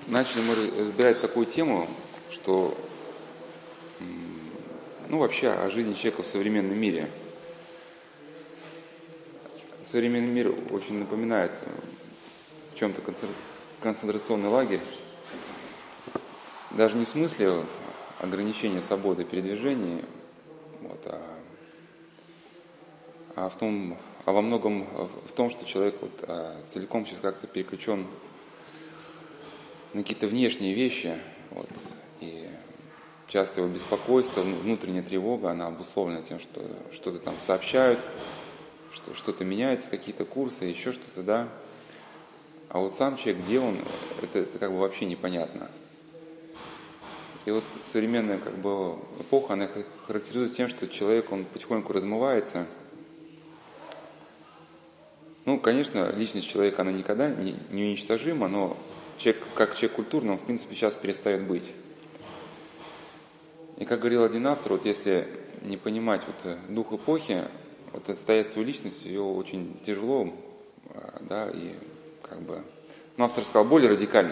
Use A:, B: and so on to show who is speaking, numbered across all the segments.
A: начали мы разбирать такую тему, что вообще о жизни человека в современном мире. Современный мир очень напоминает в чем-то концентрационный лагерь. Даже не в смысле ограничения свободы передвижения, а во многом в том, что человек целиком сейчас как-то переключен на какие-то внешние вещи, и часто его беспокойство, внутренняя тревога, она обусловлена тем, что что-то там сообщают, что что-то меняется, какие-то курсы, еще что-то, да. А вот сам человек, где он, это как бы вообще непонятно. И современная эпоха, она характеризуется тем, что человек, он потихоньку размывается. Конечно, личность человека, она никогда не уничтожима, но человек, как человек культурный, он, в принципе, сейчас перестает быть. И как говорил один автор, если не понимать дух эпохи, отстоять свою личность, ее очень тяжело, да, и автор сказал более радикально.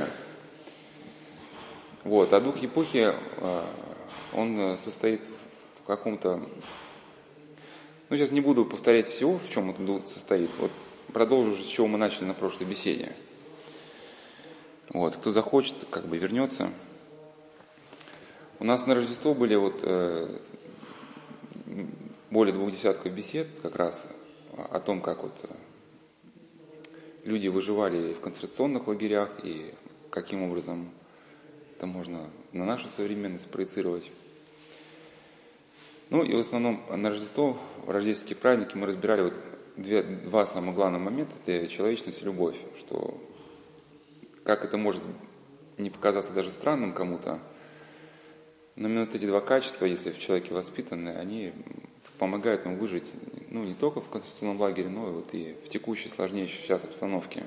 A: А дух эпохи, он состоит в каком-то... сейчас не буду повторять всего, в чем этот дух состоит. Продолжу, с чего мы начали на прошлой беседе. Кто захочет, вернется. У нас на Рождество были более 2 десятков бесед как раз о том, как люди выживали в концентрационных лагерях и каким образом это можно на нашу современность спроецировать. И в основном на Рождество, в рождественские праздники мы разбирали два самых главных момента – это человечность и любовь, что как это может не показаться даже странным кому-то, но именно эти два качества, если в человеке воспитаны, они помогают ему выжить, не только в концентрационном лагере, но и в текущей, сложнейшей сейчас обстановке.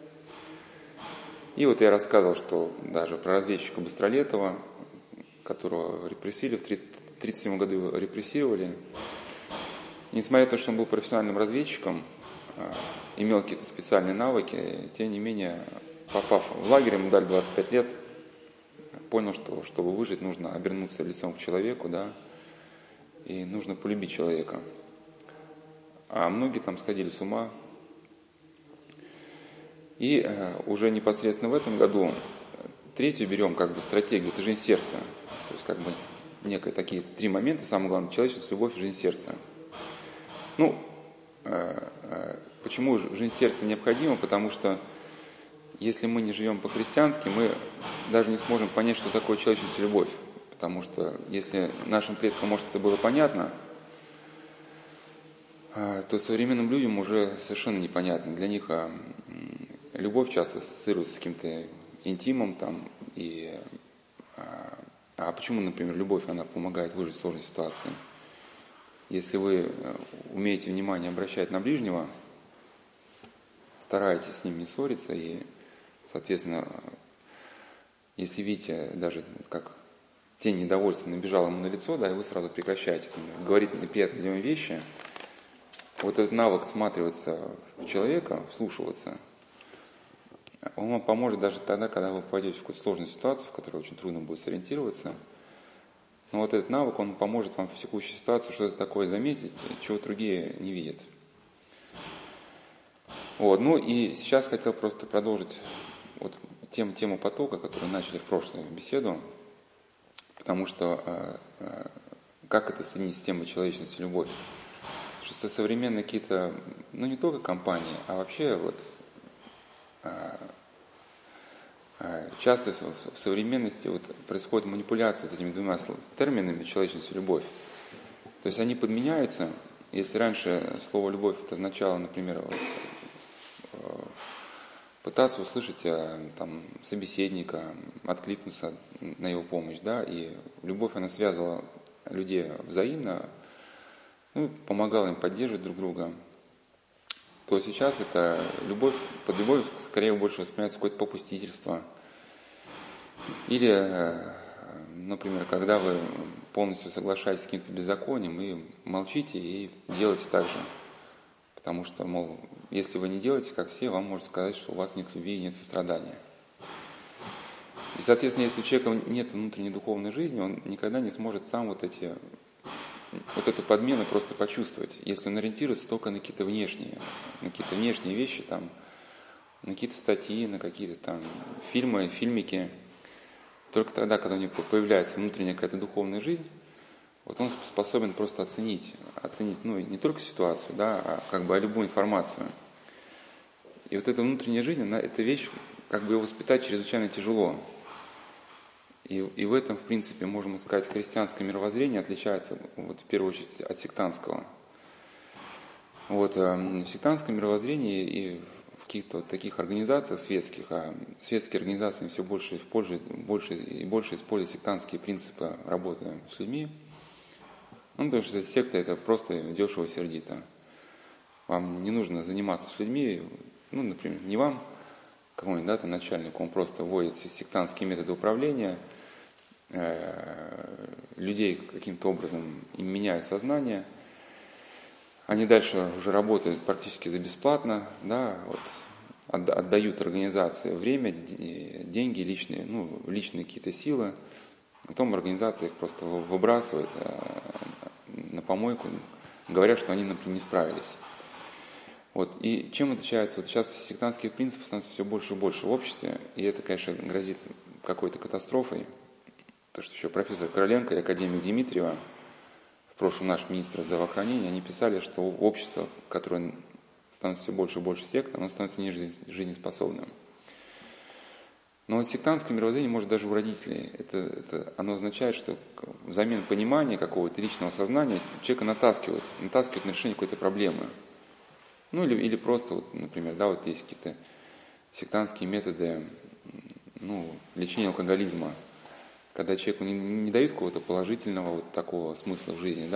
A: И я рассказывал, что даже про разведчика Быстролетова, которого репрессировали, в 1937 году репрессировали, несмотря на то, что он был профессиональным разведчиком, имел какие-то специальные навыки, тем не менее, попав в лагерь, ему дали 25 лет, понял, что чтобы выжить, нужно обернуться лицом к человеку, да, и нужно полюбить человека. А многие там сходили с ума. И уже непосредственно в этом году третью берем стратегию, это жизнь сердца. То есть некие такие 3 момента, самое главное, человечество, любовь и жизнь сердца. Почему жизнь сердца необходима? Потому что если мы не живем по-христиански, мы даже не сможем понять, что такое человечность и любовь. Потому что если нашим предкам, может, это было понятно, то современным людям уже совершенно непонятно. Для них любовь часто ассоциируется с каким-то интимом там. А почему, например, любовь, она помогает выжить в сложной ситуации? Если вы умеете внимание обращать на ближнего, стараетесь с ним не ссориться, и, соответственно, если видите, даже как тень недовольства набежала ему на лицо, да, и вы сразу прекращаете говорить неприятные для него вещи, этот навык всматриваться в человека, вслушиваться, он вам поможет даже тогда, когда вы попадете в какую-то сложную ситуацию, в которой очень трудно будет сориентироваться. Но этот навык, он поможет вам в текущей ситуации что-то такое заметить, чего другие не видят. И сейчас хотел просто продолжить тему потока, которую начали в прошлую беседу, потому что как это соединить с темой человечности и любовь? Что современные какие-то, не только компании, а вообще часто в современности происходит манипуляция с этими 2 терминами человечность и любовь. То есть они подменяются. Если раньше слово любовь это означало, например, пытаться услышать собеседника, откликнуться на его помощь, да, и любовь, она связывала людей взаимно, помогала им поддерживать друг друга, то сейчас это любовь, под любовью скорее больше воспринимается какое-то попустительство. Или, например, когда вы полностью соглашаетесь с каким-то беззаконием и молчите и делаете так же. Потому что, если вы не делаете, как все, вам можно сказать, что у вас нет любви и нет сострадания. И, соответственно, если у человека нет внутренней духовной жизни, он никогда не сможет сам вот эту подмену просто почувствовать, если он ориентируется только на какие-то внешние вещи, там, на какие-то статьи, на какие-то там фильмики. Только тогда, когда у него появляется внутренняя какая-то духовная жизнь, вот он способен просто оценить, ну, не только ситуацию, да, а любую информацию. И вот эта внутренняя жизнь, эта вещь, ее воспитать чрезвычайно тяжело. И в этом, в принципе, можем сказать, христианское мировоззрение отличается, в первую очередь, от сектантского. В сектантском мировоззрении и в каких-то таких организациях светских, светские организации все больше и больше используют сектантские принципы работы с людьми. Потому что секта – это просто дешево сердито. Вам не нужно заниматься с людьми, например, не вам, какому-нибудь начальнику, он просто вводит сектантские методы управления, людей каким-то образом им меняют сознание, они дальше уже работают практически за бесплатно, отдают организации время, деньги, личные какие-то силы, потом организация их просто выбрасывает на помойку, говоря, что они, например, не справились. И чем отличается? Сейчас сектантских принципов становится все больше и больше в обществе, и это, конечно, грозит какой-то катастрофой. То, что еще профессор Короленко и академик Дмитриева, в прошлом наш министр здравоохранения, они писали, что общество, которое становится все больше и больше сект, оно становится не жизнеспособным. Но сектантское мировоззрение может даже у родителей. Оно означает, что взамен понимания какого-то личного сознания человека натаскивают на решение какой-то проблемы. Или просто, например, есть какие-то сектантские методы лечения алкоголизма, когда человеку не дают какого-то положительного такого смысла в жизни,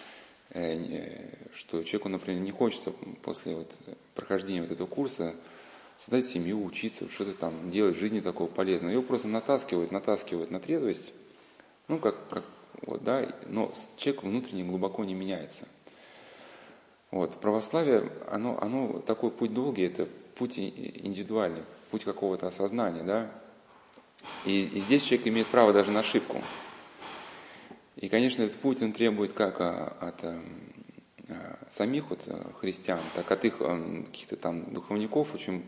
A: что человеку, например, не хочется после прохождения этого курса создать семью, учиться, что-то там делать в жизни такого полезного. Его просто натаскивают на трезвость, но человек внутренне глубоко не меняется. Православие, оно такой путь долгий, это путь индивидуальный, путь какого-то осознания, И здесь человек имеет право даже на ошибку. И, конечно, этот путь он требует как от самих христиан, так от их каких-то там духовников очень,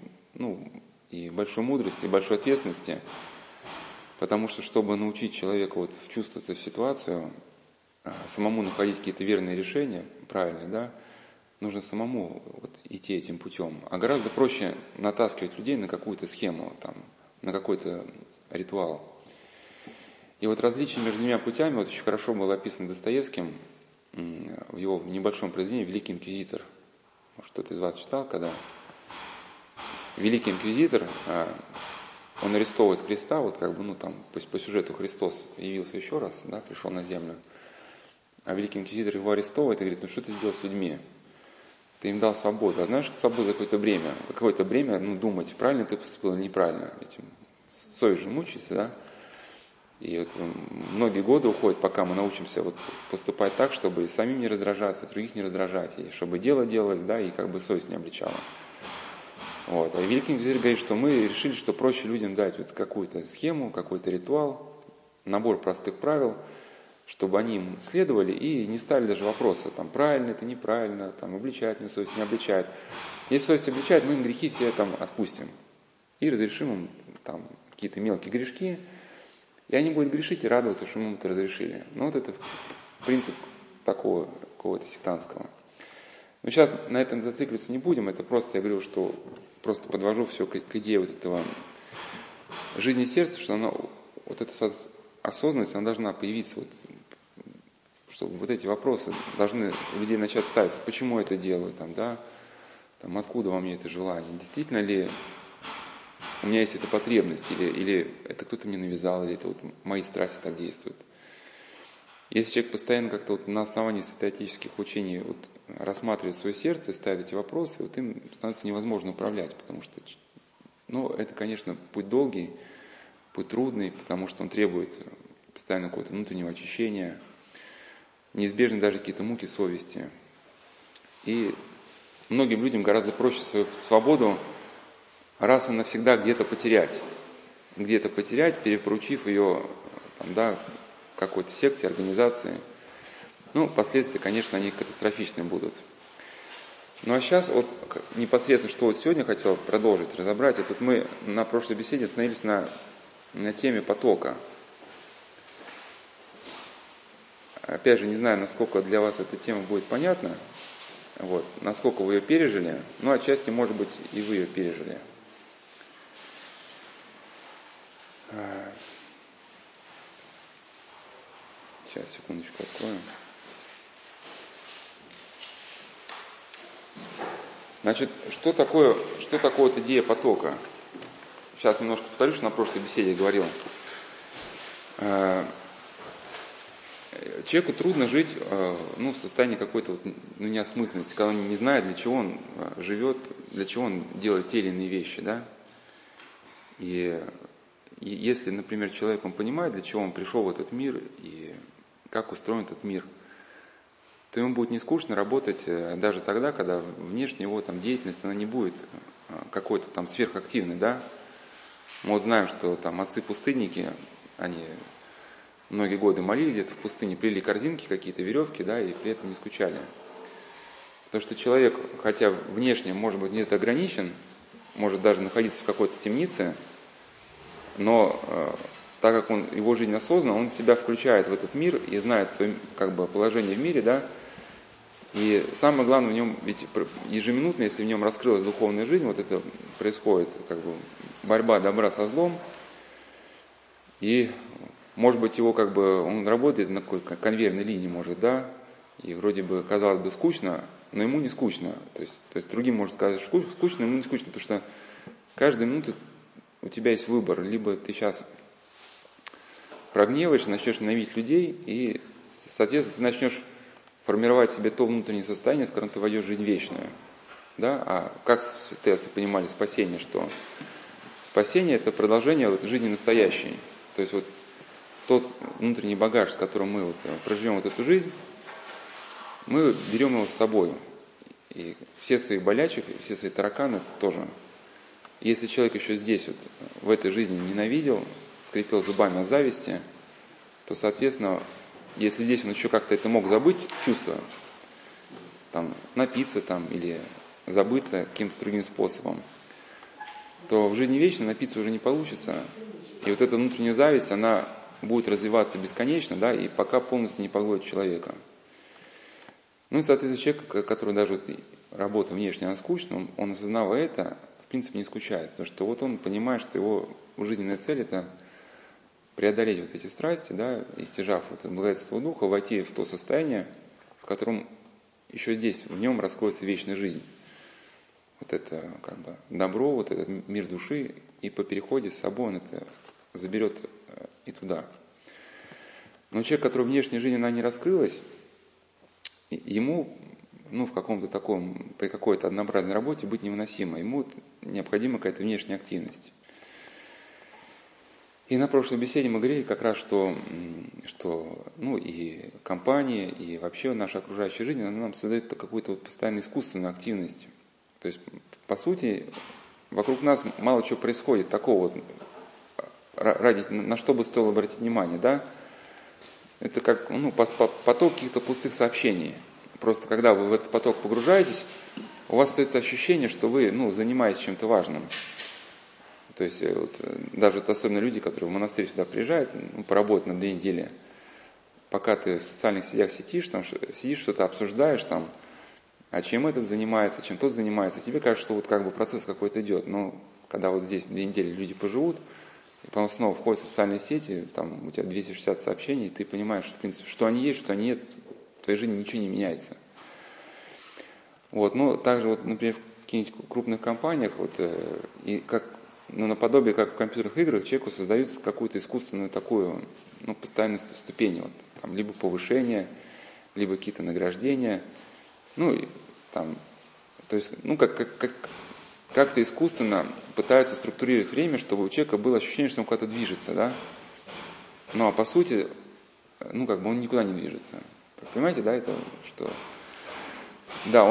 A: и большой мудрости, и большой ответственности, потому что, чтобы научить человека вчувствоваться в ситуацию, самому находить какие-то верные решения, правильные, нужно самому идти этим путем. А гораздо проще натаскивать людей на какую-то схему, на какой-то ритуал. И различие между двумя путями очень хорошо было описано Достоевским в его небольшом произведении «Великий инквизитор». Может, кто-то из вас читал, когда Великий инквизитор, он арестовывает Христа, по сюжету Христос явился еще раз, пришел на землю, а Великий инквизитор его арестовывает и говорит: что ты сделал с людьми? Ты им дал свободу. А знаешь, что свобода какое-то бремя, думать, правильно ты поступил или неправильно. Ведь совесть же мучается, И многие годы уходят, пока мы научимся поступать так, чтобы и самим не раздражаться, и других не раздражать, и чтобы дело делалось, и совесть не обличала. А Великий инквизитор говорит, что мы решили, что проще людям дать какую-то схему, какой-то ритуал, набор простых правил, чтобы они им следовали и не ставили даже вопроса, правильно это, неправильно, обличает мне совесть, не обличает. Если совесть обличает, мы им грехи все отпустим и разрешим им какие-то мелкие грешки, и они будут грешить и радоваться, что мы им это разрешили. Это принцип такого какого-то сектантского. Но сейчас на этом зацикливаться не будем, это просто, я говорю, что просто подвожу все к идее этого жизни сердца, что она, эта осознанность, она должна появиться, чтобы эти вопросы должны у людей начать ставиться, почему я это делаю, откуда во мне это желание, действительно ли у меня есть эта потребность, или это кто-то мне навязал, или это мои страсти так действуют. Если человек постоянно как-то на основании социотических учений рассматривает свое сердце и ставит эти вопросы, им становится невозможно управлять, потому что, это, конечно, путь долгий, путь трудный, потому что он требует постоянно какого-то внутреннего очищения, неизбежны даже какие-то муки совести. И многим людям гораздо проще свою свободу раз и навсегда где-то потерять, где-то потерять, перепоручив ее там, да, какой-то секте, организации. Ну, последствия, конечно, они катастрофичные будут. Ну а сейчас вот непосредственно, что вот сегодня хотел продолжить, разобрать, это вот мы на прошлой беседе остановились на теме потока. Опять же, не знаю, насколько для вас эта тема будет понятна, вот, насколько вы ее пережили, но отчасти, может быть, и вы ее пережили. Сейчас, секундочку, открою. Значит, что такое вот идея потока? Сейчас немножко повторю, что на прошлой беседе говорил. Человеку трудно жить в состоянии какой-то неосмысленности, когда он не знает, для чего он живет, для чего он делает те или иные вещи, да? И если, например, человек, он понимает, для чего он пришел в этот мир и как устроен этот мир, то ему будет не скучно работать даже тогда, когда внешне его там деятельность, она не будет какой-то там сверхактивной, да? Мы вот знаем, что там отцы-пустынники, они многие годы молились где-то в пустыне, плели корзинки какие-то, веревки, да, и при этом не скучали. Потому что человек, хотя внешне, может быть, где-то ограничен, может даже находиться в какой-то темнице, но так как его жизнь осознанна, он себя включает в этот мир и знает свое положение в мире, да, и самое главное в нем, ведь ежеминутно, если в нем раскрылась духовная жизнь, вот это происходит борьба добра со злом, и может быть его он работает на какой-то конвейерной линии, может, да, и вроде бы, казалось бы, скучно, но ему не скучно. То есть другим может сказать, что скучно, ему не скучно, потому что каждую минуту у тебя есть выбор. Либо ты сейчас прогневаешься, начнешь ненавидеть людей, и, соответственно, ты начнешь формировать в себе то внутреннее состояние, с которым ты войдешь в жизнь вечную. Да? А как святые отцы понимали спасение, что спасение – это продолжение жизни настоящей. То есть вот тот внутренний багаж, с которым мы проживем эту жизнь, мы берем его с собой. И все свои болячек, все свои тараканы тоже. Если человек еще здесь, в этой жизни ненавидел, скрипел зубами от зависти, то, соответственно, если здесь он еще как-то это мог забыть, чувство, напиться или забыться каким-то другим способом, то в жизни вечной напиться уже не получится. И вот эта внутренняя зависть, она будет развиваться бесконечно, да, и пока полностью не поглотит человека. Ну и, соответственно, человек, который даже работа внешне, она скучна, он осознавая это, в принципе, не скучает. Потому что он понимает, что его жизненная цель – это преодолеть эти страсти, да, и стяжав благодетельство духа, войти в то состояние, в котором еще здесь, в нем раскроется вечная жизнь. Вот это добро, вот этот мир души, и по переходе с собой он это заберет и туда. Но человек, который внешняя жизнь, она не раскрылась, ему, в каком-то таком, при какой-то однообразной работе быть невыносимо. Ему необходима какая-то внешняя активность. И на прошлой беседе мы говорили как раз, что и компания, и вообще наша окружающая жизнь, она нам создает какую-то постоянно искусственную активность. То есть, по сути, вокруг нас мало чего происходит такого, на что бы стоило обратить внимание, да? Это как поток каких-то пустых сообщений. Просто когда вы в этот поток погружаетесь, у вас остается ощущение, что вы занимаетесь чем-то важным. То есть даже особенно люди, которые в монастырь сюда приезжают, поработать на 2 недели, пока ты в социальных сетях сидишь, что-то обсуждаешь, а чем этот занимается, чем тот занимается, тебе кажется, что процесс какой-то идет. Но когда здесь 2 недели люди поживут, и потом снова входят в социальные сети, у тебя 260 сообщений, и ты понимаешь, что, в принципе, что они есть, что они нет, в твоей жизни ничего не меняется. Также, например, в каких-нибудь крупных компаниях, и наподобие, как в компьютерных играх, человеку создают какую-то искусственную такую, постоянную ступень, либо повышение, либо какие-то награждения, то есть, как-то искусственно пытаются структурировать время, чтобы у человека было ощущение, что он куда-то движется, да? А по сути, он никуда не движется. Понимаете, да, это что? Да,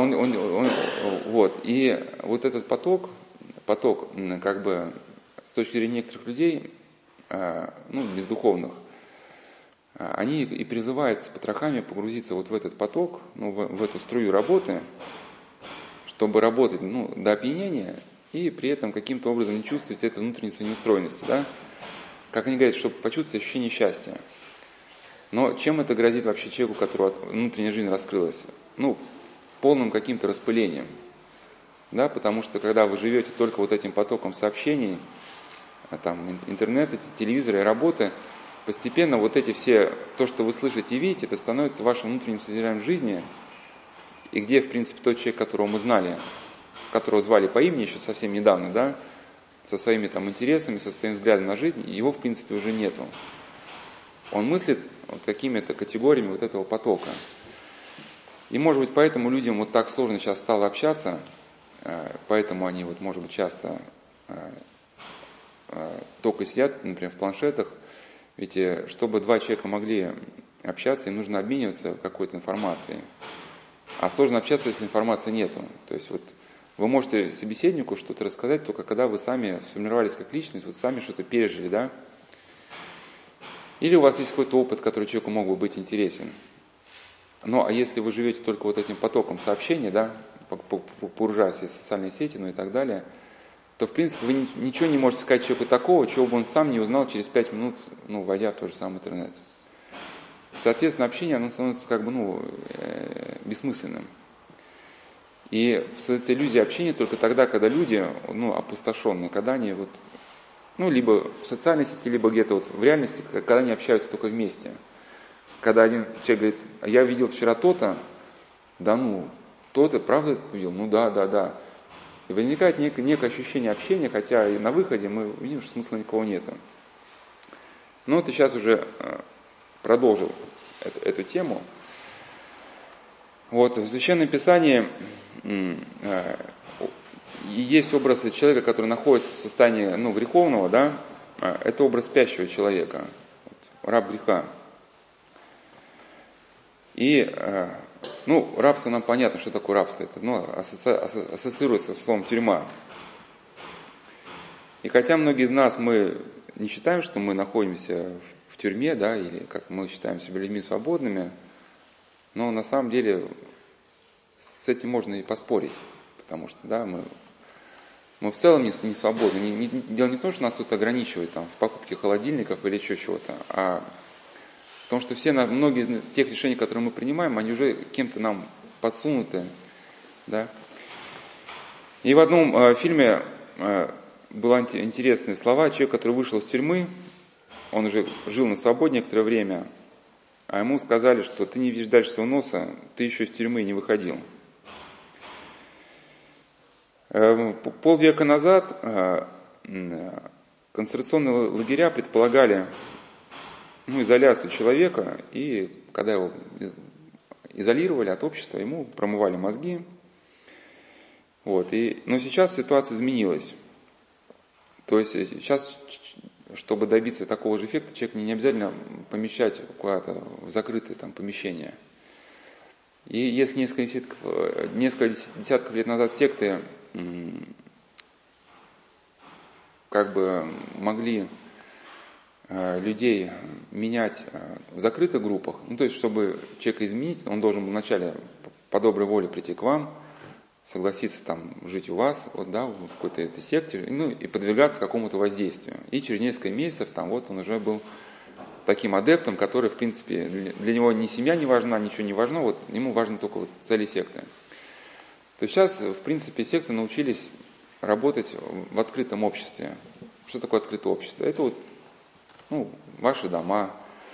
A: и вот этот поток, с точки зрения некоторых людей, бездуховных, они и призывают с потрохами погрузиться вот в этот поток, в эту струю работы, чтобы работать до опьянения и при этом каким-то образом не чувствовать этой внутренней неустроенности, да? Как они говорят, чтобы почувствовать ощущение счастья. Но чем это грозит вообще человеку, у которого внутренняя жизнь раскрылась? Полным каким-то распылением. Да? Потому что когда вы живете только вот этим потоком сообщений, интернета, телевизора и работы, постепенно вот эти все, то, что вы слышите и видите, это становится вашим внутренним содержанием жизни, и где, в принципе, тот человек, которого мы знали, которого звали по имени еще совсем недавно, да, со своими интересами, со своим взглядом на жизнь, его, в принципе, уже нету. Он мыслит вот какими-то категориями вот этого потока. И, может быть, поэтому людям вот так сложно сейчас стало общаться, поэтому они, может быть, часто только сидят, например, в планшетах. Ведь чтобы два человека могли общаться, им нужно обмениваться какой-то информацией. А сложно общаться, если информации нету. То есть вы можете собеседнику что-то рассказать, только когда вы сами сформировались как личность, сами что-то пережили, да? Или у вас есть какой-то опыт, который человеку мог бы быть интересен. А если вы живете только вот этим потоком сообщений, да, погружаясь в социальные сети, и так далее, то, в принципе, вы ничего не можете сказать человеку такого, чего бы он сам не узнал через 5 минут, войдя в тот же самый интернет. Соответственно, общение, оно становится бессмысленным. И создается иллюзия общения только тогда, когда люди, опустошенные, когда они либо в социальной сети, либо где-то в реальности, когда они общаются только вместе. Когда один человек говорит: я видел вчера то-то, то-то, правда видел? Да. И возникает некое ощущение общения, хотя и на выходе мы видим, что смысла никого нету. Я сейчас уже продолжил эту тему. В Священном Писании есть образ человека, который находится в состоянии греховного, да? Это образ спящего человека, раб греха. И рабство нам понятно, что такое рабство. Это ассоциируется со словом тюрьма. И хотя многие из нас, мы не считаем, что мы находимся в тюрьме, да, или как мы считаем себя людьми свободными, но на самом деле с этим можно и поспорить, потому что, да, мы в целом не свободны. Дело не в том, что нас тут ограничивают в покупке холодильников или еще чего-то, а в том, что многие из тех решений, которые мы принимаем, они уже кем-то нам подсунуты. Да? И в одном фильме были интересные слова. Человек, который вышел из тюрьмы, он уже жил на свободе некоторое время, а ему сказали, что ты не видишь дальше своего носа, ты еще из тюрьмы не выходил. Полвека назад концентрационные лагеря предполагали изоляцию человека, и когда его изолировали от общества, ему промывали мозги. Но сейчас ситуация изменилась. То есть сейчас, чтобы добиться такого же эффекта, человека не обязательно помещать куда-то в закрытое помещение. И если несколько десятков лет назад секты могли людей менять в закрытых группах, то есть, чтобы человека изменить, он должен был вначале по доброй воле прийти к вам, согласиться жить у вас, в какой-то этой секте, и подвергаться какому-то воздействию. И через несколько месяцев он уже был таким адептом, который, в принципе, для него ни семья не важна, ничего не важно, ему важны только цели секты. То есть сейчас, в принципе, секты научились работать в открытом обществе. Что такое открытое общество? Это ваши дома,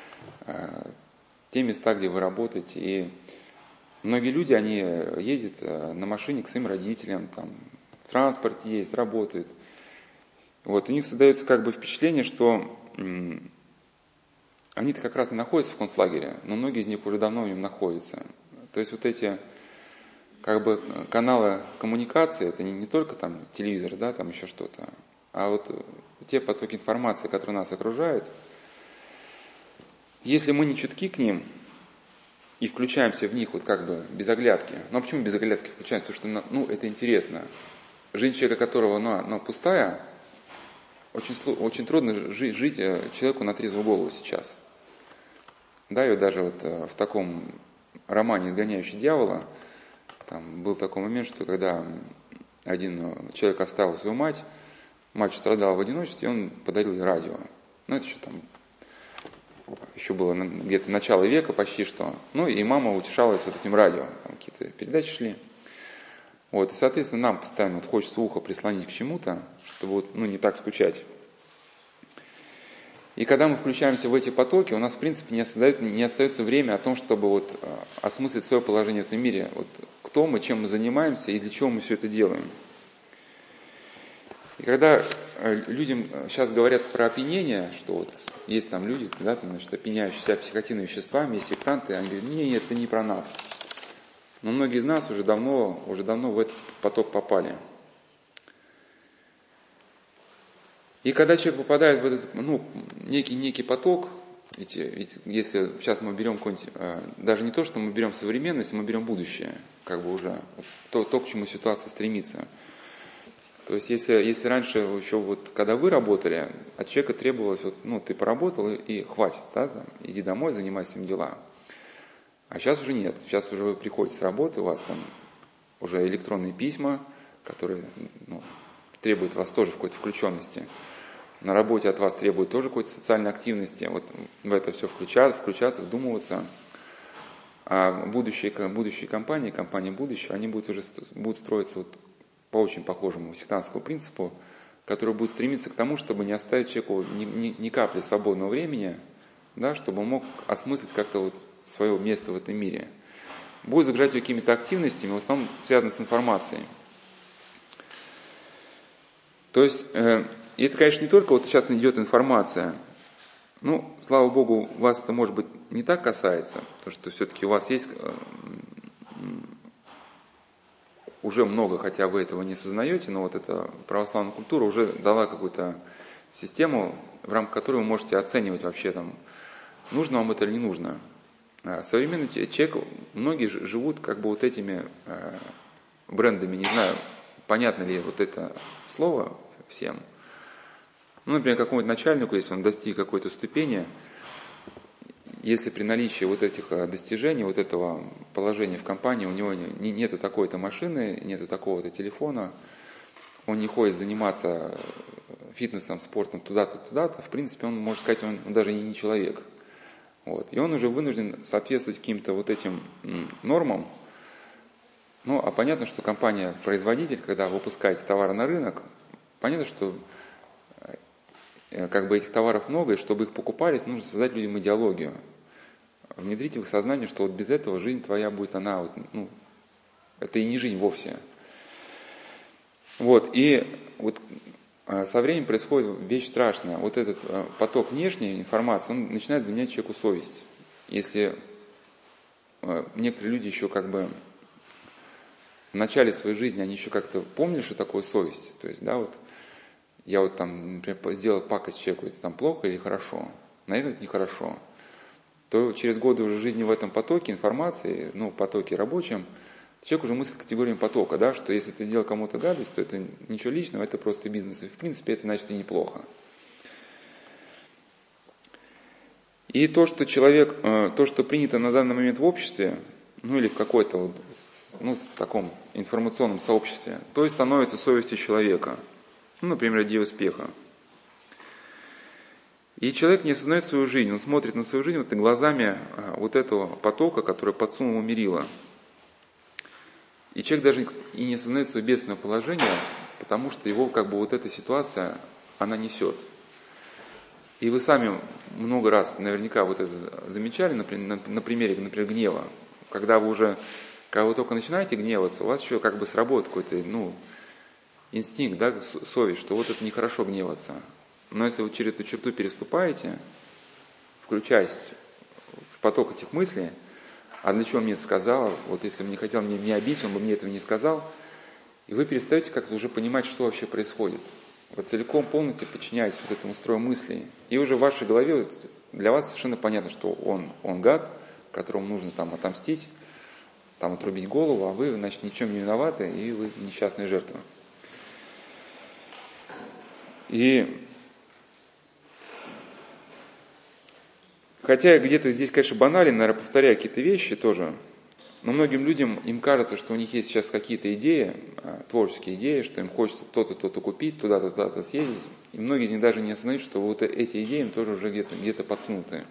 A: те места, где вы работаете. И многие люди, они ездят на машине к своим родителям, в транспорте ездят, работают. У них создается впечатление, что они-то как раз и находятся в концлагере, но многие из них уже давно в нем находятся. То есть эти каналы коммуникации, это не только телевизор, да, еще что-то, а те потоки информации, которые нас окружают, если мы не чутки к ним и включаемся в них без оглядки. А почему без оглядки включаемся? Потому что это интересно. Жизнь человека, которого она пустая, очень трудно жить человеку на трезвую голову сейчас. Да, и даже вот в таком романе «Изгоняющий дьявола» там был такой момент, что когда один человек оставил свою мать страдала в одиночестве, и он подарил ей радио. Ну, это еще было где-то начало века почти что. Ну, и мама утешалась вот этим радио, там какие-то передачи шли. Вот, и, соответственно, нам постоянно хочется ухо прислонить к чему-то, чтобы не так скучать. И когда мы включаемся в эти потоки, у нас, в принципе, не остается время о том, чтобы осмыслить свое положение в этом мире. Кто мы, чем мы занимаемся и для чего мы все это делаем. И когда людям сейчас говорят про опьянение, что есть там люди, да, опьяняющие себя психотивными веществами, есть сектанты, они говорят, нет, это не про нас. Но многие из нас уже давно в этот поток попали. И когда человек попадает в этот некий поток, ведь если сейчас мы берем какой-нибудь, даже не то, что мы берем современность, мы берем будущее, уже то, к чему ситуация стремится. То есть если раньше еще когда вы работали, от человека требовалось, ты поработал и хватит, да, иди домой, занимайся своими делами. А сейчас уже нет. Сейчас уже вы приходите с работы, у вас там уже электронные письма, которые требуют от вас тоже какой-то включенности. На работе от вас требуют тоже какой-то социальной активности. В это все включаться, вдумываться. А будущие компании будущего, они будут строиться по очень похожему сектантскому принципу, который будет стремиться к тому, чтобы не оставить человеку ни капли свободного времени, да, чтобы он мог осмыслить как-то свое место в этом мире. Будет загружать его какими-то активностями, в основном связанными с информацией. То есть, и это, конечно, не только сейчас идет информация. Слава Богу, вас это, может быть, не так касается, потому что все-таки у вас есть уже много, хотя вы этого не сознаете, но эта православная культура уже дала какую-то систему, в рамках которой вы можете оценивать вообще, нужно вам это или не нужно. Современный человек, многие живут этими брендами, не знаю, понятно ли это слово всем. Например, какому-нибудь начальнику, если он достиг какой-то ступени, если при наличии этих достижений, этого положения в компании, у него нету такой-то машины, нету такого-то телефона, он не ходит заниматься фитнесом, спортом туда-то, в принципе, он, можно сказать, он даже не человек. И он уже вынужден соответствовать каким-то этим нормам. А понятно, что компания-производитель, когда выпускает товары на рынок, понятно, что этих товаров много, и чтобы их покупались, нужно создать людям идеологию. Внедрить в их сознание, что без этого жизнь твоя будет, это и не жизнь вовсе. И со временем происходит вещь страшная. Этот поток внешней информации, он начинает заменять человеку совесть. Если некоторые люди еще в начале своей жизни, они еще как-то помнили, что такое совесть. То есть, я например, сделал пакость человеку, это плохо или хорошо? Наверное, это нехорошо. То через годы уже жизни в этом потоке информации, потоке рабочем, человек уже мыслит категориями потока, да, что если ты сделал кому-то гадость, то это ничего личного, это просто бизнес. И в принципе это значит и неплохо. И то, что принято на данный момент в обществе, или в какой-то таком информационном сообществе, то и становится совестью человека. Например, идея успеха. И человек не осознает свою жизнь, он смотрит на свою жизнь глазами этого потока, который подсунул ему мерило. И человек даже и не осознает свое бедственное положение, потому что его эта ситуация, она несет. И вы сами много раз наверняка это замечали на примере, например, гнева. Когда вы только начинаете гневаться, у вас еще сработает какой-то, инстинкт, да, совесть, что это нехорошо гневаться. Но если вы через эту черту переступаете, включаясь в поток этих мыслей, а для чего мне это сказал, если бы не хотел меня обидеть, он бы мне этого не сказал, и вы перестаете как-то уже понимать, что вообще происходит. Целиком, полностью подчиняетесь этому строю мыслей. И уже в вашей голове для вас совершенно понятно, что он гад, которому нужно отомстить, отрубить голову, а вы, значит, ничем не виноваты, и вы несчастная жертва. И Хотя где-то здесь, конечно, банален, наверное, повторяю какие-то вещи тоже, но многим людям, им кажется, что у них есть сейчас какие-то идеи, творческие идеи, что им хочется то-то, то-то купить, туда-то, туда-то съездить. И многие из них даже не осознают, что вот эти идеи им тоже уже где-то подсунуты.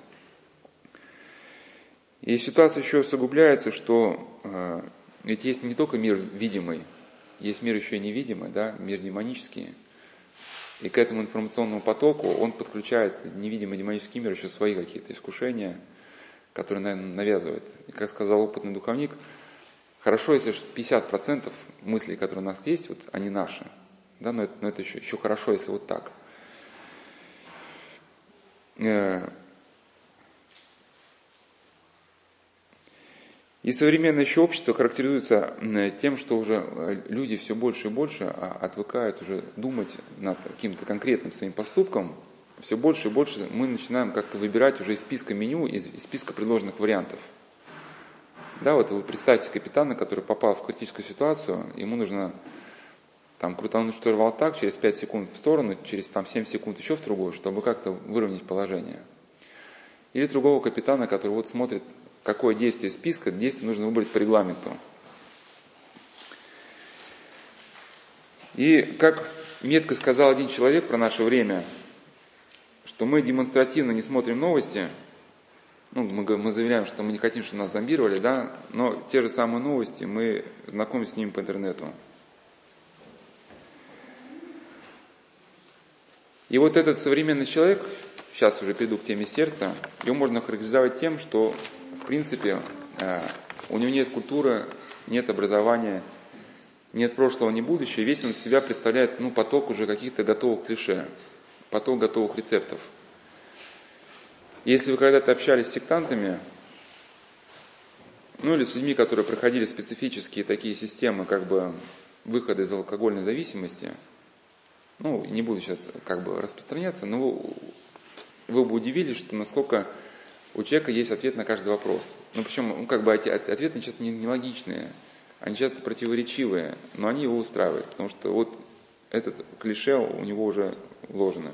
A: И ситуация еще усугубляется, что ведь есть не только мир видимый, есть мир еще и невидимый, да, мир демонический. И к этому информационному потоку он подключает невидимый демонический мир еще свои какие-то искушения, которые, наверное, навязывает. И, как сказал опытный духовник, хорошо, если 50% мыслей, которые у нас есть, вот, они наши. Да, но это еще хорошо, если вот так. И современное еще общество характеризуется тем, что уже люди все больше и больше отвыкают уже думать над каким-то конкретным своим поступком. Все больше и больше мы начинаем как-то выбирать уже из списка меню, из списка предложенных вариантов. Да, вот вы представьте капитана, который попал в критическую ситуацию, ему нужно там крутануть штурвал так, через 5 секунд в сторону, через там 7 секунд еще в другую, чтобы как-то выровнять положение. Или другого капитана, который вот смотрит, какое действие из списка, действие нужно выбрать по регламенту. И как метко сказал один человек про наше время, что мы демонстративно не смотрим новости, мы заявляем, что мы не хотим, чтобы нас зомбировали, да, но те же самые новости мы знакомимся с ними по интернету. И вот этот современный человек, сейчас уже перейду к теме сердца, его можно характеризовать тем, что, в принципе, у него нет культуры, нет образования, нет прошлого, ни будущего, весь он из себя представляет поток уже каких-то готовых клише, поток готовых рецептов. Если вы когда-то общались с сектантами, или с людьми, которые проходили специфические такие системы, как бы выхода из алкогольной зависимости, не буду сейчас распространяться, но вы бы удивились, что насколько у человека есть ответ на каждый вопрос. Причем, ответы часто нелогичные, они часто противоречивые, но они его устраивают, потому что вот этот клише у него уже вложено.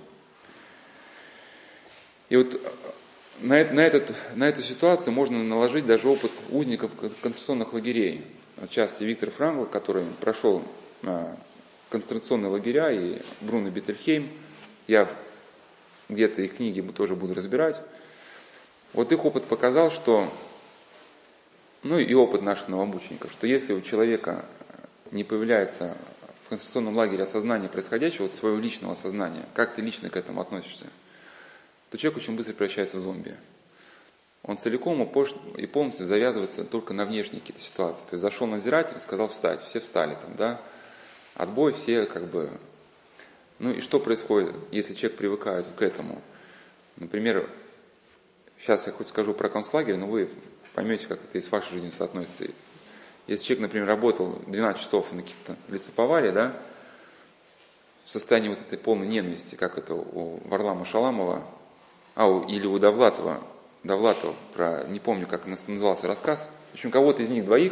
A: И вот на эту ситуацию можно наложить даже опыт узников концентрационных лагерей. В частности, Виктор Франкл, который прошел концентрационные лагеря, и Бруно Беттельхейм, я где-то их книги тоже буду разбирать. Вот их опыт показал, что, и опыт наших новомучеников, что если у человека не появляется в концентрационном лагере осознание происходящего, вот своего личного сознания, как ты лично к этому относишься, то человек очень быстро превращается в зомби. Он целиком и полностью завязывается только на внешние какие-то ситуации. То есть зашел надзиратель, сказал встать, все встали там, да, отбой, все и что происходит, если человек привыкает к этому? Например, сейчас я хоть скажу про концлагерь, но вы поймете, как это и с вашей жизнью соотносится. Если человек, например, работал 12 часов на каких-то лесоповале, да, в состоянии вот этой полной ненависти, как это у Варлама Шаламова, или у Довлатова, не помню, как назывался рассказ, в общем, кого-то из них двоих,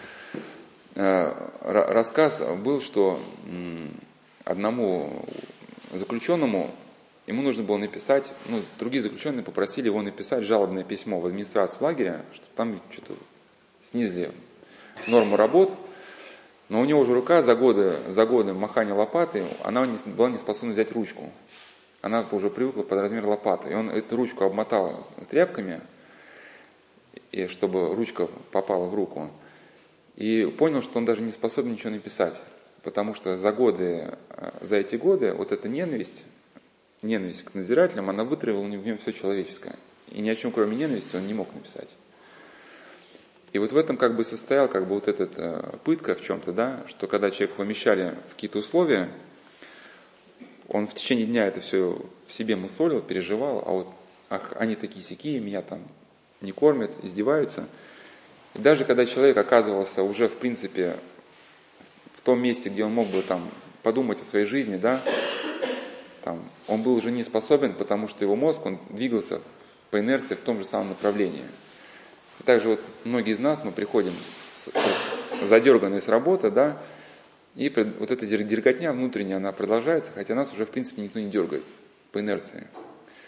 A: рассказ был, что одному заключенному ему нужно было написать, другие заключенные попросили его написать жалобное письмо в администрацию лагеря, что там что-то снизили норму работ, но у него уже рука за годы махания лопатой, она была не способна взять ручку. Она уже привыкла под размер лопаты. И он эту ручку обмотал тряпками, и чтобы ручка попала в руку. И понял, что он даже не способен ничего написать. Потому что за эти годы вот эта ненависть к надзирателям, она вытравила в нем все человеческое. И ни о чем, кроме ненависти, он не мог написать. И вот в этом состоял вот эта пытка в чем-то, да, что когда человека помещали в какие-то условия, он в течение дня это все в себе мусолил, переживал, они такие-сякие, меня там не кормят, издеваются. И даже когда человек оказывался уже, в принципе, в том месте, где он мог бы подумать о своей жизни, да, он был уже не способен, потому что его мозг, он двигался по инерции в том же самом направлении. И также многие из нас, мы приходим задерганные с работы, да, и вот эта дерготня внутренняя, она продолжается, хотя нас уже, в принципе, никто не дергает по инерции.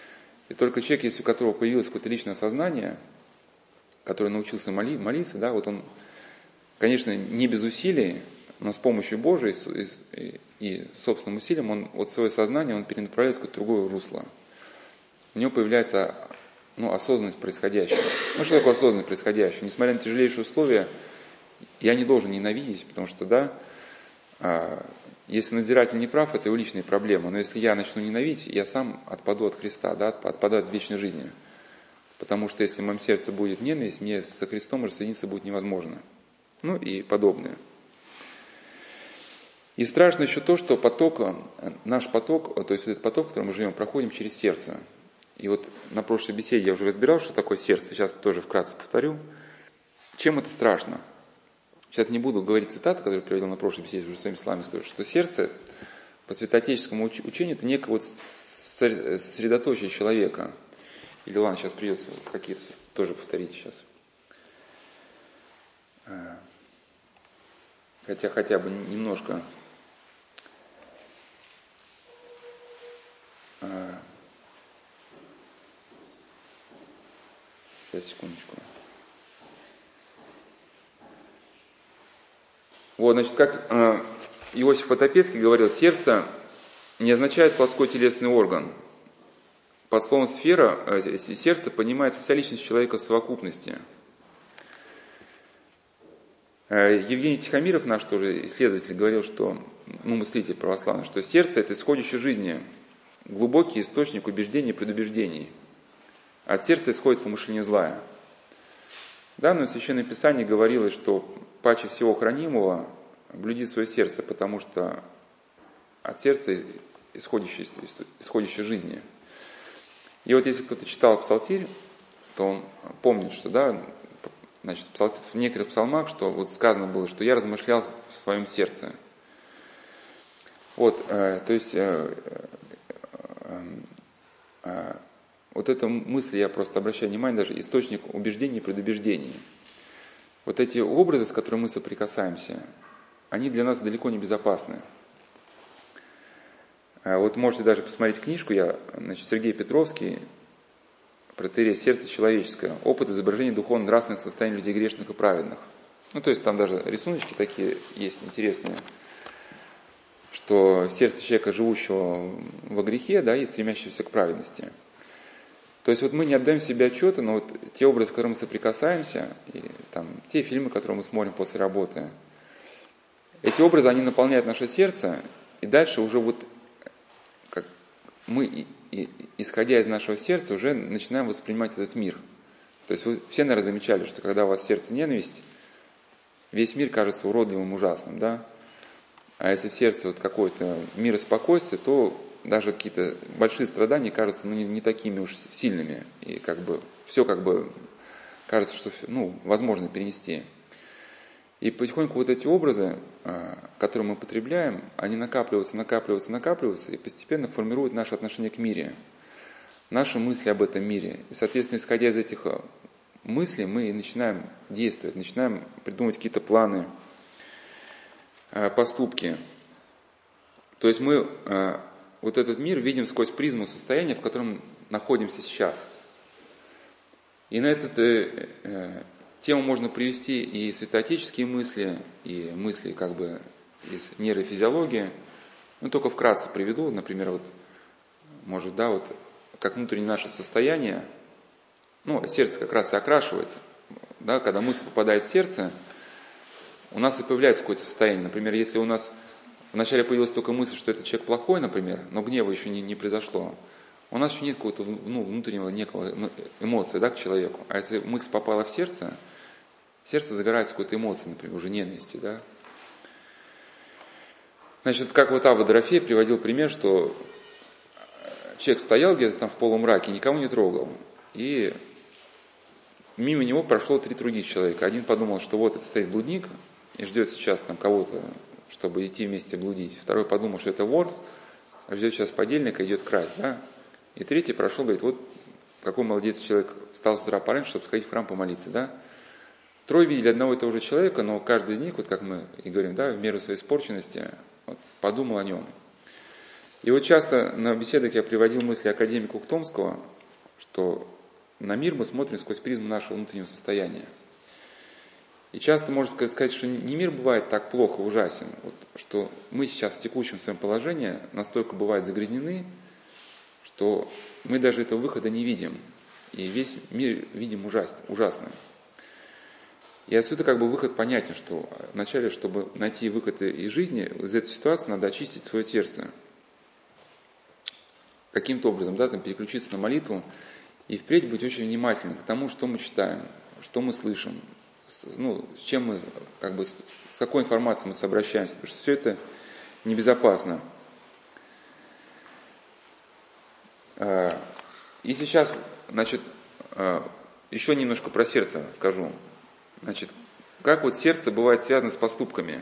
A: И только человек, если у которого появилось какое-то личное сознание, который научился молиться, да, вот он, конечно, не без усилий, но с помощью Божией и собственным усилием, он вот свое сознание он перенаправляет в какое-то другое русло. У него появляется осознанность происходящего. Что такое осознанность происходящего? Несмотря на тяжелейшие условия, я не должен ненавидеть, потому что, да, если надзиратель не прав, это его личные проблемы. Но если я начну ненавидеть, я сам отпаду от Христа, да, отпаду от вечной жизни. Потому что если в моем сердце будет ненависть, мне со Христом уже соединиться будет невозможно. И подобное. И страшно еще то, что наш поток, то есть этот поток, в котором мы живем, проходим через сердце. И вот на прошлой беседе я уже разбирал, что такое сердце. Сейчас тоже вкратце повторю. Чем это страшно? Сейчас не буду говорить цитаты, которые я приводил на прошлой беседе, уже своими словами скажу, что сердце по святоотеческому учению это некое сосредоточие человека. Или ладно, сейчас придется какие-то тоже повторить сейчас. Хотя бы немножко. Сейчас, секундочку. Вот, значит, как Иосиф Фотопецкий говорил, сердце не означает плотской телесный орган. Под словом «сфера» сердце понимается вся личность человека в совокупности. Евгений Тихомиров, наш тоже исследователь, говорил, что, мыслитель православный, что сердце – это исходище жизни, глубокий источник убеждений и предубеждений. От сердца исходит помышление злая. Да, но в Священном Писании говорилось, что паче всего хранимого блюди свое сердце, потому что от сердца исходище жизни. И вот если кто-то читал Псалтирь, то он помнит, что, да, значит, в некоторых псалмах, что вот сказано было, что я размышлял в своем сердце. Вот, то есть, вот эта мысль, я просто обращаю внимание, даже источник убеждений и предубеждений. Вот эти образы, с которыми мы соприкасаемся, они для нас далеко не безопасны. Вот можете даже посмотреть книжку, Сергей Петровский, протоиерей «Сердце человеческое. Опыт изображения духовно-нравственных состояний людей грешных и праведных». То есть там даже рисуночки такие есть интересные, что сердце человека, живущего во грехе, да, и стремящегося к праведности. То есть вот мы не отдаем себе отчета, но вот те образы, с которыми мы соприкасаемся, и там, те фильмы, которые мы смотрим после работы, эти образы, они наполняют наше сердце, и дальше уже вот как мы, исходя из нашего сердца, уже начинаем воспринимать этот мир. То есть вы все, наверное, замечали, что когда у вас в сердце ненависть, весь мир кажется уродливым, ужасным, да? А если в сердце вот какой-то мир и спокойствие, то даже какие-то большие страдания кажутся не такими уж сильными. И все кажется, что возможно перенести. И потихоньку вот эти образы, которые мы потребляем, они накапливаются, и постепенно формируют наше отношение к миру, наши мысли об этом мире. И, соответственно, исходя из этих мыслей, мы начинаем действовать, начинаем придумывать какие-то планы, поступки. То есть мы вот этот мир видим сквозь призму состояния, в котором находимся сейчас. И на эту тему можно привести и святоотеческие мысли, и мысли из нейрофизиологии. Только вкратце приведу, например, как внутреннее наше состояние, сердце как раз и окрашивает, да, когда мысль попадает в сердце, у нас и появляется какое-то состояние. Например, если у нас вначале появилась только мысль, что этот человек плохой, например, но гнева еще не произошло, у нас еще нет какого-то внутреннего некого эмоции, да, к человеку. А если мысль попала в сердце загорается какой-то эмоцией, например, уже ненависти, да. Значит, как вот Авва Дорофей приводил пример, что человек стоял где-то там в полумраке, никого не трогал, и мимо него прошло 3 других человека. Один подумал, что вот это стоит блудник и ждет сейчас там кого-то, чтобы идти вместе блудить. Второй подумал, что это вор, ждет сейчас подельника, идет красть, да. И третий прошел, говорит, вот какой молодец человек, встал с утра пораньше, чтобы сходить в храм помолиться, да. 3 видели одного и того же человека, но каждый из них, вот как мы и говорим, да, в меру своей испорченности, подумал о нем. И вот часто на беседах я приводил мысли академика Ухтомского, что на мир мы смотрим сквозь призму нашего внутреннего состояния. И часто можно сказать, что не мир бывает так плохо, ужасен, вот, что мы сейчас в текущем своем положении настолько бывает загрязнены, что мы даже этого выхода не видим. И весь мир видим ужасным. И отсюда как бы выход понятен, что вначале, чтобы найти выход из жизни, из этой ситуации надо очистить свое сердце. Каким-то образом, да, там, переключиться на молитву и впредь быть очень внимательным к тому, что мы читаем, что мы слышим, с чем мы, как бы, с какой информацией мы обращаемся, потому что все это небезопасно. И сейчас, значит, еще немножко про сердце скажу. Значит, как вот сердце бывает связано с поступками.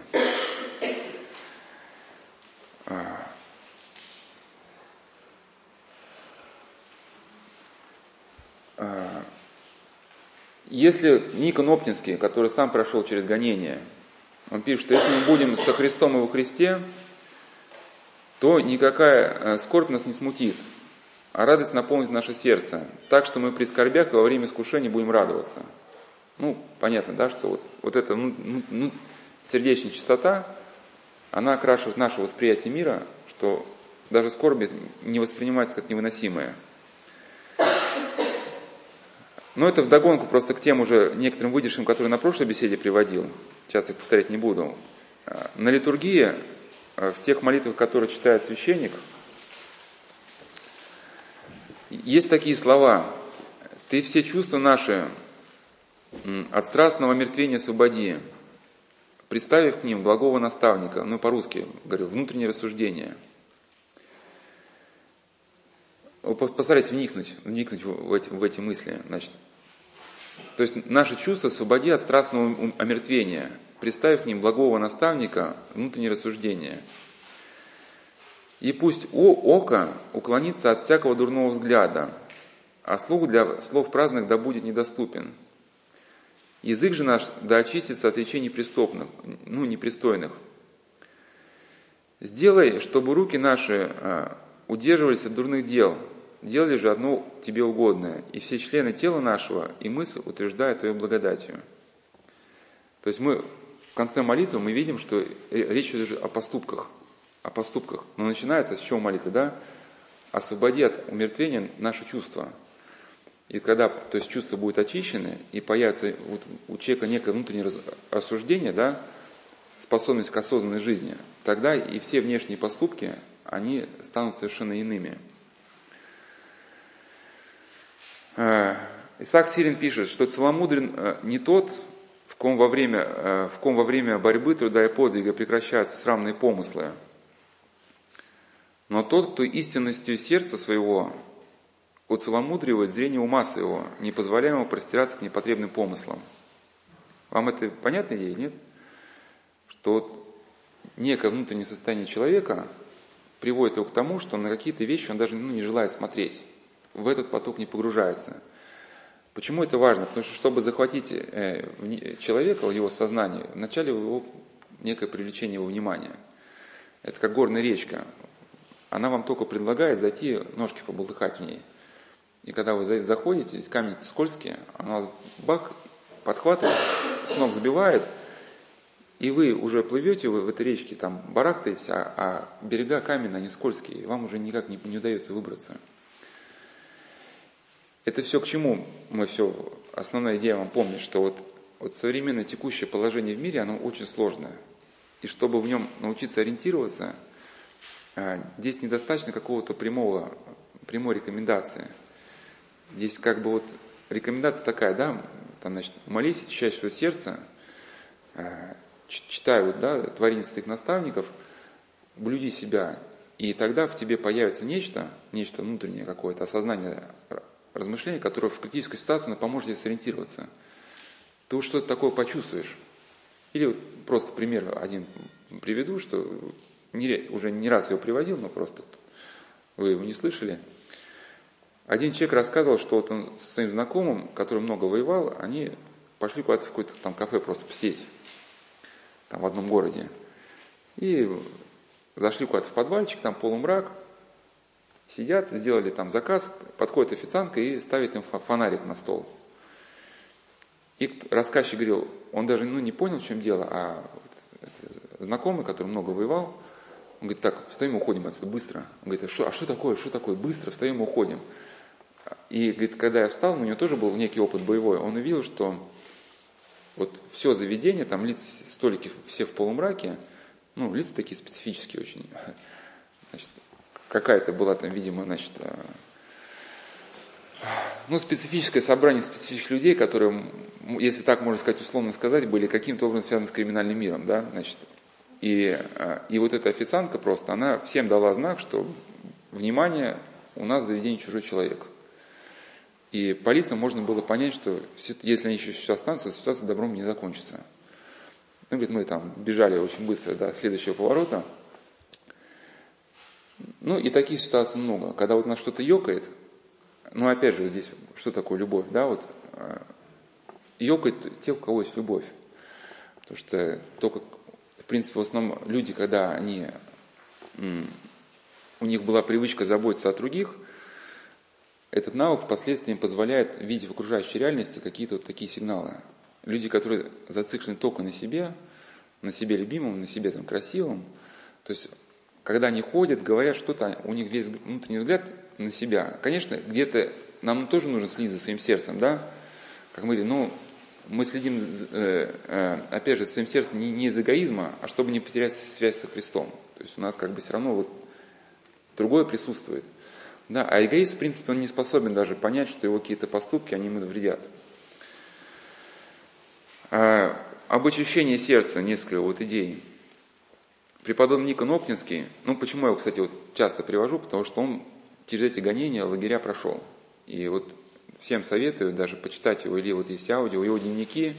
A: Если Никон Оптинский, который сам прошел через гонение, он пишет, что если мы будем со Христом и во Христе, то никакая скорбь нас не смутит, а радость наполнит наше сердце, так что мы при скорбях и во время искушений будем радоваться. Понятно, да, что вот эта сердечная чистота, она окрашивает наше восприятие мира, что даже скорбь не воспринимается как невыносимая. Но это вдогонку просто к тем уже некоторым выдержкам, которые на прошлой беседе приводил. Сейчас их повторять не буду. На литургии, в тех молитвах, которые читает священник, есть такие слова: «Ты все чувства наши от страстного омертвения освободи, приставив к ним благого наставника», по-русски говорю, внутреннее рассуждение. Постарайтесь вникнуть в эти мысли. Значит, то есть наши чувства освободи от страстного омертвения, приставив к ним благого наставника, внутреннее рассуждение. И пусть око уклонится от всякого дурного взгляда, а слух для слов праздных да будет недоступен. Язык же наш да очистится от речей непристойных. Сделай, чтобы руки наши удерживались от дурных дел, делали же одно тебе угодное, и все члены тела нашего и мысль утверждают твою благодатью. То есть мы в конце молитвы мы видим, что речь идет о поступках. Но начинается с чего молитва, да? Освободи от умертвения наши чувства. И когда, то есть, чувства будут очищены, и появится у человека некое внутреннее рассуждение, да, способность к осознанной жизни, тогда и все внешние поступки, они станут совершенно иными. Исаак Сирин пишет, что целомудрен не тот, в ком во время борьбы, труда и подвига прекращаются срамные помыслы, но тот, кто истинностью сердца своего уцеломудривает зрение ума своего, не позволяя ему простираться к непотребным помыслам. Вам это понятна идея, нет? Что некое внутреннее состояние человека приводит его к тому, что на какие-то вещи он даже не желает смотреть, в этот поток не погружается. Почему это важно? Потому что, чтобы захватить человека, его сознание, вначале его некое привлечение его внимания. Это как горная речка. Она вам только предлагает зайти, ножки поболтыхать в ней. И когда вы заходите, здесь камни скользкие, она вас бах, подхватывает, с ног сбивает, и вы уже плывете в этой речке, там барахтаетесь, а берега каменные, они скользкие, и вам уже никак не удается выбраться. Это все к чему? Основная идея вам помнить, что вот современное текущее положение в мире, оно очень сложное. И чтобы в нем научиться ориентироваться, здесь недостаточно какого-то прямой рекомендации. Здесь как бы рекомендация такая, да, там, значит, молись, очищай свое сердце, читай творение своих наставников, блюди себя, и тогда в тебе появится нечто внутреннее какое-то, осознание, размышление, которое в критической ситуации поможет тебе сориентироваться. Ты уж что-то такое почувствуешь. Или просто пример один приведу, что уже не раз его приводил, но просто вы его не слышали. Один человек рассказывал, что он со своим знакомым, который много воевал, они пошли куда-то в какое-то там кафе просто посидеть, там в одном городе. И зашли куда-то в подвальчик, там полумрак, Сидят, сделали там заказ, подходит официантка и ставит им фонарик на стол. И рассказчик говорил, он даже не понял, в чем дело, а знакомый, который много воевал, он говорит, так, встаем и уходим отсюда быстро. Он говорит, что такое, быстро, встаем и уходим. И, говорит, когда я встал, у него тоже был некий опыт боевой, он увидел, что вот все заведение, там лица, столики все в полумраке, лица такие специфические очень. Значит, какая-то была там, видимо, специфическое собрание специфических людей, которые, если так можно сказать, условно сказать, были каким-то образом связаны с криминальным миром, да, значит. И вот эта официантка просто, она всем дала знак, что, внимание, у нас в заведении чужой человек. И по лицам можно было понять, что если они еще сейчас останутся, ситуация добром не закончится. Говорит, мы там бежали очень быстро до следующего поворота. И таких ситуаций много. Когда вот нас что-то ёкает, опять же, здесь что такое любовь, да, вот ёкает те, у кого есть любовь. Потому что только, в принципе, в основном люди, когда у них была привычка заботиться о других, этот навык впоследствии им позволяет видеть в окружающей реальности какие-то вот такие сигналы. Люди, которые зациклены только на себе любимом, на себе там красивом, то есть, когда они ходят, говорят что-то, у них весь внутренний взгляд на себя. Конечно, где-то нам тоже нужно следить за своим сердцем, да? Как мы говорим, мы следим, опять же, за своим сердцем не из эгоизма, а чтобы не потерять связь со Христом. То есть у нас все равно вот другое присутствует. Да, а эгоист, в принципе, он не способен даже понять, что его какие-то поступки, они ему вредят. Об очищении сердца несколько вот идей. Преподобный Никон Оптинский, почему я его, кстати, вот часто привожу, потому что он через эти гонения лагеря прошел. И вот всем советую даже почитать его, или вот есть аудио, его дневники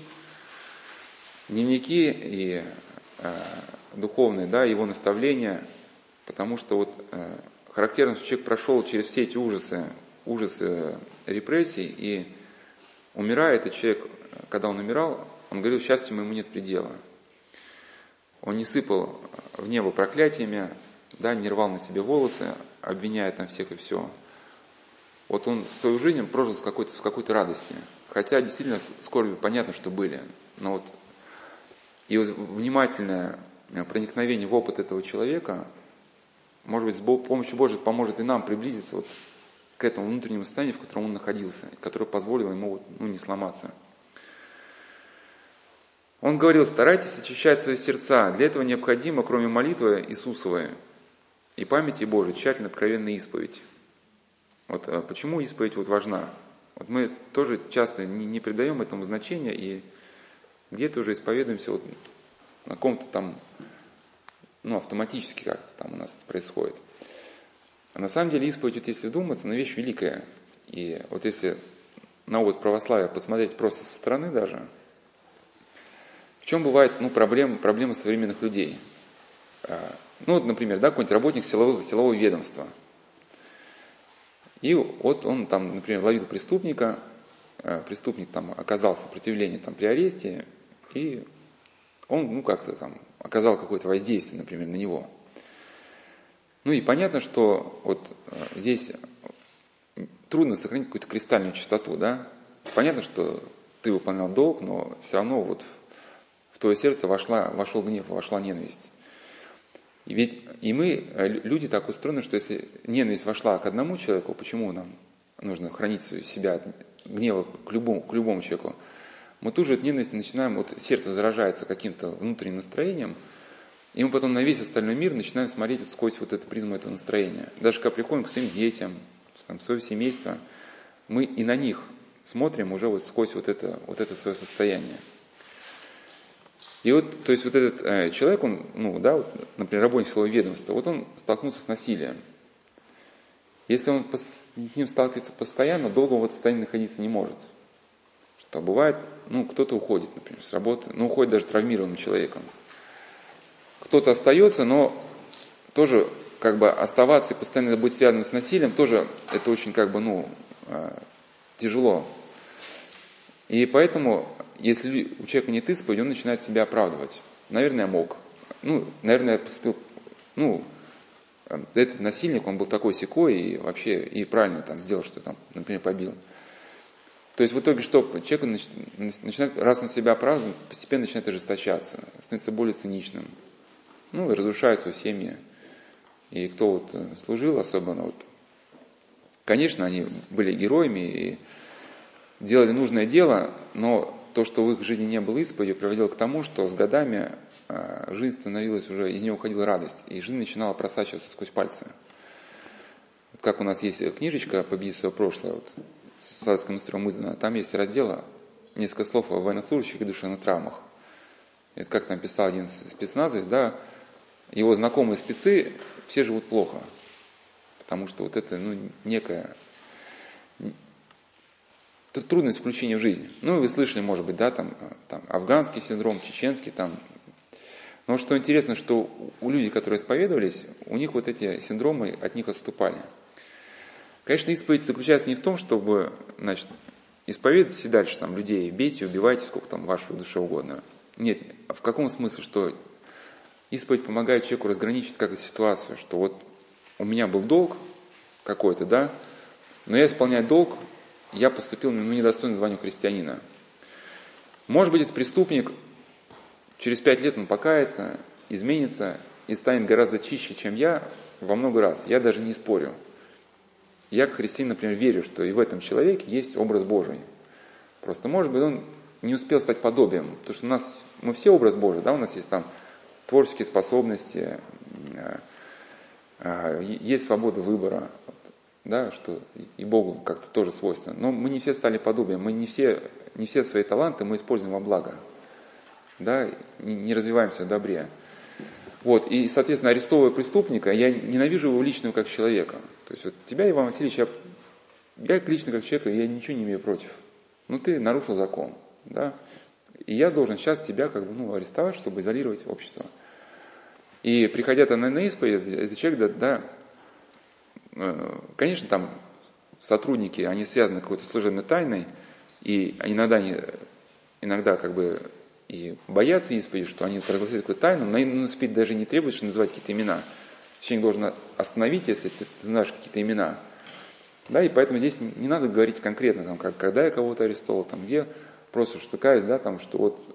A: и духовные, да, его наставления, потому что вот характерно, что человек прошел через все эти ужасы репрессий, и умирая, этот человек, когда он умирал, он говорил, счастью моему нет предела. Он не сыпал в небо проклятиями, да, не рвал на себе волосы, обвиняя там всех и все. Вот он свою жизнь прожил с какой-то радости. Хотя действительно скорби понятно, что были. Но вот и внимательное проникновение в опыт этого человека, может быть, с помощью Божией поможет и нам приблизиться вот к этому внутреннему состоянию, в котором он находился, которое позволило ему не сломаться. Он говорил, старайтесь очищать свои сердца. Для этого необходимо, кроме молитвы Иисусовой и памяти Божией, тщательно откровенная исповедь. Вот почему исповедь важна. Вот мы тоже часто не придаем этому значения и где-то уже исповедуемся на каком-то там, автоматически как-то там у нас это происходит. А на самом деле исповедь, если вдуматься, она вещь великая. И вот если на опыт православия посмотреть просто со стороны даже, в чем бывает проблемы современных людей? Например, какой-нибудь работник силового ведомства. И вот он там, например, ловил преступника, преступник там оказал сопротивление при аресте, и он как-то там оказал какое-то воздействие, например, на него. И понятно, что вот здесь трудно сохранить какую-то кристальную чистоту, да? Понятно, что ты выполнял долг, но все равно в твое сердце вошел гнев, вошла ненависть. И мы, люди, так устроены, что если ненависть вошла к одному человеку, почему нам нужно хранить себя от гнева к любому человеку? Мы тут же от ненависти начинаем, сердце заражается каким-то внутренним настроением, и мы потом на весь остальной мир начинаем смотреть сквозь эту призму этого настроения. Даже когда приходим к своим детям, в свое семейство, мы и на них смотрим уже сквозь это свое состояние. И то есть этот человек, он, например, работник силового ведомства, он столкнулся с насилием. Если он с ним сталкивается постоянно, долго он в этом состоянии находиться не может. Что бывает, кто-то уходит, например, с работы, уходит даже травмированным человеком. Кто-то остается, но тоже оставаться и постоянно быть связанным с насилием, тоже это очень тяжело. И поэтому, если у человека нет исповеди, он начинает себя оправдывать. Наверное, я мог. Наверное, я поступил, этот насильник, он был такой-сякой, и вообще и правильно там сделал, что там, например, побил. То есть в итоге что? Человек начинает, раз он себя оправдывает, постепенно начинает ожесточаться, становится более циничным. Ну, и разрушаются семьи. И кто вот служил, особенно вот, конечно, они были героями и делали нужное дело, но то, что в их жизни не было исповедью, приводило к тому, что с годами жизнь становилась уже, из нее уходила радость, и жизнь начинала просачиваться сквозь пальцы. Вот как у нас есть книжечка «Победить свое прошлое», вот, с Солдатским настроем издана, там есть раздел, несколько слов о военнослужащих и душевных травмах. Это как там писал один спецназовец, да, его знакомые спецы все живут плохо, потому что вот это, некая трудность включения в жизнь. Ну, вы слышали, может быть, да, там афганский синдром, чеченский, там. Но что интересно, что у людей, которые исповедовались, у них вот эти синдромы от них отступали. Конечно, исповедь заключается не в том, чтобы, значит, исповедовать и дальше там людей бейте, убивайте, сколько там вашей душе угодно. Нет, в каком смысле, что исповедь помогает человеку разграничить как-то ситуацию, что вот у меня был долг какой-то, да, но я исполняю долг, я поступил недостойно званию христианина. Может быть, этот преступник через 5 лет он покается, изменится и станет гораздо чище, чем я, во много раз. Я даже не спорю. Я, как христианин, например, верю, что и в этом человеке есть образ Божий. Просто, может быть, он не успел стать подобием. Потому что мы все образ Божий, да, у нас есть там творческие способности, есть свобода выбора, да, что и Богу как-то тоже свойственно. Но мы не все стали подобием, мы не все свои таланты мы используем во благо, да, не развиваемся в добре. Вот, и, соответственно, арестовывая преступника, я ненавижу его лично как человека. То есть вот тебя, Иван Васильевич, я лично как человека, я ничего не имею против. Но ты нарушил закон, да, и я должен сейчас тебя как бы, арестовать, чтобы изолировать общество. И приходя на исповедь, этот человек, да, конечно, там сотрудники, они связаны какой-то служебной тайной, и иногда как бы и боятся исповеди, что они разгласят какую-то тайну, но на исповедь даже не требуется называть какие-то имена. Священник должен остановить, если ты знаешь какие-то имена. Да, и поэтому здесь не надо говорить конкретно, там, когда я кого-то арестовал, там, где, просто что каюсь, да, там, что вот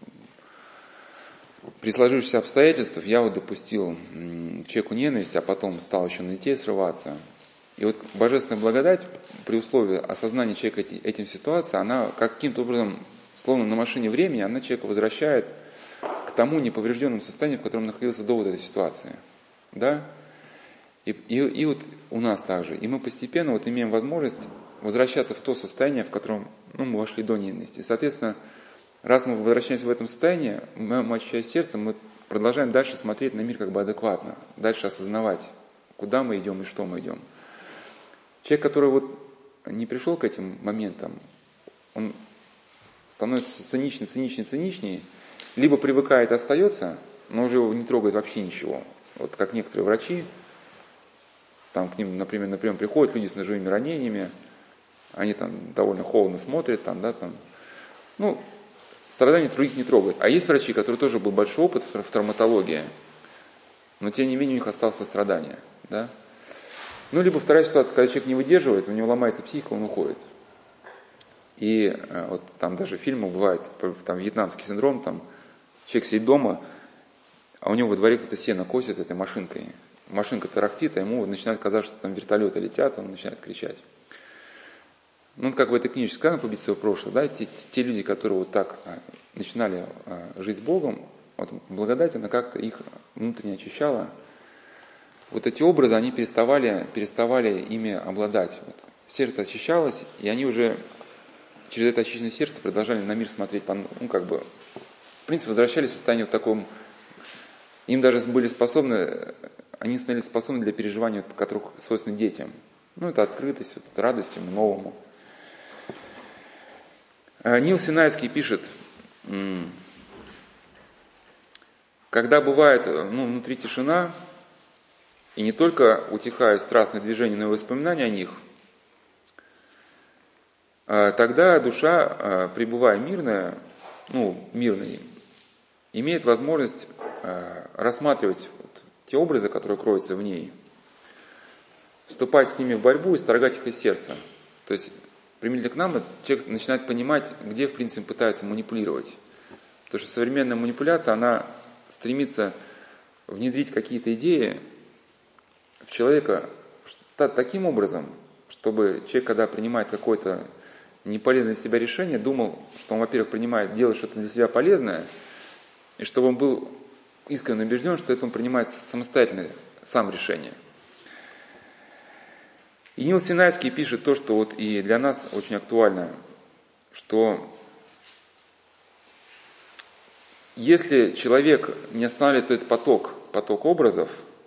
A: при сложившихся обстоятельствах я вот допустил к человеку ненависть, а потом стал еще на детей срываться. И вот божественная благодать при условии осознания человека этим ситуациям, она каким-то образом, словно на машине времени, она человека возвращает к тому неповрежденному состоянию, в котором находился до вот этой ситуации. Да? И вот у нас также. И мы постепенно вот имеем возможность возвращаться в то состояние, в котором мы вошли до ненависти. И, соответственно, раз мы возвращаемся в этом состоянии, мы, очищая сердце, мы продолжаем дальше смотреть на мир как бы адекватно, дальше осознавать, куда мы идем и что мы идем. Человек, который вот не пришел к этим моментам, он становится циничнее, либо привыкает и остается, но уже его не трогает вообще ничего. Вот как некоторые врачи, там к ним, например, на прием приходят люди с ножевыми ранениями, они там довольно холодно смотрят, там, да, там, страдания других не трогают. А есть врачи, которые тоже был большой опыт в травматологии, но тем не менее у них осталось страдание, да. Либо вторая ситуация, когда человек не выдерживает, у него ломается психика, он уходит. И вот там даже фильмы бывают, там вьетнамский синдром, там человек сидит дома, а у него во дворе кто-то сено косит этой машинкой. Машинка тарахтит, а ему начинает казаться, что там вертолеты летят, он начинает кричать. Как в этой книжке сказано, «Победить свое прошлое», да, те люди, которые вот так начинали жить с Богом, вот благодать, она как-то их внутренне очищала. Вот эти образы, они переставали ими обладать. Вот. Сердце очищалось, и они уже через это очищенное сердце продолжали на мир смотреть, в принципе, возвращались в состояние в таком, им даже они становились способны для переживания, которых свойственно детям. Это открытость, это радость всему новому. Нил Синайский пишет, когда бывает внутри тишина, и не только утихают страстные движения, но и воспоминания о них, тогда душа, пребывая мирной, имеет возможность рассматривать те образы, которые кроются в ней, вступать с ними в борьбу и сторгать их из сердца. То есть, применительно к нам, человек начинает понимать, где, в принципе, пытается манипулировать. Потому что современная манипуляция, она стремится внедрить какие-то идеи в человека таким образом, чтобы человек, когда принимает какое-то неполезное для себя решение, думал, что он, во-первых, делает что-то для себя полезное, и чтобы он был искренне убежден, что это он принимает самостоятельно, сам решение. И Нил Синайский пишет то, что вот и для нас очень актуально, что если человек не останавливает этот поток образов,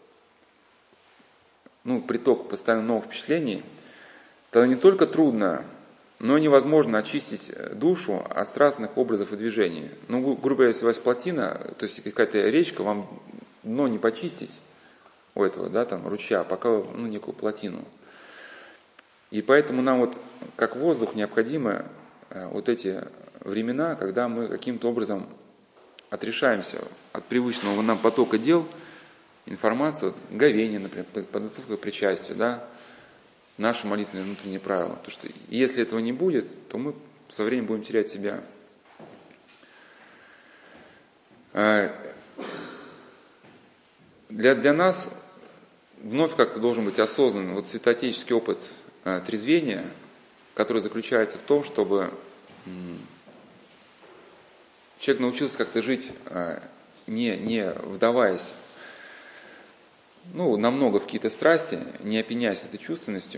A: приток постоянно новых впечатлений, тогда не только трудно, но невозможно очистить душу от страстных образов и движений. Грубо говоря, если у вас плотина, то есть какая-то речка, вам дно не почистить у этого, ручья, пока некую плотину. И поэтому нам вот, как воздух, необходимы вот эти времена, когда мы каким-то образом отрешаемся от привычного нам потока дел, информации, говение, например, подготовка к причастию, наши молитвенные внутренние правила. Потому что если этого не будет, то мы со временем будем терять себя. Для нас вновь как-то должен быть осознанный святоотеческий опыт трезвения, который заключается в том, чтобы человек научился как-то жить, не вдаваясь намного в какие-то страсти, не опьяняясь этой чувственностью,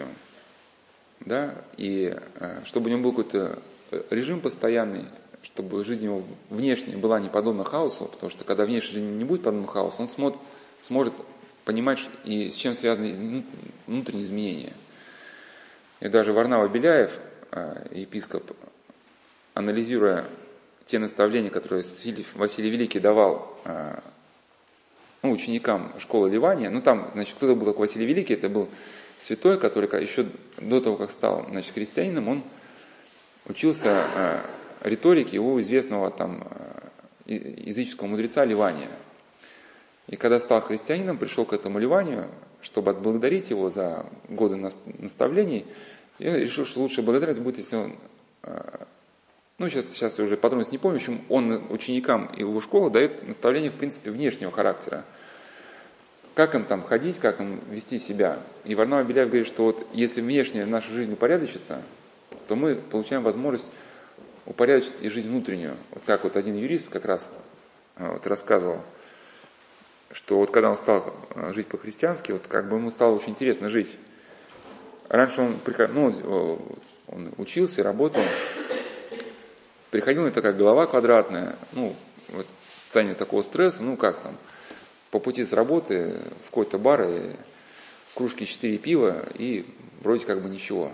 A: и чтобы у него был какой-то режим постоянный, чтобы жизнь его внешняя была не подобна хаосу, потому что когда внешняя жизнь не будет подобна хаосу, он сможет понимать, и с чем связаны внутренние изменения. И даже Варнава Беляев, епископ, анализируя те наставления, которые Василий Великий давал ученикам школы Ливания, кто-то был такой Василий Великий, это был святой, который еще до того, как стал, христианином, он учился риторике у известного языческого мудреца Ливания. И когда стал христианином, пришел к этому Ливанию, чтобы отблагодарить его за годы наставлений, и решил, что лучшая благодарность будет, если он, сейчас я уже подробности не помню, в общем, он ученикам его школы дает наставления, в принципе, внешнего характера. Как им ходить, как им вести себя. И Варнава Беляев говорит, что если внешняя наша жизнь упорядочится, то мы получаем возможность упорядочить и жизнь внутреннюю. Вот как один юрист как раз рассказывал, что когда он стал жить по-христиански, ему стало очень интересно жить. Раньше он учился и работал, приходил, такая голова квадратная, в состоянии такого стресса, по пути с работы в какой-то бар, и кружки 4 пива, и вроде ничего.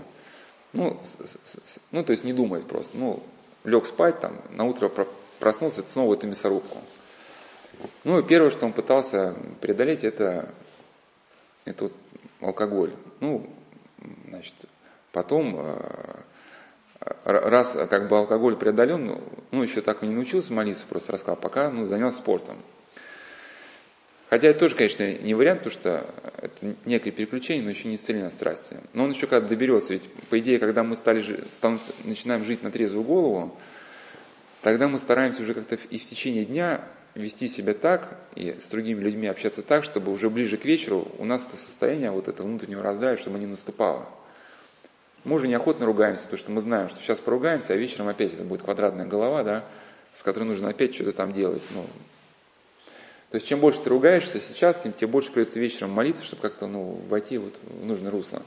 A: То есть не думает просто. Лег спать, на утро проснулся, это снова эту мясорубку. И первое, что он пытался преодолеть, это алкоголь. Потом, раз алкоголь преодолен, еще так и не научился молиться, просто рассказал, пока занялся спортом. Хотя это тоже, конечно, не вариант, потому что это некое переключение, но еще не исцеление страсти. Но он еще когда доберется, ведь по идее, когда мы начинаем жить на трезвую голову, тогда мы стараемся уже как-то и в течение дня вести себя так, и с другими людьми общаться так, чтобы уже ближе к вечеру у нас это состояние этого внутреннего раздрая, чтобы не наступало. Мы уже неохотно ругаемся, потому что мы знаем, что сейчас поругаемся, а вечером опять это будет квадратная голова, с которой нужно опять что-то там делать. То есть чем больше ты ругаешься сейчас, тем тебе больше придется вечером молиться, чтобы как-то войти в нужное русло.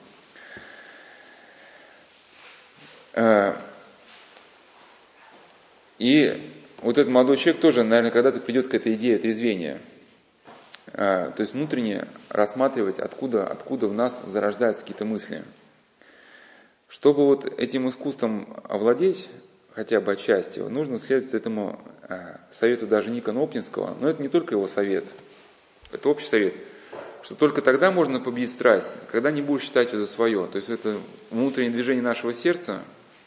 A: И этот молодой человек тоже, наверное, когда-то придет к этой идее трезвения. То есть внутренне рассматривать, откуда в нас зарождаются какие-то мысли. Чтобы этим искусством овладеть, хотя бы отчасти, нужно следовать этому совету даже Никона Оптинского, но это не только его совет, это общий совет, что только тогда можно победить страсть, когда не будешь считать ее за свое. То есть это внутреннее движение нашего сердца.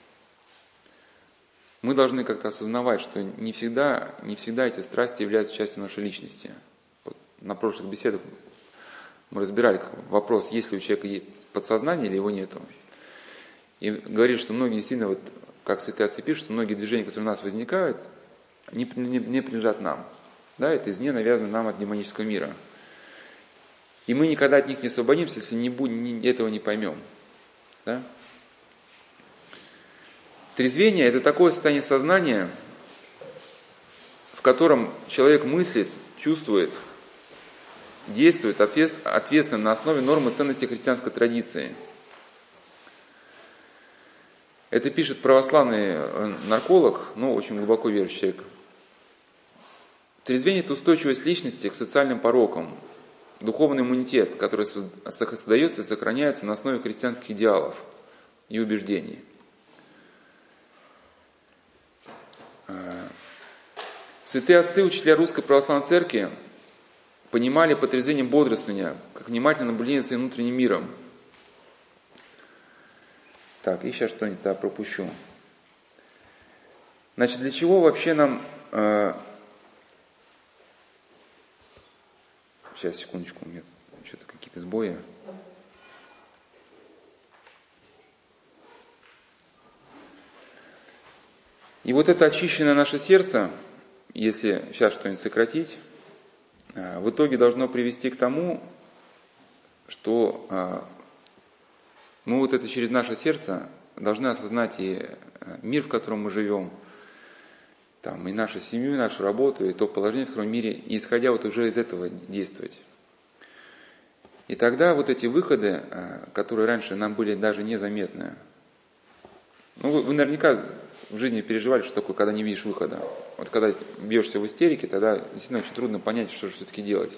A: Мы должны как-то осознавать, что не всегда эти страсти являются частью нашей личности. На прошлых беседах мы разбирали вопрос, есть ли у человека подсознание или его нету. И говорит, что многие сильно, вот, как святые отцы пишут, что многие движения, которые у нас возникают, не принадлежат нам. Да, это извне навязано нам от демонического мира. И мы никогда от них не освободимся, если этого не поймем. Да? Трезвение – это такое состояние сознания, в котором человек мыслит, чувствует, действует ответственно на основе норм и ценностей христианской традиции. Это пишет православный нарколог, но очень глубоко верующий человек. Трезвение – это устойчивость личности к социальным порокам, духовный иммунитет, который создается и сохраняется на основе христианских идеалов и убеждений. Святые отцы, учителя Русской Православной Церкви, понимали под трезвением бодрствования, как внимательное наблюдение за своим внутренним миром. Так, и сейчас что-нибудь пропущу. Значит, для чего вообще нам... Сейчас, секундочку, у меня что-то какие-то сбои. И вот это очищенное наше сердце, если сейчас что-нибудь сократить, в итоге должно привести к тому, что мы вот это через наше сердце должны осознать и мир, в котором мы живем, там, и нашу семью, и нашу работу, и то положение, в котором мире, и исходя вот уже из этого действовать. И тогда вот эти выходы, которые раньше нам были даже незаметны, ну, вы наверняка в жизни переживали, что такое, когда не видишь выхода. Вот когда бьешься в истерике, тогда действительно очень трудно понять, что же все-таки делать.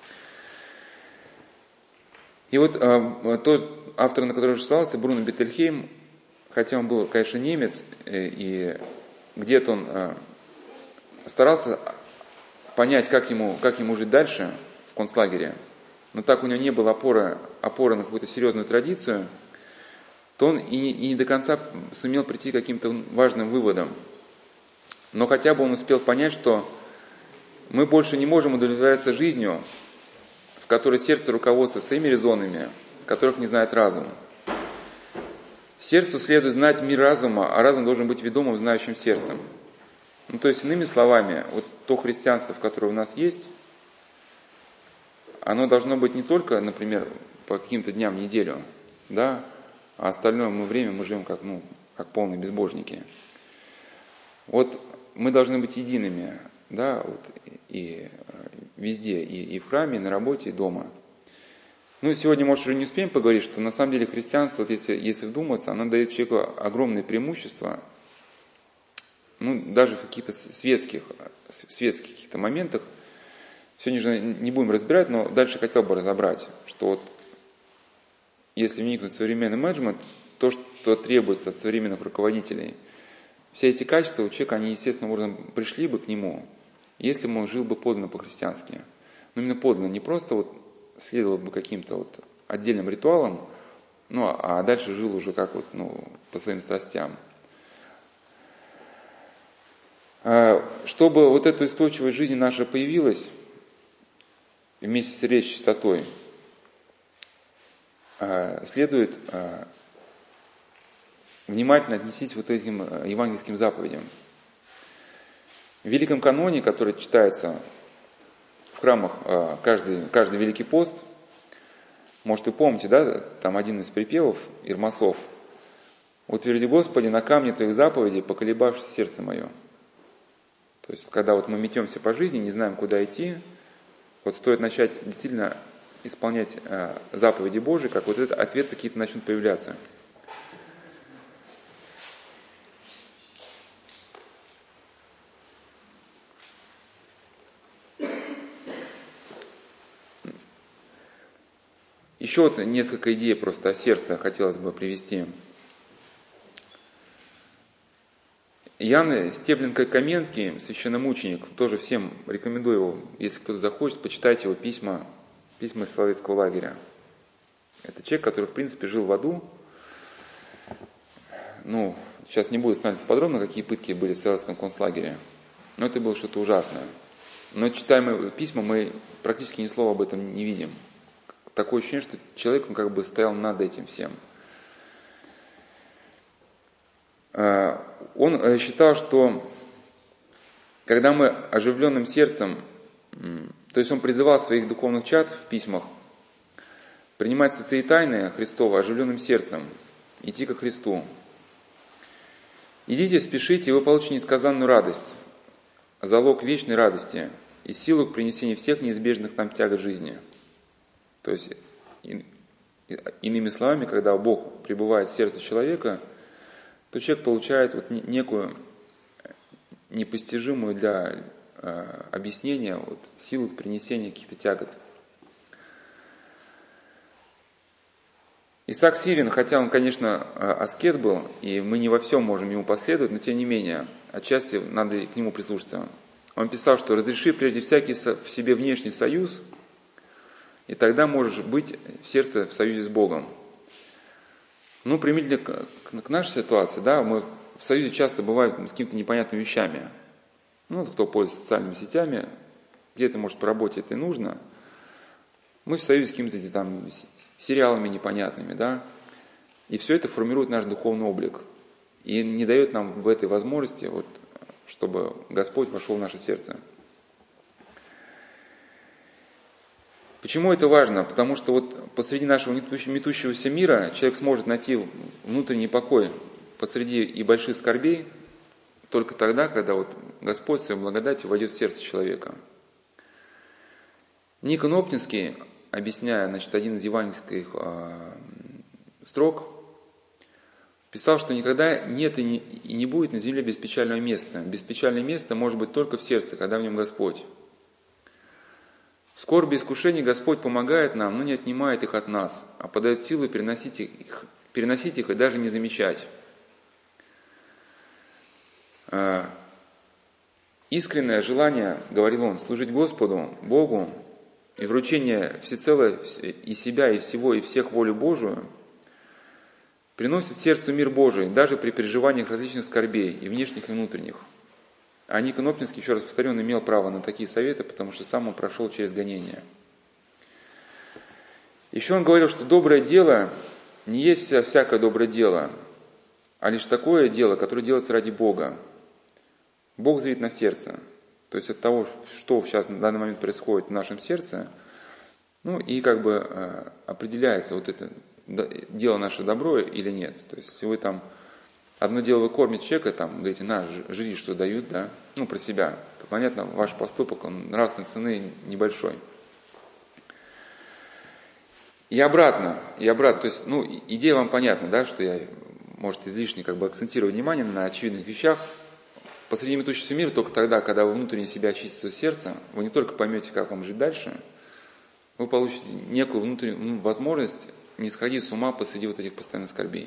A: И вот тот автор, на который я ссылался, Бруно Беттельхейм, хотя он был, конечно, немец, и где-то он старался понять, как ему жить дальше в концлагере, но так у него не было опоры на какую-то серьезную традицию, то он и не до конца сумел прийти к каким-то важным выводам. Но хотя бы он успел понять, что мы больше не можем удовлетворяться жизнью, в которой сердце руководствуется своими резонами, которых не знает разум. Сердцу следует знать мир разума, а разум должен быть ведомым, знающим сердцем. Ну, то есть, иными словами, вот то христианство, в которое у нас есть, оно должно быть не только, например, по каким-то дням в неделю, да, а остальное время мы живем как полные безбожники. Вот мы должны быть едиными, да, вот, и везде, и в храме, и на работе, и дома. Ну, сегодня, может, уже не успеем поговорить, что на самом деле христианство, вот если вдуматься, оно дает человеку огромные преимущества, ну, даже в каких-то светских каких-то моментах. Сегодня же не будем разбирать, но дальше хотел бы разобрать, что вот если вникнуть в современный менеджмент, то, что требуется от современных руководителей, все эти качества у человека, они естественным образом пришли бы к нему, если бы он жил бы подлинно по-христиански. Но именно подлинно, не просто вот следовал бы каким-то вот отдельным ритуалам, ну, а дальше жил уже как вот, по своим страстям. Чтобы вот эта устойчивость жизни наша появилась вместе с сердечной чистотой, следует внимательно отнестись вот этим евангельским заповедям. В Великом каноне, который читается в храмах каждый Великий пост, может, вы помните, да, там один из припевов Ирмасов: «Утверди, Господи, на камне Твоих заповедей, поколебавшись сердце мое». То есть, когда вот мы метемся по жизни, не знаем, куда идти, вот стоит начать действительно исполнять заповеди Божии, как вот этот ответ какие-то начнут появляться. Еще вот несколько идей просто о сердце хотелось бы привести. Иоанн Стебленко-Каменский, священномученик, тоже всем рекомендую его, если кто-то захочет, почитайте его письма из Соловецкого лагеря. Это человек, который, в принципе, жил в аду. Ну, сейчас не буду становиться подробно, какие пытки были в Соловецком концлагере, но это было что-то ужасное. Но читаем письма, мы практически ни слова об этом не видим. такое ощущение, что человек, он как бы стоял над этим всем. Он считал, что когда мы оживленным сердцем, то есть он призывал своих духовных чад в письмах принимать святые тайны Христова оживленным сердцем, идти ко Христу. Идите, спешите, и вы получите несказанную радость, залог вечной радости и силу к принесению всех неизбежных нам тягот жизни. То есть, иными словами, когда Бог пребывает в сердце человека, то человек получает вот некую непостижимую для объяснения вот, силу к принесению каких-то тягот. Исаак Сирин, хотя он, конечно, аскет был, и мы не во всем можем ему последовать, но тем не менее, отчасти надо к нему прислушаться. Он писал, что «разреши прежде всякий в себе внешний союз, и тогда можешь быть в сердце в союзе с Богом». Ну, применительно к нашей ситуации, да, мы в союзе часто бываем с какими-то непонятными вещами. Ну, кто пользуется социальными сетями, где-то, может, по работе это и нужно. Мы в союзе с какими-то там сериалами непонятными, да, и все это формирует наш духовный облик. И не дает нам в этой возможности, вот, чтобы Господь вошел в наше сердце. Почему это важно? Потому что вот посреди нашего метущегося мира человек сможет найти внутренний покой посреди и больших скорбей только тогда, когда вот Господь своей благодатью войдет в сердце человека. Никон Оптинский, объясняя, значит, один из евангельских строк, писал, что никогда нет и не будет на земле беспечального места. Беспечальное место может быть только в сердце, когда в нем Господь. В скорби и искушении Господь помогает нам, но не отнимает их от нас, а подает силу переносить их и даже не замечать. Искреннее желание, говорил он, служить Господу, Богу, и вручение всецело и себя, и всего, и всех волю Божию, приносит сердцу мир Божий, даже при переживаниях различных скорбей, и внешних, и внутренних. А Никон Оптинский, еще раз повторю, он имел право на такие советы, потому что сам он прошел через гонения. Еще он говорил, что доброе дело не есть всякое доброе дело, а лишь такое дело, которое делается ради Бога. Бог зрит на сердце. То есть от того, что сейчас на данный момент происходит в нашем сердце, ну и как бы определяется вот это дело наше добро или нет. То есть если вы там одно дело вы кормите человека, там, говорите, на, жри, что дают, да, ну, про себя, то, понятно, ваш поступок, он нравственной цены небольшой. И обратно, то есть, ну, идея вам понятна, да, что я, может, излишне как бы акцентирую внимание на очевидных вещах. Посреди метущегося мира только тогда, когда вы внутренне себя очистите от сердца, вы не только поймете, как вам жить дальше, вы получите некую внутреннюю возможность не сходить с ума посреди вот этих постоянных скорбей.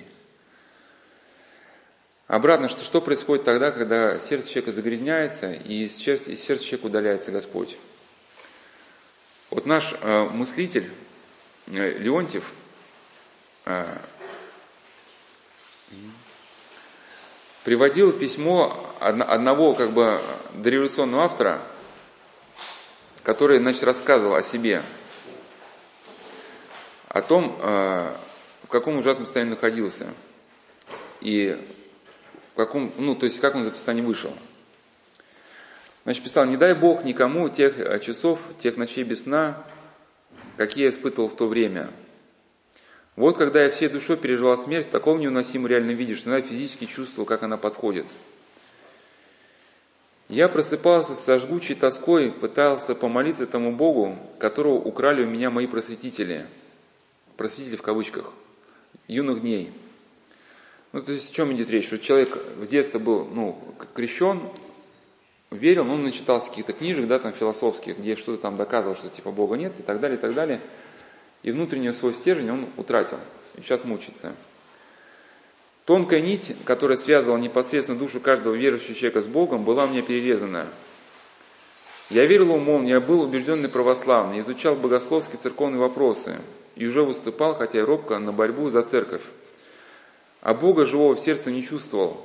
A: Обратно, что происходит тогда, когда сердце человека загрязняется, и из сердца человека удаляется Господь? Вот наш мыслитель Леонтьев приводил письмо одного как бы дореволюционного автора, который, значит, рассказывал о себе, о том, в каком ужасном состоянии находился, и в каком, то есть как он из этого состояния вышел. Значит, писал: «Не дай Бог никому тех часов, тех ночей без сна, какие я испытывал в то время. Вот когда я всей душой переживал смерть в таком невыносимом реальном виде, что я физически чувствовал, как она подходит. Я просыпался со жгучей тоской, пытался помолиться тому Богу, которого украли у меня мои просветители в кавычках, юных дней». Ну, то есть о чем идет речь? Что человек в детстве был, крещен, верил, но он начитался каких-то книжек, да, там, философских, где что-то там доказывал, что типа Бога нет, и так далее, и так далее. И внутренний свой стержень он утратил, и сейчас мучится. Тонкая нить, которая связывала непосредственно душу каждого верующего человека с Богом, была у меня перерезана. Я верил умом, я был убежденный православный, изучал богословские церковные вопросы, и уже выступал, хотя и робко, на борьбу за церковь. А Бога живого в сердце не чувствовал.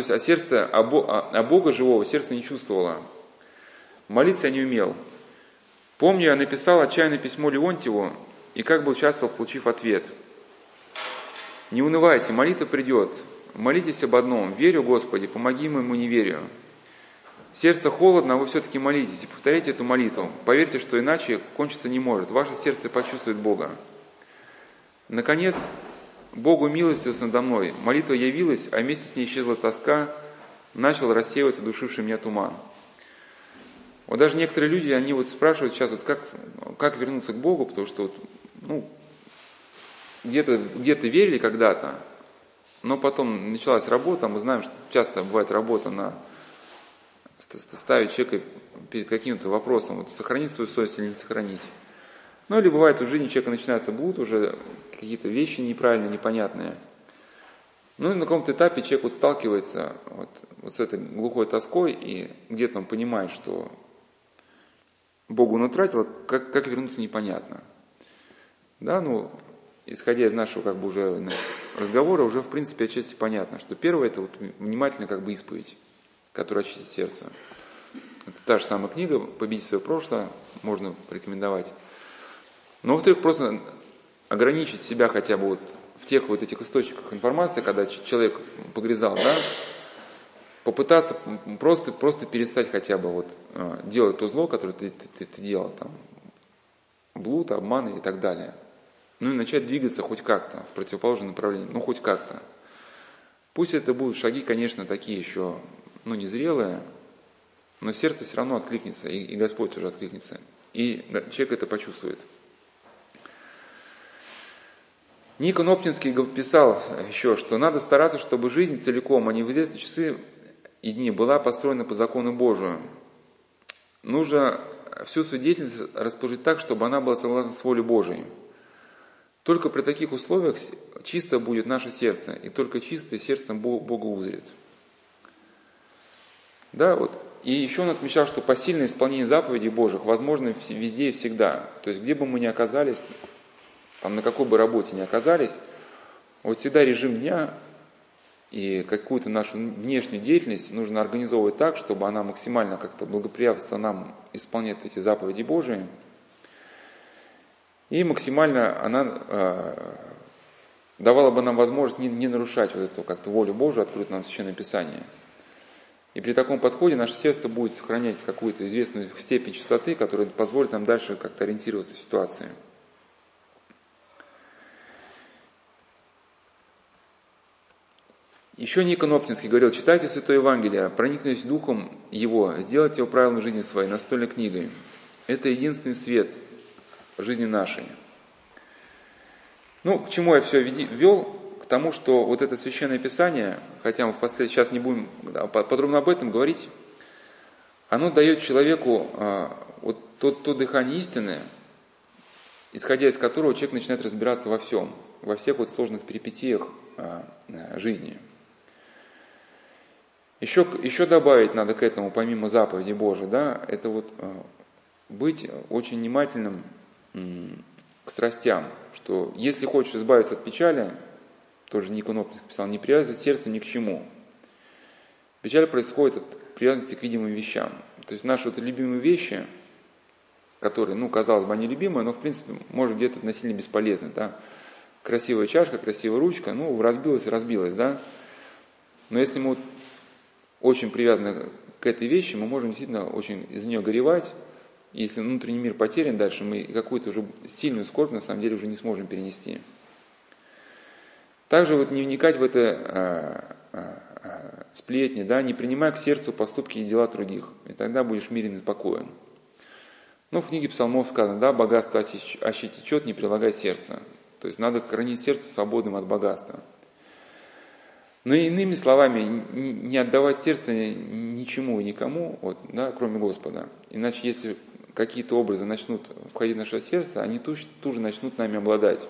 A: А Бога живого сердце не чувствовало. Молиться я не умел. Помню, я написал отчаянное письмо Леонтьеву, и как бы участвовал, получив ответ. Не унывайте, молитва придет. Молитесь об одном. Верю, Господи, помоги моему неверию. Сердце холодно, а вы все-таки молитесь и повторяйте эту молитву. Поверьте, что иначе кончиться не может. Ваше сердце почувствует Бога. Наконец, Богу милостивился надо мной. Молитва явилась, а вместе с ней исчезла тоска, начал рассеиваться душивший меня туман. Вот даже некоторые люди, они вот спрашивают сейчас, вот как вернуться к Богу, потому что где-то верили когда-то, но потом началась работа, мы знаем, что часто бывает работа ставить человека перед каким-то вопросом, вот сохранить свою совесть или не сохранить. Ну или бывает, у жизни человека начинается блуд, уже какие-то вещи неправильные, непонятные. Ну и на каком-то этапе человек вот сталкивается вот с этой глухой тоской, и где-то он понимает, что Богу он утратил, как вернуться непонятно. Да, исходя из нашего как бы уже разговора, уже в принципе отчасти понятно, что первое это вот внимательно как бы исповедь, которая очистит сердце. Это та же самая книга «Победить свое прошлое», можно порекомендовать. Но во-вторых, просто ограничить себя хотя бы вот в тех вот этих источниках информации, когда человек погрязал, да, попытаться просто перестать хотя бы вот делать то зло, которое ты делал, там, блуд, обманы и так далее. Ну и начать двигаться хоть как-то в противоположном направлении, хоть как-то. Пусть это будут шаги, конечно, такие еще, незрелые, но сердце все равно откликнется, и Господь тоже откликнется. И человек это почувствует. Никон Оптинский писал еще, что надо стараться, чтобы жизнь целиком, а не в известные часы и дни, была построена по закону Божию. Нужно всю свою деятельность расположить так, чтобы она была согласна с волей Божией. Только при таких условиях чисто будет наше сердце, и только чистое сердцем Бога узрит. Да, вот. И еще он отмечал, что посильное исполнение заповедей Божьих возможно везде и всегда. То есть, где бы мы ни оказались, там, на какой бы работе ни оказались, вот всегда режим дня и какую-то нашу внешнюю деятельность нужно организовывать так, чтобы она максимально как-то благоприятствовала нам исполнять эти заповеди Божии. И максимально она давала бы нам возможность не нарушать вот эту как-то волю Божию, открытую нам в Священном Писании. И при таком подходе наше сердце будет сохранять какую-то известную степень чистоты, которая позволит нам дальше как-то ориентироваться в ситуации. Еще Никон Оптинский говорил: читайте Святое Евангелие, проникнитесь духом его, сделайте его правилом жизни своей, настольной книгой. Это единственный свет жизни нашей. К чему я все вел? К тому, что вот это Священное Писание, хотя мы впоследствии сейчас не будем подробно об этом говорить, оно дает человеку вот то дыхание истины, исходя из которого человек начинает разбираться во всем, во всех вот сложных перипетиях жизни. Еще добавить надо к этому, помимо заповеди Божией, да, это вот быть очень внимательным к страстям, что если хочешь избавиться от печали, тоже Никон Оптинский писал, не привязывай сердце ни к чему. Печаль происходит от привязанности к видимым вещам. То есть наши вот любимые вещи, которые, казалось бы, они любимые, но в принципе, может, где-то относительно бесполезны, да. Красивая чашка, красивая ручка, разбилась и разбилась, да. Но если мы очень привязаны к этой вещи, мы можем действительно очень из нее горевать. И если внутренний мир потерян дальше, мы какую-то уже сильную скорбь на самом деле уже не сможем перенести. Также вот не вникать в это сплетни, да, не принимай к сердцу поступки и дела других, и тогда будешь мирен и спокоен. В книге Псалмов сказано, да, богатство аще течет, не прилагай сердце. То есть надо хранить сердце свободным от богатства. Но иными словами, не отдавать сердце ничему и никому, кроме Господа. Иначе, если какие-то образы начнут входить в наше сердце, они тут же начнут нами обладать.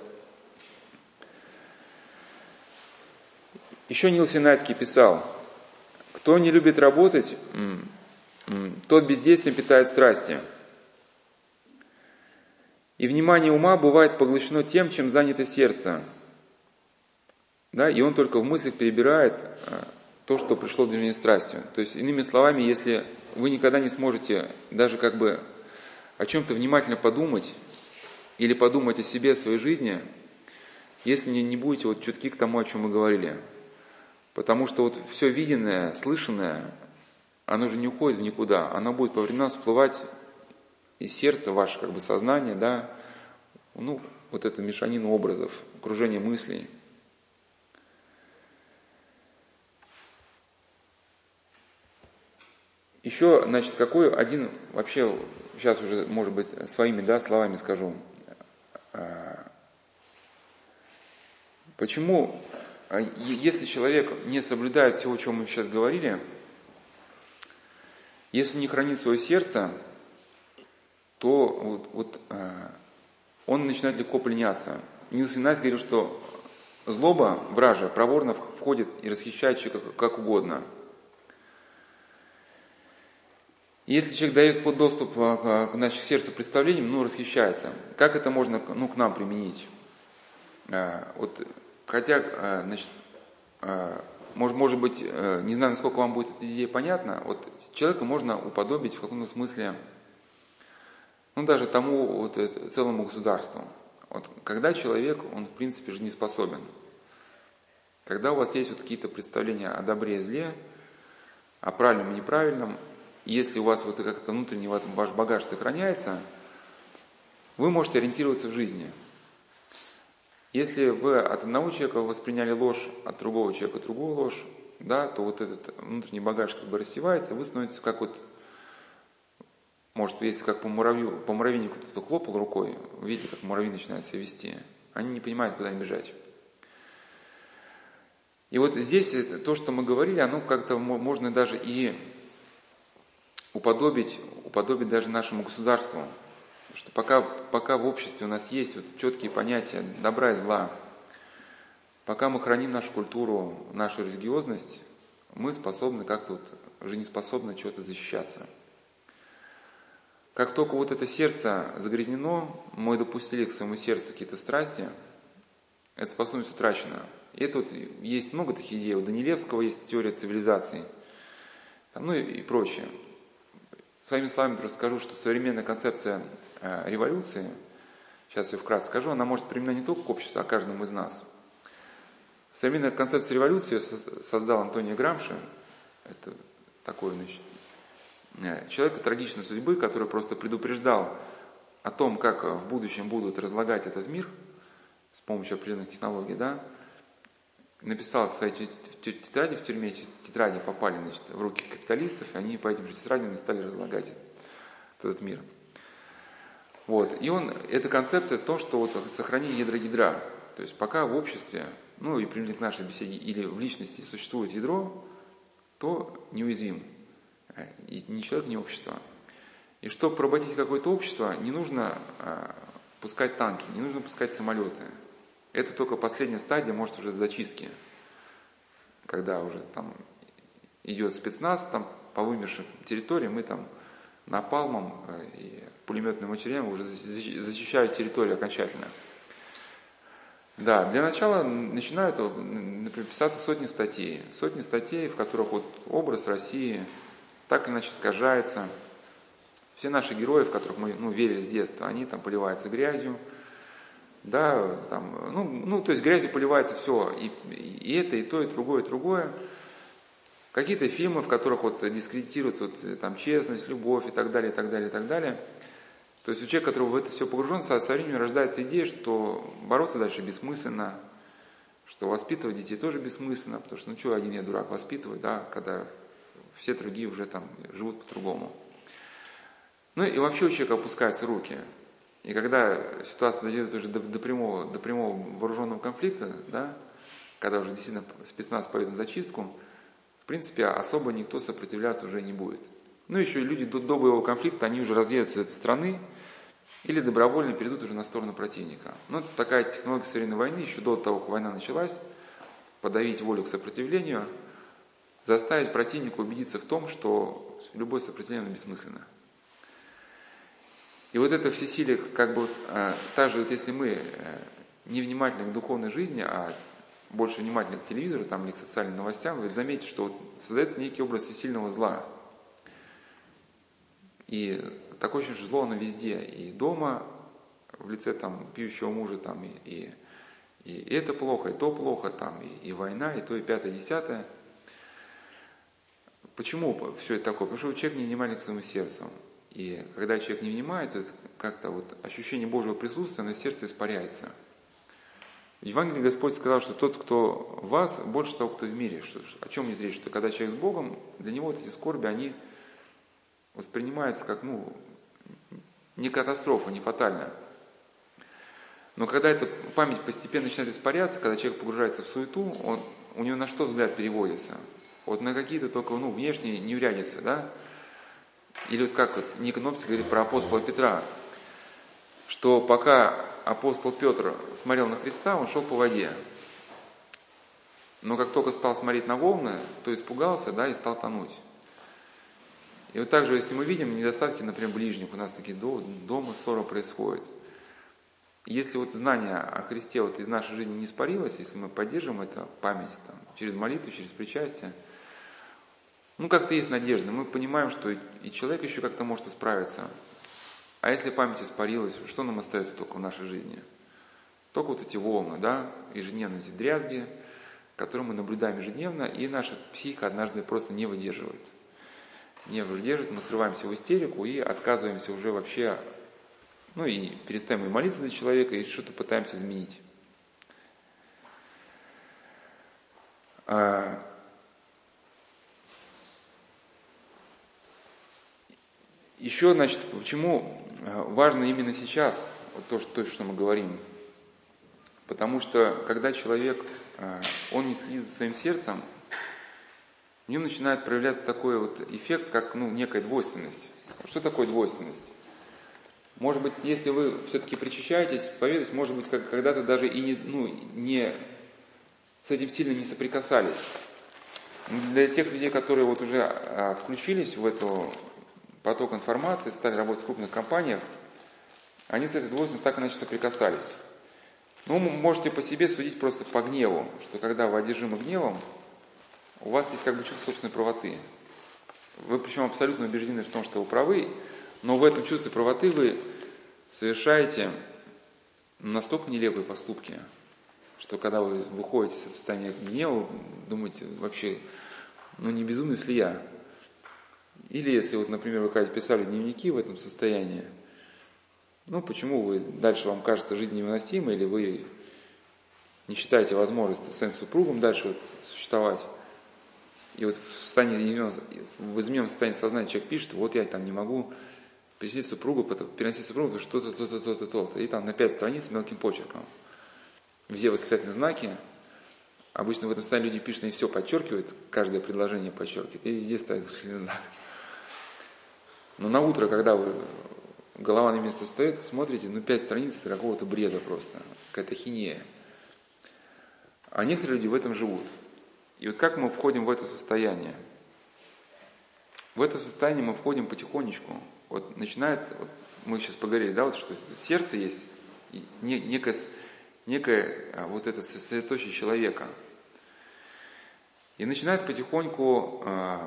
A: Еще Нил Синайский писал: кто не любит работать, тот бездействием питает страсти. И внимание ума бывает поглощено тем, чем занято сердце. Да, и он только в мыслях перебирает то, что пришло в движение страстью. То есть, иными словами, если вы никогда не сможете даже о чем-то внимательно подумать или подумать о себе, о своей жизни, если не будете вот чутки к тому, о чем мы говорили. Потому что вот все виденное, слышанное, оно же не уходит в никуда, оно будет по временам всплывать из сердца, ваше как бы сознание, да, ну, вот эту мешанину образов, окружение мыслей. Еще, значит, какой один, вообще, сейчас уже, может быть, своими, да, словами скажу. Почему, если человек не соблюдает всего, о чем мы сейчас говорили, если не хранит свое сердце, то он начинает легко пленяться. Нилс Винайс говорил, что злоба, вражья, проворно входит и расхищает человека как угодно. Если человек дает под доступ к сердцу представлениям, расхищается. Как это можно к нам применить? Хотя, значит, может быть, не знаю, насколько вам будет эта идея понятна, вот человека можно уподобить в каком-то смысле, даже тому целому государству. Вот, когда человек, он в принципе жизнеспособен, когда у вас есть какие-то представления о добре и зле, о правильном и неправильном, если у вас как-то внутренне ваш багаж сохраняется, вы можете ориентироваться в жизни. Если вы от одного человека восприняли ложь, от другого человека другую ложь, да, то этот внутренний багаж как бы рассевается, вы становитесь как может, если как по муравейнику кто-то хлопал рукой, вы видите, как муравьи начинают себя вести. Они не понимают, куда им бежать. И здесь то, что мы говорили, оно как-то можно даже и уподобить даже нашему государству. Что пока в обществе у нас есть четкие понятия добра и зла, пока мы храним нашу культуру, нашу религиозность, мы способны как-то жизнеспособны чего-то защищаться. Как только это сердце загрязнено, мы допустили к своему сердцу какие-то страсти, эта способность утрачена. И это есть много таких идей. У Данилевского есть теория цивилизаций, и прочее. Своими словами просто скажу, что современная концепция революции, сейчас я вкратце скажу, она может применена не только к обществу, а к каждому из нас. Современная концепция революции создал Антонио Грамши, это такой, человек трагичной судьбы, который просто предупреждал о том, как в будущем будут разлагать этот мир с помощью определенных технологий, да, написал в своей тетради в тюрьме, эти тетради попали, в руки капиталистов, и они по этим же тетрадям стали разлагать этот мир. И эта концепция в том, что сохранение ядра. То есть пока в обществе, и применительно к нашей беседе, или в личности существует ядро, то неуязвим. И ни человек, ни общество. И чтобы поработить какое-то общество, не нужно пускать танки, не нужно пускать самолеты. Это только последняя стадия, может, уже зачистки. Когда уже идет спецназ, по вымершим территориям, мы напалмом и пулеметным очередями уже защищают территорию окончательно. Да, для начала начинают, например, писаться сотни статей, в которых образ России так или иначе искажается. Все наши герои, в которых мы верили с детства, они поливаются грязью. Да, то есть грязью поливается все, и это, и то, и другое. Какие-то фильмы, в которых дискредитируется честность, любовь и так далее, и так далее, и так далее. То есть у человека, который в это все погружен, со временем рождается идея, что бороться дальше бессмысленно, что воспитывать детей тоже бессмысленно, потому что, что один я дурак воспитывать, да, когда все другие уже живут по-другому. И вообще у человека опускаются руки. И когда ситуация дойдет уже до прямого вооруженного конфликта, да, когда уже действительно спецназ пойдет на зачистку, в принципе, особо никто сопротивляться уже не будет. Еще люди до боевого конфликта, они уже разъедутся из этой страны или добровольно перейдут уже на сторону противника. Это такая технология современной войны, еще до того, как война началась, подавить волю к сопротивлению, заставить противника убедиться в том, что любое сопротивление бессмысленно. И это всесилие, также если мы невнимательны к духовной жизни, а больше внимательны к телевизору или к социальным новостям, вы заметите, что создается некий образ всесильного зла. И такое ощущение, что зло оно везде, и дома, в лице там пьющего мужа там и это плохо, и то плохо, там и война, и то, и пятое, и десятое. Почему все это такое? Потому что человек не внимателен к своему сердцу. И когда человек не внимает, то как-то вот ощущение Божьего присутствия на сердце испаряется. В Евангелии Господь сказал, что тот, кто в вас, больше того, кто в мире. О чем идет речь? Что когда человек с Богом, для него вот эти скорби, они воспринимаются как, не катастрофа, не фатальная. Но когда эта память постепенно начинает испаряться, когда человек погружается в суету, у него на что взгляд переводится? Вот на какие-то только внешние неурядицы, да? Или вот как вот Никонопсий говорит про апостола Петра, что пока апостол Петр смотрел на Христа, он шел по воде. Но как только стал смотреть на волны, то испугался, да, и стал тонуть. И вот так же, если мы видим недостатки, например, ближних, у нас такие дома ссора происходит. Если вот знание о Христе вот из нашей жизни не испарилось, если мы поддержим эту память там, через молитву, через причастие, как-то есть надежда. Мы понимаем, что и человек еще как-то может исправиться. А если память испарилась, что нам остается только в нашей жизни? Только вот эти волны, да, ежедневные эти дрязги, которые мы наблюдаем ежедневно, и наша психика однажды просто не выдерживает. Не выдерживает, мы срываемся в истерику и отказываемся уже вообще, и перестаем и молиться за человека, и что-то пытаемся изменить. Еще, почему важно именно сейчас вот то, что мы говорим? Потому что, когда человек, он не следит за своим сердцем, в нем начинает проявляться такой вот эффект, как, некая двойственность. Что такое двойственность? Может быть, если вы все-таки причащаетесь, исповедуетесь, может быть, когда-то даже и не с этим сильно не соприкасались. Для тех людей, которые вот уже включились в эту поток информации, стали работать в крупных компаниях, они с этой двойственностью так иначе соприкасались. Вы можете по себе судить просто по гневу, что когда вы одержимы гневом, у вас есть чувство собственной правоты. Вы причем абсолютно убеждены в том, что вы правы, но в этом чувстве правоты вы совершаете настолько нелепые поступки, что когда вы выходите из состояния гнева, думаете, вообще, не безумный ли я? Или если, например, вы когда писали дневники в этом состоянии, почему вы дальше вам кажется жизнь невыносимой, или вы не считаете возможности с своим супругом дальше существовать, и в измененном состоянии сознания человек пишет, вот я там не могу переносить супругу, потому что что-то, то-то, то-то, и там на 5 страниц мелким почерком. Везде восклицательные знаки. Обычно в этом состоянии люди пишут и все подчеркивают, каждое предложение подчеркивает, и везде ставят восклицательный знак. Но на утро, когда голова на место встает, вы смотрите, 5 страниц это какого-то бреда просто, какая-то хинея. А некоторые люди в этом живут. И вот как мы входим в это состояние? В это состояние мы входим потихонечку. Мы сейчас поговорили, да, что сердце есть, некое вот это сосредоточие человека. И начинает потихоньку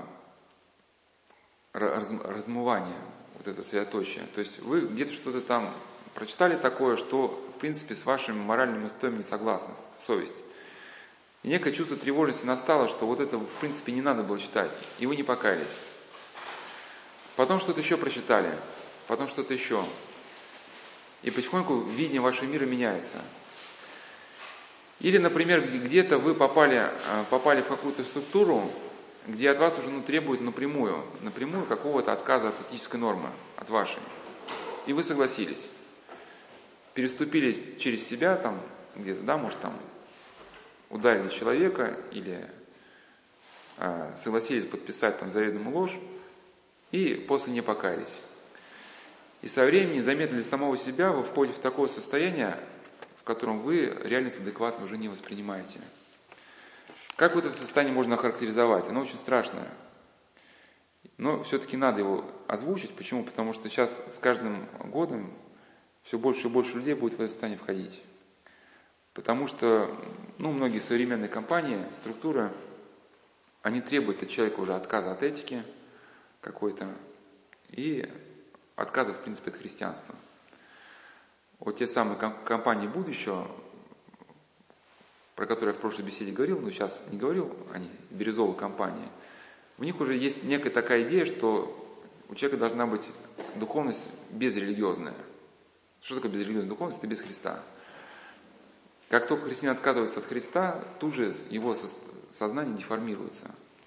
A: размывание, вот это сосредоточие. То есть вы где-то что-то там прочитали такое, что в принципе с вашим моральным устоем не согласно, совесть. И некое чувство тревожности настало, что вот это в принципе не надо было читать, и вы не покаялись. Потом что-то еще прочитали, потом что-то еще. И потихоньку видение вашего мира меняется. Или, например, где-то вы попали в какую-то структуру, где от вас уже требуют напрямую какого-то отказа от этической нормы, от вашей. И вы согласились. Переступили через себя там, где-то, да, может там, ударили человека или согласились подписать там заведомую ложь, и после не покаялись. И со временем, незаметно для самого себя, вы входите в такое состояние, в котором вы реальность адекватно уже не воспринимаете. Как вот это состояние можно охарактеризовать? Оно очень страшное. Но все-таки надо его озвучить. Почему? Потому что сейчас с каждым годом все больше и больше людей будет в это состояние входить. Потому что многие современные компании, структуры, они требуют от человека уже отказа от этики какой-то и отказа, в принципе, от христианства. вот те самые компании будущего, про которые я в прошлой беседе говорил, но сейчас не говорил, они бирюзовые компании, у них уже есть некая такая идея, что у человека должна быть духовность безрелигиозная. Что такое безрелигиозная духовность? Это без Христа. Как только христианин отказывается от Христа, тут же его сознание деформируется.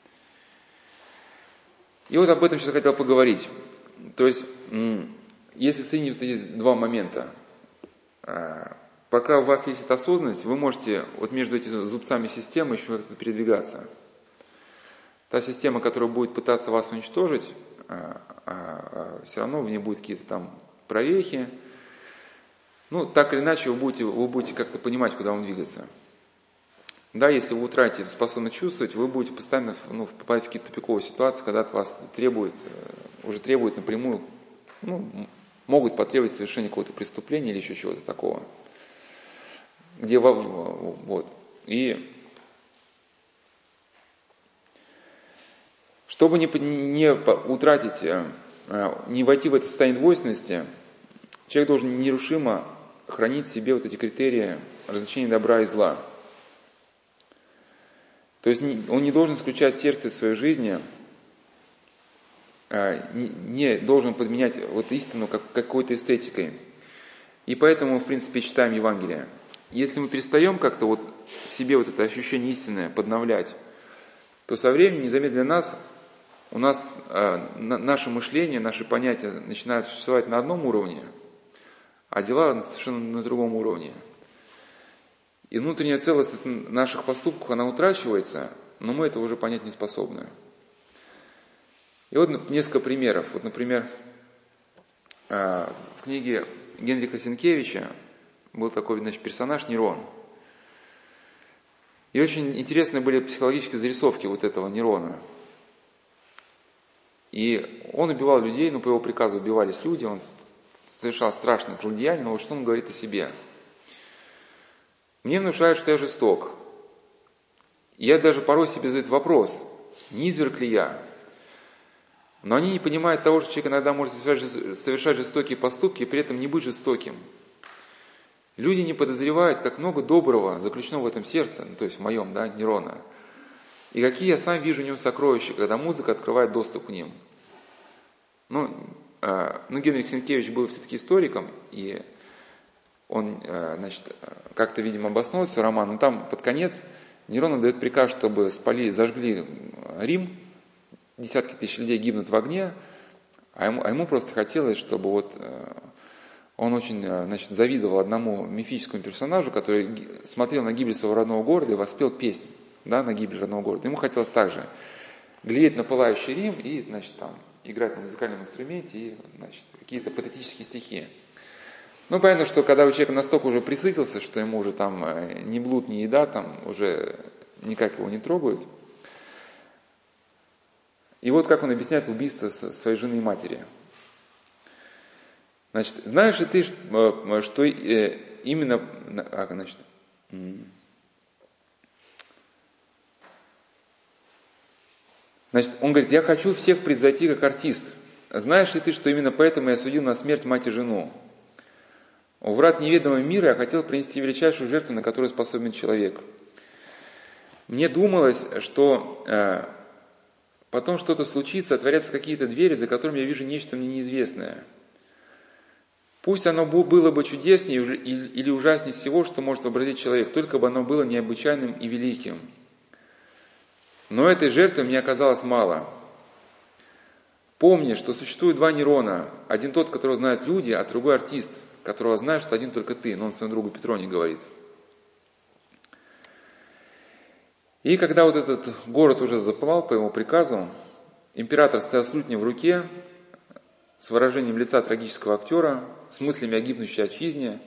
A: И вот об этом сейчас хотел поговорить. То есть, если соединить вот эти два момента, пока у вас есть эта осознанность, вы можете вот между этими зубцами системы еще как-то передвигаться. Та система, которая будет пытаться вас уничтожить, все равно в ней будут какие-то там прорехи. Ну, так или иначе, вы будете как-то понимать, куда вам двигаться. Да, если вы утратите способность чувствовать, вы будете постоянно попадать в какие-то тупиковые ситуации, когда от вас уже требуют напрямую, могут потребовать совершения какого-то преступления или еще чего-то такого. Где вот. И чтобы не утратить, не войти в это состояние двойственности, человек должен нерушимо хранить в себе вот эти критерии различения добра и зла. То есть он не должен исключать сердце из своей жизни, не должен подменять вот истину какой-то эстетикой. И поэтому мы, в принципе, читаем Евангелие. Если мы перестаем как-то вот в себе вот это ощущение истины подновлять, то со временем, незамедленно у нас наше мышление, наши понятия начинают существовать на одном уровне, а дела совершенно на другом уровне. И внутренняя целостность наших поступков, она утрачивается, но мы этого уже понять не способны. И вот несколько примеров. Вот, например, в книге Генриха Сенкевича был такой, персонаж Нерон. И очень интересные были психологические зарисовки вот этого Нерона. И он убивал людей, по его приказу убивались люди, он совершал страшное злодеяние, но вот что он говорит о себе? Мне внушают, что я жесток. И я даже порой себе задаю вопрос, не изверг ли я? Но они не понимают того, что человек иногда может совершать жестокие поступки и при этом не быть жестоким. Люди не подозревают, как много доброго заключено в этом сердце, то есть в моем, Нерона. И какие я сам вижу у него сокровища, когда музыка открывает доступ к ним. Генрих Сенкевич был все-таки историком, и он, как-то, видимо, обосновывает свой роман, но там под конец Нерон дает приказ, чтобы зажгли Рим, десятки тысяч людей гибнут в огне, а ему просто хотелось, чтобы он очень, завидовал одному мифическому персонажу, который смотрел на гибель своего родного города и воспел песнь, на гибель родного города. Ему хотелось также глядеть на пылающий Рим и, играть на музыкальном инструменте и, какие-то патетические стихи. Понятно, что когда у человека настолько уже присытился, что ему уже ни блуд, ни еда уже никак его не трогают. И вот как он объясняет убийство своей жены и матери. Знаешь ли ты, что именно... Он говорит, я хочу всех превзойти как артист. Знаешь ли ты, что именно поэтому я осудил на смерть мать и жену? У врат неведомого мира я хотел принести величайшую жертву, на которую способен человек. Мне думалось, что потом что-то случится, отворятся какие-то двери, за которыми я вижу нечто мне неизвестное. Пусть оно было бы чудеснее или ужаснее всего, что может вообразить человек, только бы оно было необычайным и великим. Но этой жертвы мне оказалось мало. Помни, что существует два Нерона. Один тот, которого знают люди, а другой артист, которого знает, что один только ты. Но он своему другу Петроне говорит. И когда вот этот город уже запылал по его приказу, император стоял с лютней в руке, с выражением лица трагического актера, с мыслями о гибнущей отчизне.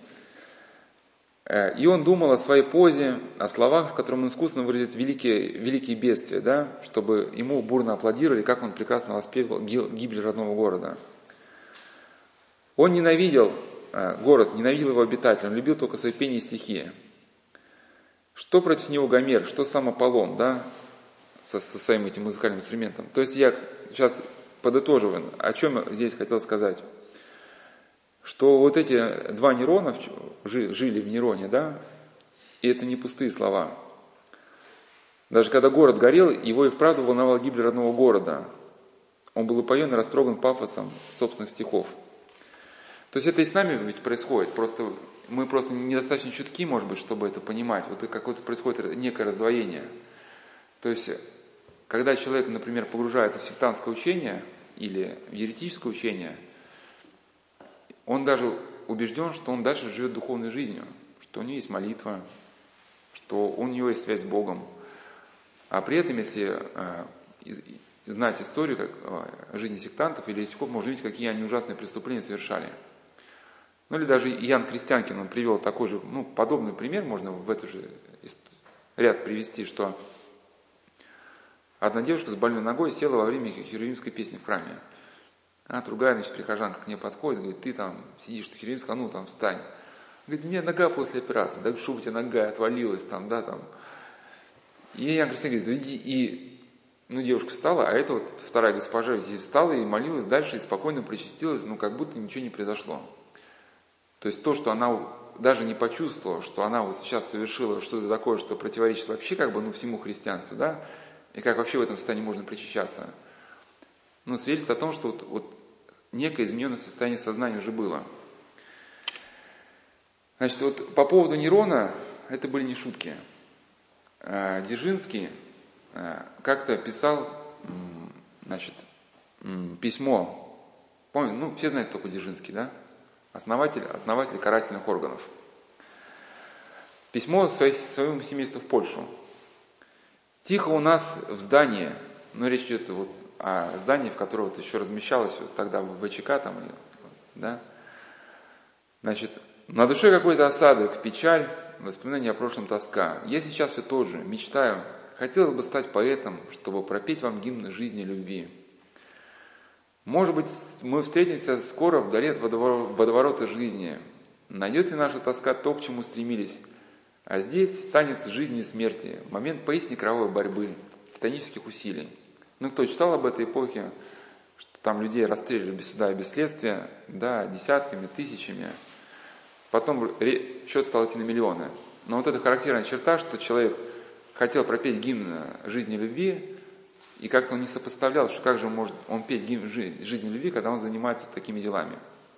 A: И он думал о своей позе, о словах, с которыми он искусно выразит великие бедствия, чтобы ему бурно аплодировали, как он прекрасно воспел гибель родного города. Он ненавидел город, ненавидел его обитателей, он любил только свои пение и стихи. Что против него Гомер, что сам Аполлон, со своим этим музыкальным инструментом. То есть я сейчас подытоживаю, о чем я здесь хотел сказать. что вот эти два Нерона жили в Нероне, да, и это не пустые слова. Даже когда город горел, его и вправду волновала гибель родного города. Он был упоен и растроган пафосом собственных стихов. То есть это и с нами ведь происходит. Просто мы просто недостаточно чутки, может быть, чтобы это понимать. Вот какое-то происходит некое раздвоение. То есть, когда человек, например, погружается в сектантское учение или в еретическое учение, он даже убежден, что он дальше живет духовной жизнью, что у него есть молитва, что у него есть связь с Богом. А при этом, если знать историю жизни сектантов или еретиков, можно видеть, какие они ужасные преступления совершали. Ну или даже Иоанн Крестьянкин, он привел такой же, подобный пример, можно в этот же ряд привести, что одна девушка с больной ногой села во время херувимской песни в храме. А другая, прихожанка к ней подходит, говорит, ты там сидишь, ты херувимская, там встань. Говорит, у меня нога после операции, да чтобы у тебя нога отвалилась там, да, там. И Иоанн Крестьянкин говорит, иди, и девушка встала, а эта вот вторая госпожа здесь встала и молилась дальше, и спокойно причастилась, как будто ничего не произошло. То есть то, что она даже не почувствовала, что она вот сейчас совершила что-то такое, что противоречит вообще всему христианству, да, и как вообще в этом состоянии можно причащаться, свидетельствует о том, что вот некое измененное состояние сознания уже было. Значит, вот по поводу Нерона, это были не шутки. Дзержинский как-то писал, письмо, помните, все знают только Дзержинский, да? Основатель карательных органов. Письмо своему семейству в Польшу. Тихо у нас в здании, речь идет о здании, в котором еще размещалось тогда ВЧК, да? Значит, на душе какой-то осадок, печаль, воспоминания о прошлом тоска. Я сейчас все тот же, мечтаю, хотелось бы стать поэтом, чтобы пропеть вам гимн жизни и любви. Может быть, мы встретимся скоро вдали от водоворота жизни. Найдет ли наша тоска то, к чему стремились? А здесь танец жизни и смерти, момент поистине кровавой борьбы, титанических усилий. Кто читал об этой эпохе, что там людей расстреливали без суда и без следствия, да, десятками, тысячами. Потом счет стал идти на миллионы. Но вот эта характерная черта, что человек хотел пропеть гимн жизни и любви, и как-то он не сопоставлял, что как же может он петь гимн жизни и любви, когда он занимается такими делами.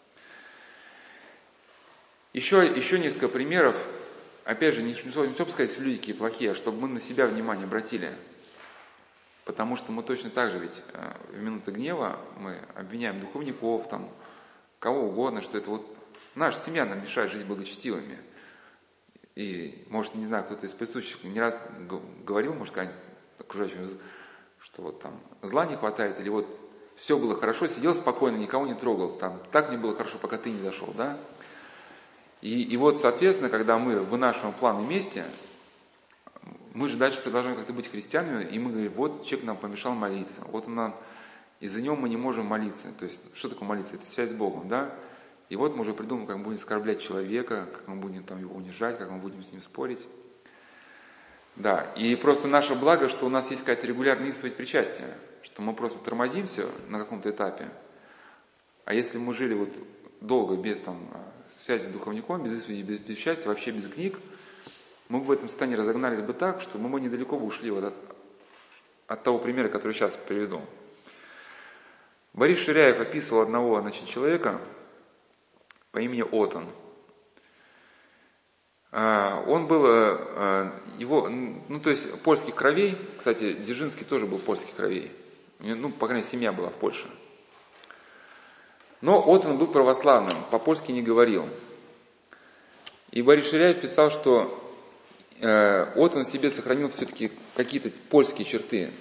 A: Еще несколько примеров. Опять же, не чтобы сказать, что люди такие плохие, а чтобы мы на себя внимание обратили. Потому что мы точно так же ведь в минуты гнева мы обвиняем духовников, кого угодно, что это наша семья нам мешает жить благочестивыми. И, может, не знаю, кто-то из присутствующих не раз говорил, может, как-нибудь окружающим, что зла не хватает, или все было хорошо, сидел спокойно, никого не трогал, так мне было хорошо, пока ты не дошел, да? И соответственно, когда мы вынашиваем планы мести, мы же дальше продолжаем как-то быть христианами, и мы говорим, человек нам помешал молиться, из-за него мы не можем молиться. То есть, что такое молиться? Это связь с Богом, да? И мы уже придумаем, как мы будем оскорблять человека, как мы будем его унижать, как мы будем с ним спорить. Да, и просто наше благо, что у нас есть какая-то регулярная исповедь причастия, что мы просто тормозимся на каком-то этапе. А если мы жили долго без связи с духовником, без исповеди, без причастия, вообще без книг, мы бы в этом состоянии разогнались бы так, что мы недалеко бы ушли от того примера, который сейчас приведу. Борис Ширяев описывал одного человека по имени Отон. Он был, то есть польских кровей, кстати, Дзержинский тоже был польских кровей, по крайней мере, семья была в Польше. Но Отон был православным, по-польски не говорил. И Борис Ширяев писал, что Отон в себе сохранил все-таки какие-то польские черты,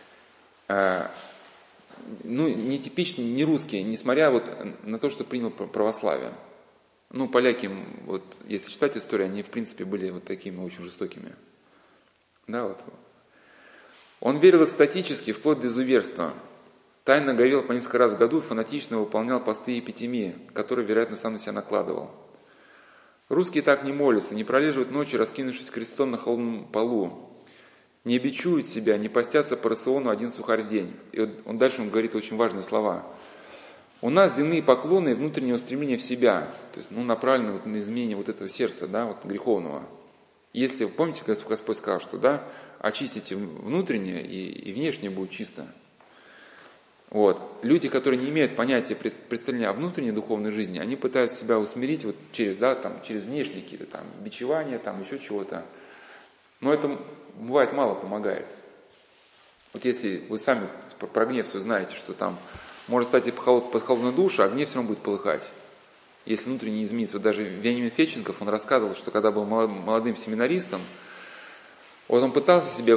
A: не типичные, не русские, несмотря на то, что принял православие. Поляки, если читать историю, они, в принципе, были такими очень жестокими. Да, Он верил экстатически, вплоть до изуверства. Тайно горел по несколько раз в году и фанатично выполнял посты эпитемии, которые, вероятно, сам на себя накладывал. Русские так не молятся, не пролеживают ночи, раскинувшись крестом на холодном полу, не бичуют себя, не постятся по рациону один сухарь в день. И дальше он говорит очень важные слова. У нас земные поклоны и внутреннее устремление в себя, то есть направлены вот на изменение вот этого сердца, да, вот греховного. Если, помните, Господь сказал, что да, очистите внутреннее и внешнее будет чисто. Вот. Люди, которые не имеют понятия представления о внутренней духовной жизни, они пытаются себя усмирить вот через, да, там, через внешние какие-то там бичевания, там еще чего-то. Но это бывает мало помогает. Вот если вы сами про гнев все знаете, что там может стать под холодной душ, а гнев все равно будет полыхать. Если внутренне не изменится. Вот даже Вениамин Федченков, он рассказывал, что когда был молодым семинаристом, вот он пытался себя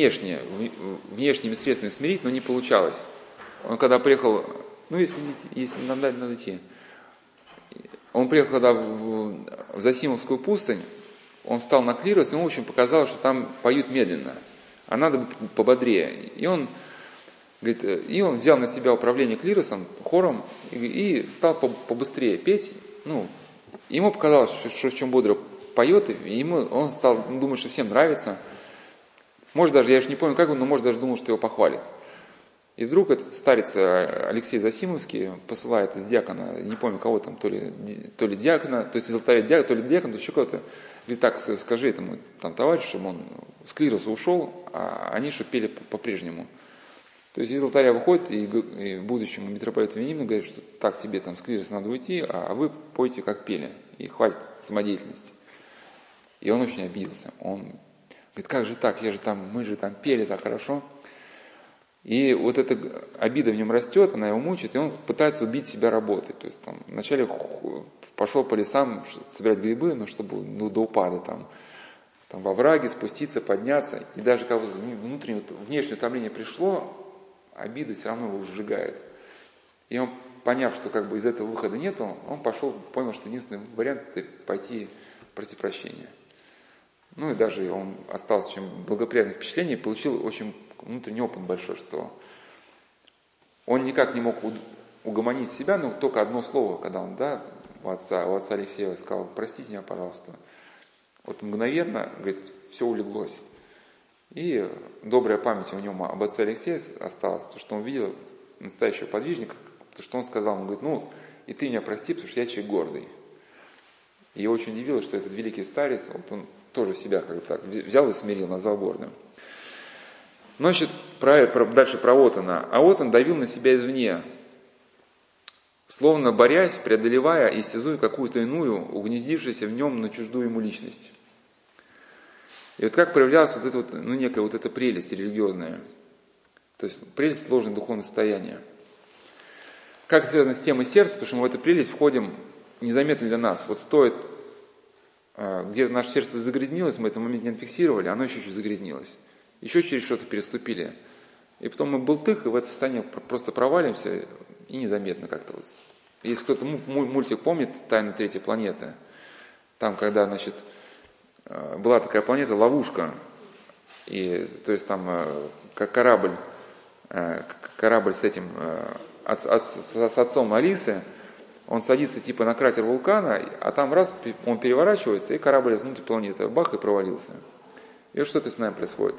A: внешними средствами смирить, но не получалось. Он когда приехал, если надо идти, он приехал когда в Засимовскую пустынь, он встал на клирос, и ему очень показалось, что там поют медленно, а надо быть пободрее. И он взял на себя управление клиросом, хором, и стал побыстрее петь. Ему показалось, что чем бодро поет, и он стал думать, что всем нравится. Может даже, я еще не помню как он, но может даже думал, что его похвалят. И вдруг этот старец Алексей Засимовский посылает из диакона, не помню кого там, то ли диакона, то есть из алтаря диакона, то ли диакона, то еще кого-то. Говорит, так, скажи этому там товарищу, чтобы он с клироса ушел, а они что пели по-прежнему. То есть из алтаря выходит и будущему митрополиту Вениамину говорит, что так, тебе там с клироса надо уйти, а вы пойте как пели, и хватит самодеятельности. И он очень обиделся. Он говорит, как же так, мы же там пели так хорошо. И вот эта обида в нем растет, она его мучает, и он пытается убить себя работой. То есть там вначале пошел по лесам собирать грибы, чтобы до упада там во овраге спуститься, подняться. И даже когда внешнее утомление пришло, обида все равно его сжигает. И он, поняв, что из этого выхода нету, он понял, что единственный вариант – это пойти просить прощения. И даже он остался очень благоприятное впечатление, получил очень внутренний опыт большой, что он никак не мог угомонить себя, но только одно слово, когда он, у отца Алексея сказал, простите меня, пожалуйста. Вот мгновенно, говорит, все улеглось. И добрая память у него об отце Алексее осталась, то, что он видел настоящего подвижника, то, что он сказал, он говорит, и ты меня прости, потому что я человек гордый. И очень удивило, что этот великий старец, вот он тоже себя как-то так взял и смирил, назвал гордым. Значит, дальше про Отона. А Отон давил на себя извне, словно борясь, преодолевая и истязуя какую-то иную, угнездившуюся в нем, но чуждую ему личность. И вот как проявлялась вот эта некая вот эта прелесть религиозная, то есть прелесть сложное духовное состояние. Как это связано с темой сердца, потому что мы в эту прелесть входим незаметно для нас. Вот стоит, где-то наше сердце загрязнилось, мы этот момент не отфиксировали, оно еще чуть загрязнилось. Еще через что-то переступили. И потом мы болтых, и в это состояние просто провалимся, и незаметно как-то. Если кто-то мультик помнит «Тайны третьей планеты», там, когда, была такая планета «Ловушка», и, то есть там как корабль с этим, с отцом Алисы, он садится типа на кратер вулкана, а там раз, он переворачивается, и корабль внутрь планеты, бах, и провалился. И вот что-то с нами происходит.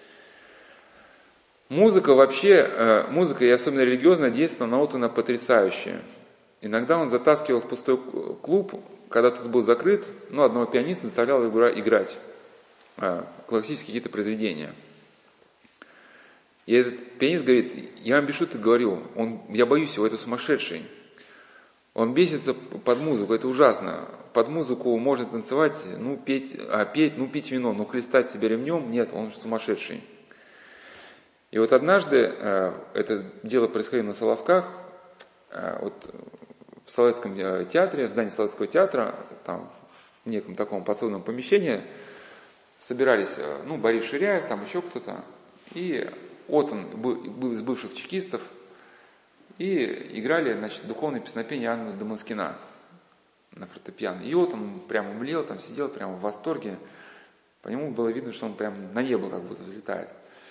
A: Музыка и особенно религиозное действие на Отона потрясающее. Иногда он затаскивал в пустой клуб, когда тот был закрыт, одного пианиста заставлял играть классические какие-то произведения. И этот пианист говорит, я вам без шуток говорю, я боюсь его, это сумасшедший. Он бесится под музыку, это ужасно. Под музыку можно танцевать, пить вино, хлестать себя ремнем, нет, он же сумасшедший. И вот однажды это дело происходило на Соловках, в Соловецком театре, в здании Соловецкого театра, там в неком таком подсобном помещении собирались, Борис Ширяев, там еще кто-то, и Отон был из бывших чекистов, и играли, духовное песнопение Анны Дамаскина на фортепиано. И Отон прямо млел, там сидел прямо в восторге, по нему было видно, что он прям на небо как будто взлетает.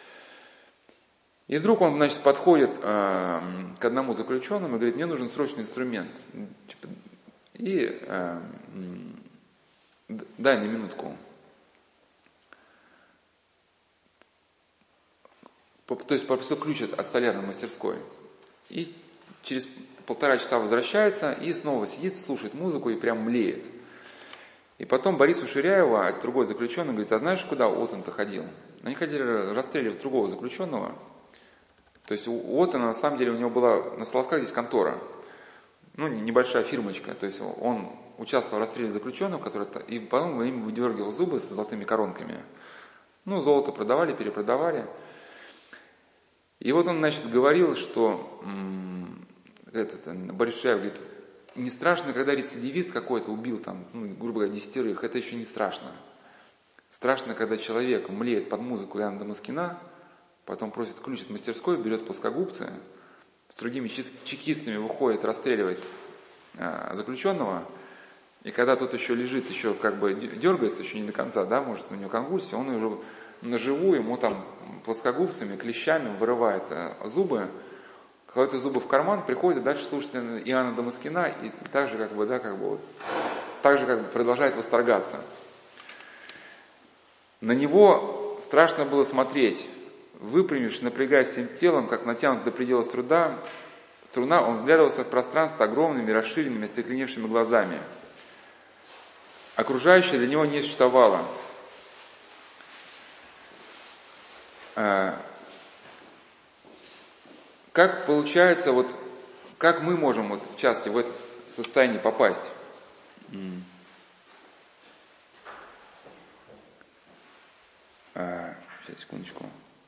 A: И вдруг он, подходит к одному заключенному и говорит, мне нужен срочный инструмент. Дай на минутку. То есть попросил ключ от столярной мастерской. И через 1,5 часа возвращается и снова сидит, слушает музыку и прям млеет. И потом Борису Ширяеву, другой заключенный, говорит: а знаешь, куда Оттон-то ходил? Они хотели расстреливать другого заключенного. То есть у Оттона, на самом деле, у него была на Соловках здесь контора, небольшая фирмочка. То есть он участвовал в расстреле заключенного, и потом им выдергивал зубы с золотыми коронками. Золото продавали, перепродавали. И вот он, значит, говорил, что Борис Ширяев говорит: не страшно, когда рецидивист какой-то убил там, грубо говоря, 10, это еще не страшно. Страшно, когда человек млеет под музыку Иоанна Дамаскина, потом просит ключ от мастерской, берет плоскогубцы, с другими чекистами выходит расстреливать заключенного, и когда тот еще лежит, еще как бы дергается, еще не до конца, да, может, у него конвульсия, он уже наживую ему там плоскогубцами, клещами вырывает зубы, кладет зубы в карман, приходит и дальше слушает Иоанна Дамаскина, и так же продолжает восторгаться. На него страшно было смотреть. Выпрямившись, напрягаясь всем телом, как натянут до предела струна, он вглядывался в пространство огромными, расширенными, остекленевшими глазами. Окружающее для него не существовало. Как получается, как мы можем в частности в это состояние попасть? Сейчас, секундочку.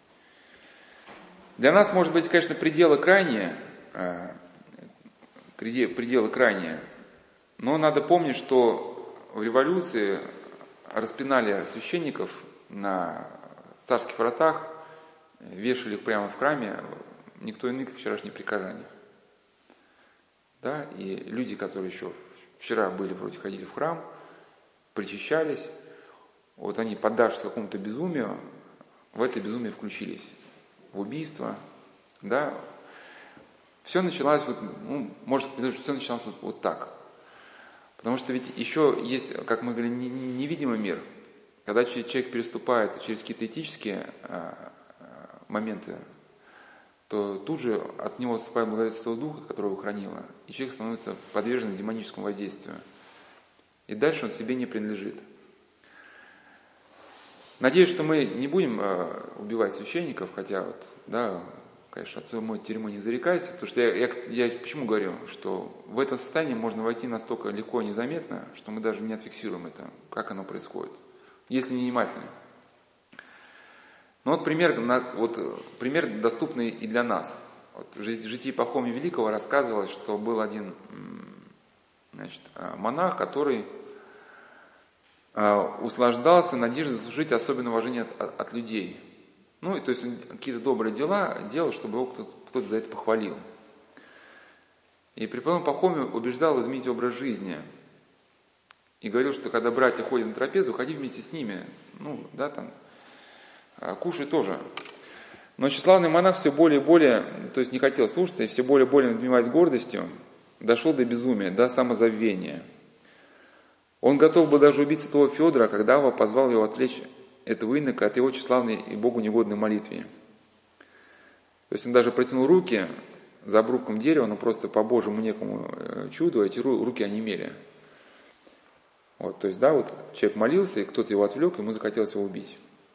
A: Для нас, может быть, конечно, пределы крайние, но надо помнить, что в революции распинали священников на царских вратах, вешали их прямо в храме, никто иной, как вчерашние прихожане. Да? И люди, которые еще вчера вроде ходили в храм, причащались, они, поддавшись какому-то безумию, в это безумие включились, в убийство, да. Все началось, может быть, все началось вот так. Потому что ведь еще есть, как мы говорили, невидимый мир. Когда человек переступает через какие-то этические моменты, то тут же от него отступает благодать Святого Духа, которого хранила, и человек становится подвержен демоническому воздействию. И дальше он себе не принадлежит. Надеюсь, что мы не будем убивать священников, хотя, конечно, отцу мой тюрьму не зарекайся, потому что я почему говорю, что в это состояние можно войти настолько легко и незаметно, что мы даже не отфиксируем это, как оно происходит, если не внимательны. Но пример доступный и для нас. В житии Пахомия Великого рассказывалось, что был один монах, который услаждался надеждой заслужить особенное уважение от людей. То есть он какие-то добрые дела делал, чтобы его кто-то за это похвалил. И преподобный Пахомий убеждал изменить образ жизни. И говорил, что когда братья ходят на трапезу, ходи вместе с ними. Кушай тоже. Но тщеславный монах все более и более, то есть не хотел слушаться, и все более и более надмеваясь гордостью, дошел до безумия, до самозабвения. Он готов был даже убить святого Федора, когда Авва позвал его отвлечь этого инока от его тщеславной и Богу негодной молитве. То есть он даже протянул руки за обрубком дерева, но просто по Божьему некому чуду эти руки онемели. То есть, человек молился, и кто-то его отвлек, ему захотелось его убить.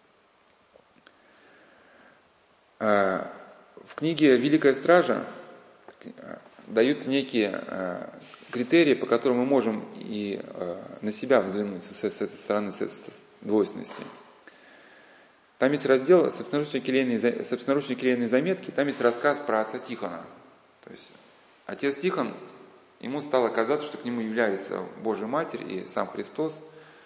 A: В книге «Великая стража» даются некие критерии, по которым мы можем и на себя взглянуть с этой стороны, с двойственности. Там есть раздел «Собственноручные келейные заметки», там есть рассказ про отца Тихона. То есть отец Тихон, ему стало казаться, что к нему является Божья Матерь и сам Христос.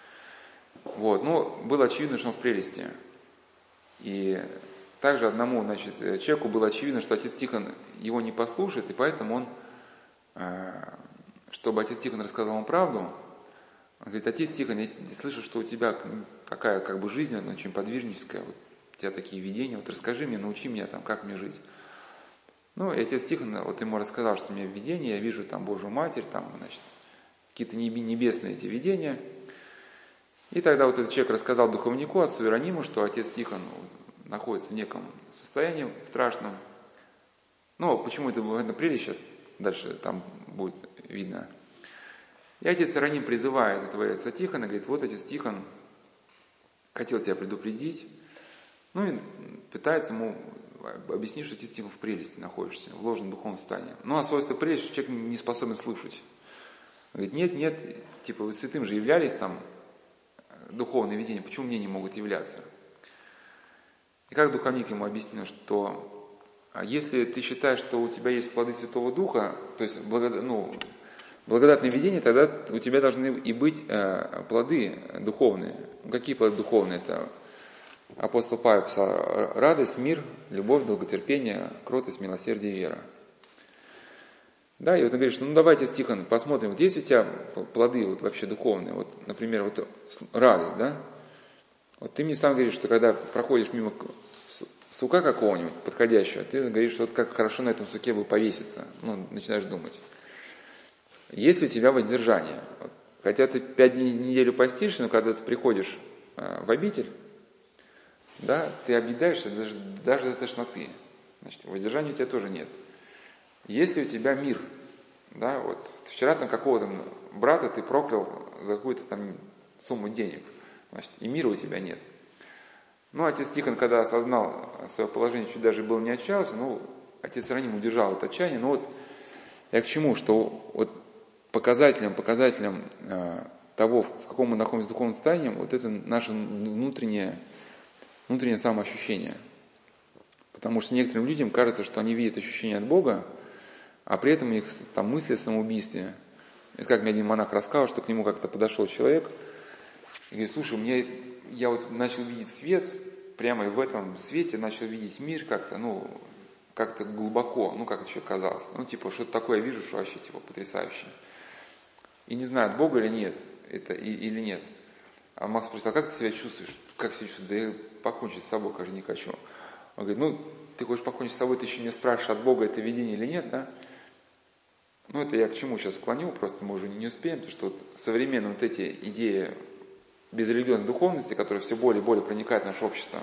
A: Но было очевидно, что он в прелести. И также одному, человеку было очевидно, что отец Тихон его не послушает, и поэтому он, чтобы отец Тихон рассказал ему правду, он говорит: отец Тихон, я слышу, что у тебя такая жизнь, она очень подвижническая, у тебя такие видения, расскажи мне, научи меня как мне жить. И отец Тихон ему рассказал, что у меня видение, я вижу Божью Матерь, какие-то небесные эти видения. И тогда этот человек рассказал духовнику, отцу Иерониму, что отец Тихон находится в неком состоянии страшном. Почему это прелесть сейчас Дальше там будет видно. И отец Иероним призывает этого отца Тихона, говорит, вот отец Тихон хотел тебя предупредить, ну и пытается ему объяснить, что ты типа в прелести находишься, в ложном духовном состоянии. Ну, а свойство прелести, что человек не способен слышать. Он говорит, нет, типа вы святым же являлись там, духовные видения, почему мне не могут являться? И как духовник ему объяснил, что если ты считаешь, что у тебя есть плоды Святого Духа, то есть благодатное видение, тогда у тебя должны и быть плоды духовные. Какие плоды духовные? Это апостол Павел писал: радость, мир, любовь, долготерпение, кротость, милосердие, вера. Да, и вот он говорит, что давайте, Тихон, посмотрим, вот есть у тебя плоды вот вообще духовные, вот, например, вот радость, да? Вот ты мне сам говоришь, что когда проходишь мимо сука какого-нибудь подходящего, ты говоришь, что вот как хорошо на этом суке бы повеситься, начинаешь думать. Есть ли у тебя воздержание? Вот, хотя ты 5 дней неделю постишься, но когда ты приходишь в обитель, да, ты объедаешься даже до тошноты. Значит, воздержания у тебя тоже нет. Есть ли у тебя мир? Да, вот вчера там какого-то брата ты проклял за какую-то там сумму денег. Значит, и мира у тебя нет. Отец Тихон, когда осознал свое положение, чуть даже был не отчаялся, отец Иероним удержал это отчаяние. Я к чему? Что вот показателем того, в каком мы находимся в духовном состоянии, вот это наше внутреннее самоощущение. Потому что некоторым людям кажется, что они видят ощущение от Бога, а при этом у них там мысли о самоубийстве. Это как мне один монах рассказал, что к нему как-то подошел человек и говорит, слушай, я вот начал видеть свет, прямо и в этом свете начал видеть мир как-то глубоко, как это еще казалось. Что-то такое я вижу, что вообще потрясающе. И не знаю, от Бога или нет, это или нет. А Макс спросил, как ты себя чувствуешь? Как себя чувствуешь? Да я покончить с собой, кажется, не хочу. Он говорит, ты хочешь покончить с собой, ты еще не спрашиваешь, от Бога это видение или нет, да? Это я к чему сейчас склонил, просто мы уже не успеем, потому что современные эти идеи безрелигиозной духовности, которые все более и более проникают в наше общество,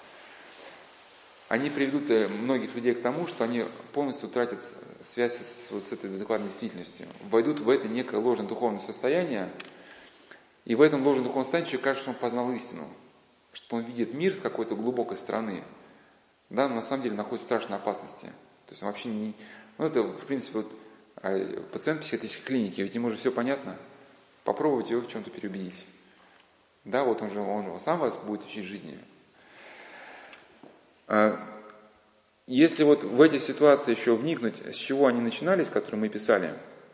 A: они приведут многих людей к тому, что они полностью утратят связь с этой адекватной действительностью, войдут в это некое ложное духовное состояние, и в этом ложном духовном состоянии человек кажется, что он познал истину, что он видит мир с какой-то глубокой стороны, да, но на самом деле находится в страшной опасности. То есть он вообще не... это, в принципе, пациент психиатрической клиники, ведь ему уже все понятно. Попробуйте его в чем-то переубедить. Да, вот он же сам вас будет учить жизни. Если в эти ситуации еще вникнуть, с чего они начинались, которые мы писали,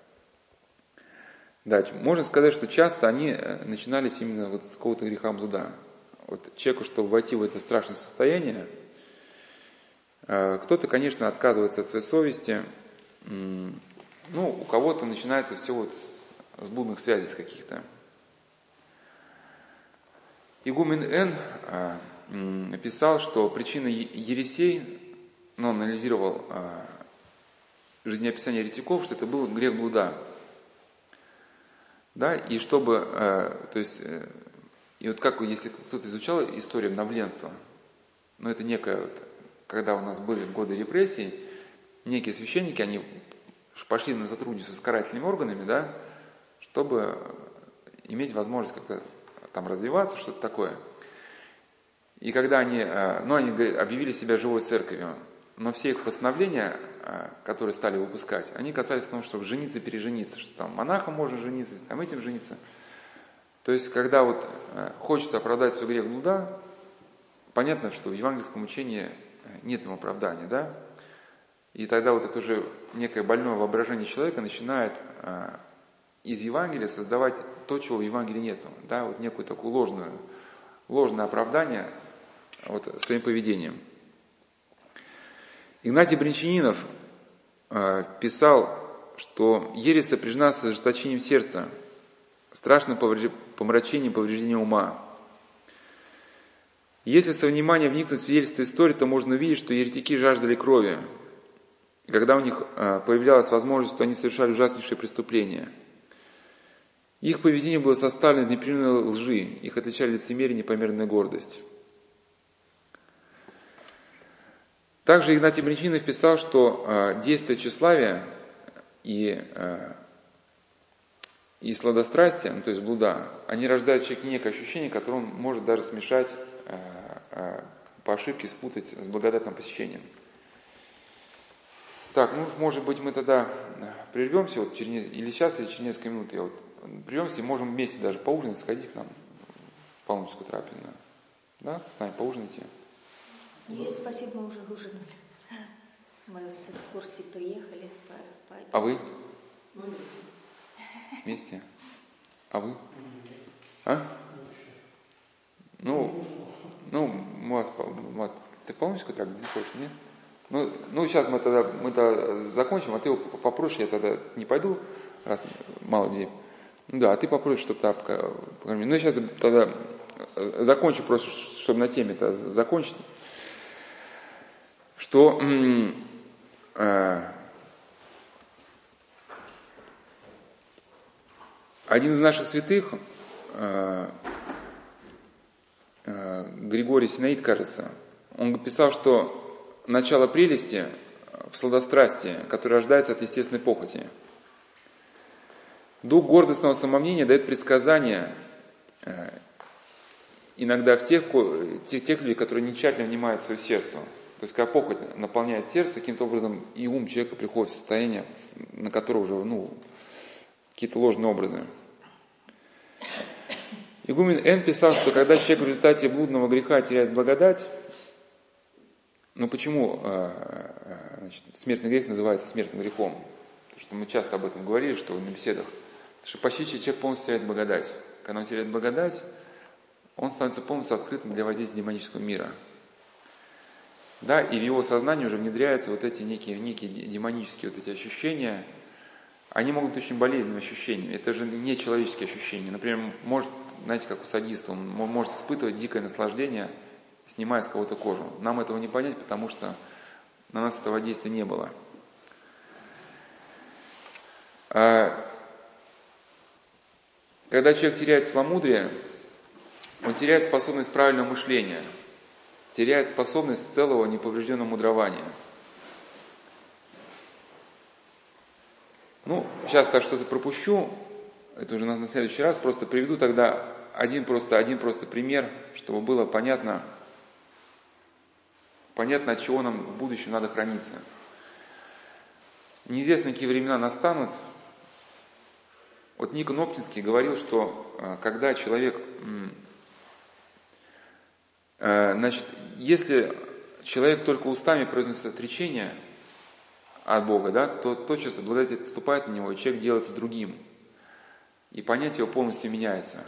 A: да, можно сказать, что часто они начинались именно с какого-то греха блуда. Человеку, чтобы войти в это страшное состояние, кто-то, конечно, отказывается от своей совести, у кого-то начинается все с блудных связей с каких-то. Игумен Н. писал, что причина ересей, он анализировал жизнеописание еретиков, что это был грех блуда. Да, и чтобы, если кто-то изучал историю обновленства, это некое, когда у нас были годы репрессий, некие священники, они пошли на сотрудничество с карательными органами, да, чтобы иметь возможность как-то там развиваться, что-то такое. И когда они объявили себя живой церковью, но все их постановления, которые стали выпускать, они касались того, чтобы жениться, пережениться, что там монахом можно жениться, там этим жениться. То есть, когда хочется оправдать свой грех блуда, понятно, что в евангельском учении нет ему оправдания, да? И тогда это уже некое больное воображение человека начинает из Евангелия создавать то, чего в Евангелии нету, да? Некую такую ложное оправдание своим поведением. Игнатий Бринчанинов писал, что ересь сопряжена с ожесточением сердца, страшным помрачением, повреждением ума. Если со вниманием вникнуть в свидетельство истории, то можно увидеть, что еретики жаждали крови. И когда у них появлялась возможность, то они совершали ужаснейшие преступления. Их поведение было составлено из непрерывной лжи, их отличали лицемерие и непомерная гордость. Также Игнатий Бринчанинов писал, что действие тщеславия и сладострастие, то есть блуда, они рождают в человеке некое ощущение, которое он может даже смешать, по ошибке спутать с благодатным посещением. Так, может быть, мы тогда прервемся, или сейчас, или через несколько минут, прервемся и можем вместе даже поужинать, сходить к нам в паломническую трапезную. Да, с нами поужинайте.
B: Нет, спасибо, мы уже ужинали. Мы с экскурсии приехали.
A: А вы? Вместе? А вы? А? Ты паломническую трапезу не хочешь, нет? Сейчас мы тогда закончим, а ты его попросишь, я тогда не пойду, раз мало людей. А ты попросишь, чтобы так покормить. Сейчас тогда закончу, просто чтобы на теме-то закончить. Что один из наших святых, Григорий Синаид, кажется, он писал, что начало прелести в сладострастии, которое рождается от естественной похоти. Дух гордостного самомнения дает предсказания иногда в тех людей, которые не тщательно внимают свое сердце. То есть, когда похоть наполняет сердце, каким-то образом и ум человека приходит в состояние, на которое уже, какие-то ложные образы. Игумен Н. писал, что когда человек в результате блудного греха теряет благодать, почему смертный грех называется смертным грехом? Потому что мы часто об этом говорили, что на беседах. Потому что почти человек полностью теряет благодать. Когда он теряет благодать, он становится полностью открытым для воздействия демонического мира. Да, и в его сознании уже внедряются вот эти некие демонические вот эти ощущения. Они могут быть очень болезненными ощущениями. Это же не человеческие ощущения. Например, знаете, как у садиста, он может испытывать дикое наслаждение, снимая с кого-то кожу. Нам этого не понять, потому что на нас этого действия не было. Когда человек теряет целомудрие, он теряет способность правильного мышления, теряет способность целого неповрежденного мудрования. Сейчас так что-то пропущу, это уже на следующий раз, просто приведу тогда один просто пример, чтобы было понятно, от чего нам в будущем надо храниться. Неизвестно, какие времена настанут. Никон Оптинский говорил, что когда человек, если человек только устами произносит отречение от Бога, да, то тотчас благодать отступает на него, и человек делается другим. И понятие его полностью меняется.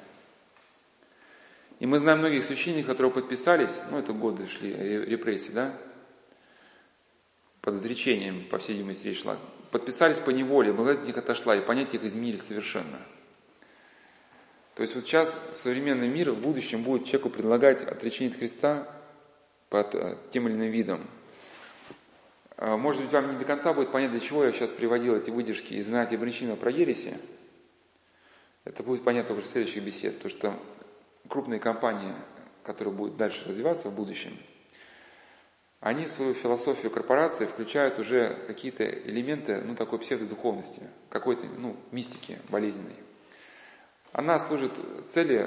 A: И мы знаем многих священников, которые подписались, это годы шли репрессии, да, под отречением, по всей видимости, речь шла, подписались по неволе, благодать от них отошла, и понятия их изменились совершенно. То есть сейчас современный мир в будущем будет человеку предлагать отречение от Христа под тем или иным видом. Может быть, вам не до конца будет понятно, для чего я сейчас приводил эти выдержки из Игнатия Брянчанина про ереси. Это будет понятно уже в следующих бесед, потому что крупные компании, которые будут дальше развиваться в будущем, они в свою философию корпорации включают уже какие-то элементы, такой псевдодуховности, какой-то, мистики болезненной. Она служит цели,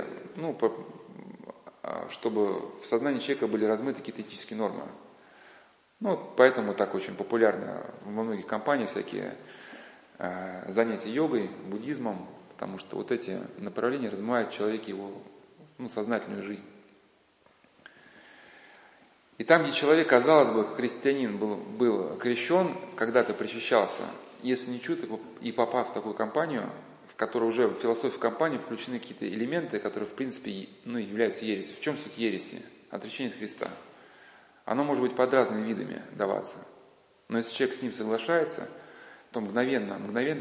A: чтобы в сознании человека были размыты какие-то этические нормы. Поэтому так очень популярно во многих компаниях всякие занятия йогой, буддизмом, потому что вот эти направления размывают в человеке его сознательную жизнь. И там, где человек, казалось бы, христианин был крещен, когда-то причащался, если не чуть, и попав в такую компанию, в которой уже в философию компании включены какие-то элементы, которые, в принципе, являются ересью. В чем суть ереси? Отречение от Христа. Оно может быть под разными видами даваться. Но если человек с ним соглашается, то мгновенно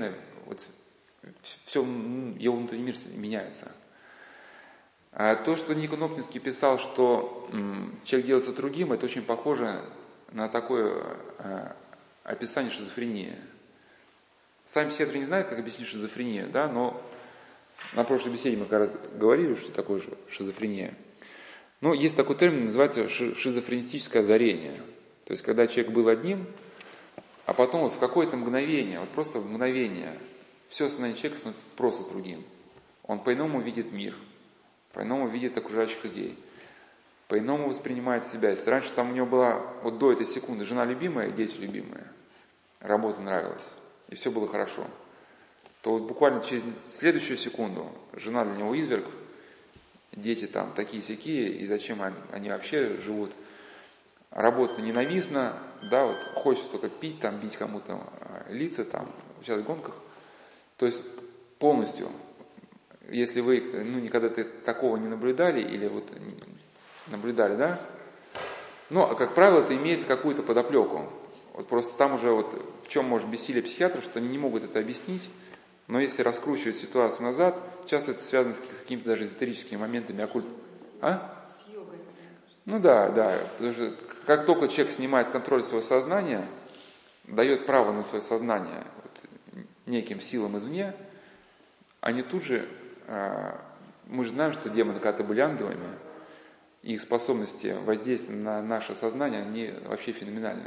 A: все, его внутренний мир меняется. А то, что Никон Оптинский писал, что человек делается другим, это очень похоже на такое описание шизофрении. Сами психиатры не знают, как объяснить шизофрению, да, но на прошлой беседе мы как раз говорили, что такое шизофрения. Есть такой термин, называется шизофренистическое озарение. То есть, когда человек был одним, А потом вот в какое-то мгновение, вот просто в мгновение, все сознание человека становится просто другим. Он по-иному видит мир, по-иному видит окружающих людей, по-иному воспринимает себя. Если раньше там у него была, вот до этой секунды, жена любимая, дети любимые, работа нравилась, и все было хорошо, то вот буквально через следующую секунду жена для него изверг, дети там такие-сякие, и зачем они вообще живут. Работа ненавистна, да, вот хочется только пить, там, бить кому-то лица, там, сейчас в гонках. То есть полностью, если вы никогда такого не наблюдали, или вот наблюдали, да, но, как правило, это имеет какую-то подоплеку. Вот просто там уже вот в чем может бессилие психиатров, что они не могут это объяснить, но если раскручивать ситуацию назад, часто это связано с какими-то даже эзотерическими моментами оккульт.
B: С йогой.
A: Ну да, потому что как только человек снимает контроль своего сознания, дает право на свое сознание вот, неким силам извне, они тут же, мы же знаем, что демоны когда-то были ангелами, их способности воздействия на наше сознание, они вообще феноменальны.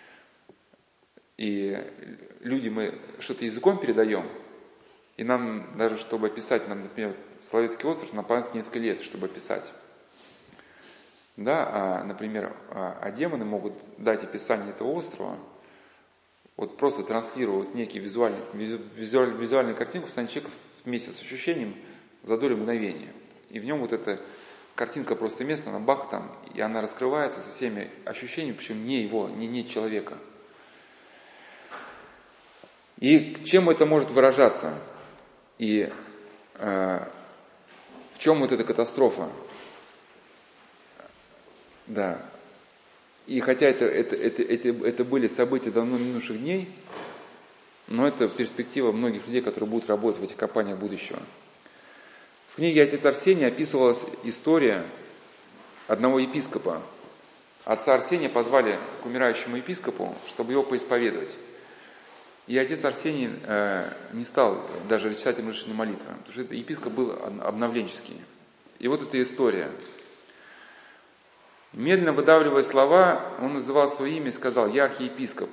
A: И люди, мы что-то языком передаем, и нам даже, чтобы описать, нам, например, Соловецкий остров, нам понадобится несколько лет, чтобы описать. Да, например, демоны могут дать описание этого острова, вот просто транслировать некий визуальную картинку в сознании человека вместе с ощущением за долю мгновения. И в нем вот эта картинка просто место, она бах там, и она раскрывается со всеми ощущениями, причем не его, не человека. И чем это может выражаться? И в чем вот эта катастрофа? Да. И хотя это были события давно минувших дней, но это перспектива многих людей, которые будут работать в этих компаниях будущего. В книге «Отец Арсений» описывалась история одного епископа. Отца Арсения позвали к умирающему епископу, чтобы его поисповедовать. И отец Арсений не стал даже читать разрешенные молитвы, потому что этот епископ был обновленческий. И вот эта история. Медленно выдавливая слова, он называл свое имя и сказал: «Я архиепископ».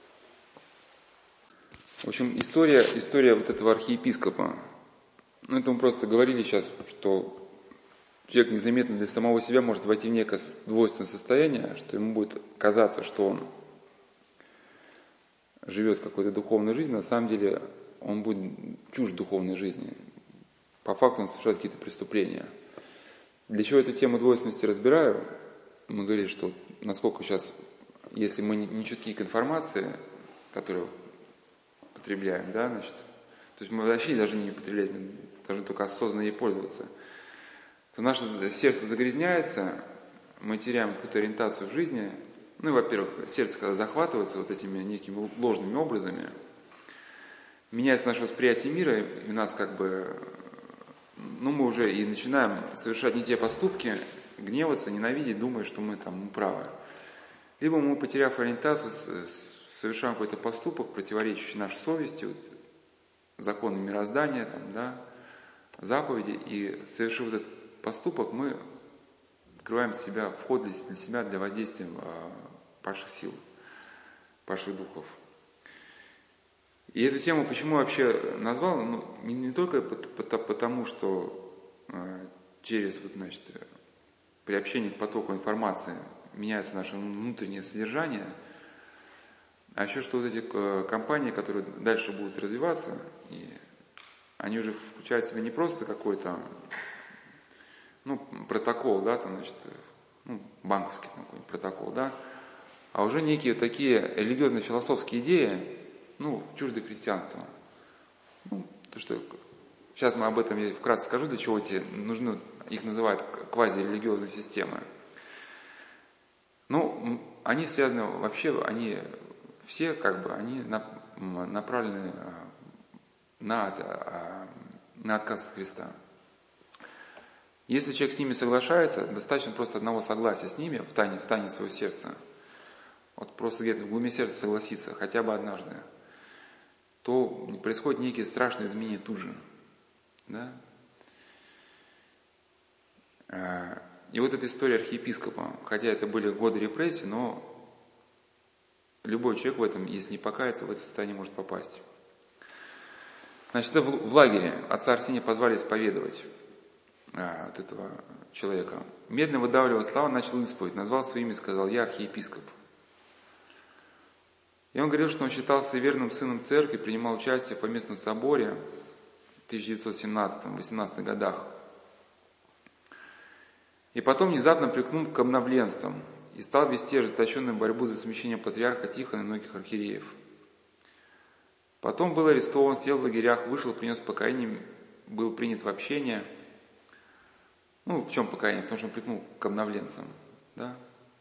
A: В общем, история вот этого архиепископа. Это мы просто говорили сейчас, что человек незаметно для самого себя может войти в некое двойственное состояние, что ему будет казаться, что он живет какой-то духовной жизнью, на самом деле он будет чужд духовной жизни. По факту он совершает какие-то преступления. Для чего эту тему двойственности разбираю? Мы говорили, что насколько сейчас, если мы не чутки к информации, которую потребляем, да, значит, то есть мы вообще даже не употреблять, мы должны только осознанно ей пользоваться, то наше сердце загрязняется, мы теряем какую-то ориентацию в жизни. Ну и, во-первых, сердце, когда захватывается вот этими некими ложными образами, меняется наше восприятие мира, и у нас как бы, мы уже и начинаем совершать не те поступки, гневаться, ненавидеть, думая, что мы там правы. Либо мы, потеряв ориентацию, совершаем какой-то поступок, противоречащий нашей совести, вот, законам мироздания, там, да, заповеди, и совершив этот поступок, мы открываем себя, вход для себя для воздействия падших сил, падших духов. И эту тему почему вообще назвал? Не только потому, что через при общении к потоку информации меняется наше внутреннее содержание, а еще что вот эти компании, которые дальше будут развиваться, и они уже включают в себя не просто какой-то протокол, да, там, значит, банковский такой протокол, да, а уже некие такие религиозно-философские идеи, чуждые христианства. То, что сейчас мы об этом я вкратце скажу, для чего нужны, их называют квазирелигиозные системы. Они связаны вообще, они все они направлены на отказ от Христа. Если человек с ними соглашается, достаточно просто одного согласия с ними в тайне своего сердца, вот просто где-то в глубине сердца согласиться хотя бы однажды, то происходят некие страшные изменения тут же. Да? И вот эта история архиепископа, хотя это были годы репрессий, но любой человек в этом, если не покаяться, в это состояние может попасть. Значит, в лагере отца Арсения позвали исповедовать от этого человека. Медленно выдавливая слова, начал исповедь, назвал свое имя и сказал: «Я архиепископ». И он говорил, что он считался верным сыном церкви, принимал участие в поместном соборе в 1917-18 годах. И потом внезапно прикнул к обновленствам и стал вести ожесточенную борьбу за смещение патриарха Тихона и многих архиереев. Потом был арестован, сел в лагерях, вышел, принес покаяние, был принят в общение. В чем покаяние? Потому что он прикнул к обновленцам. Да?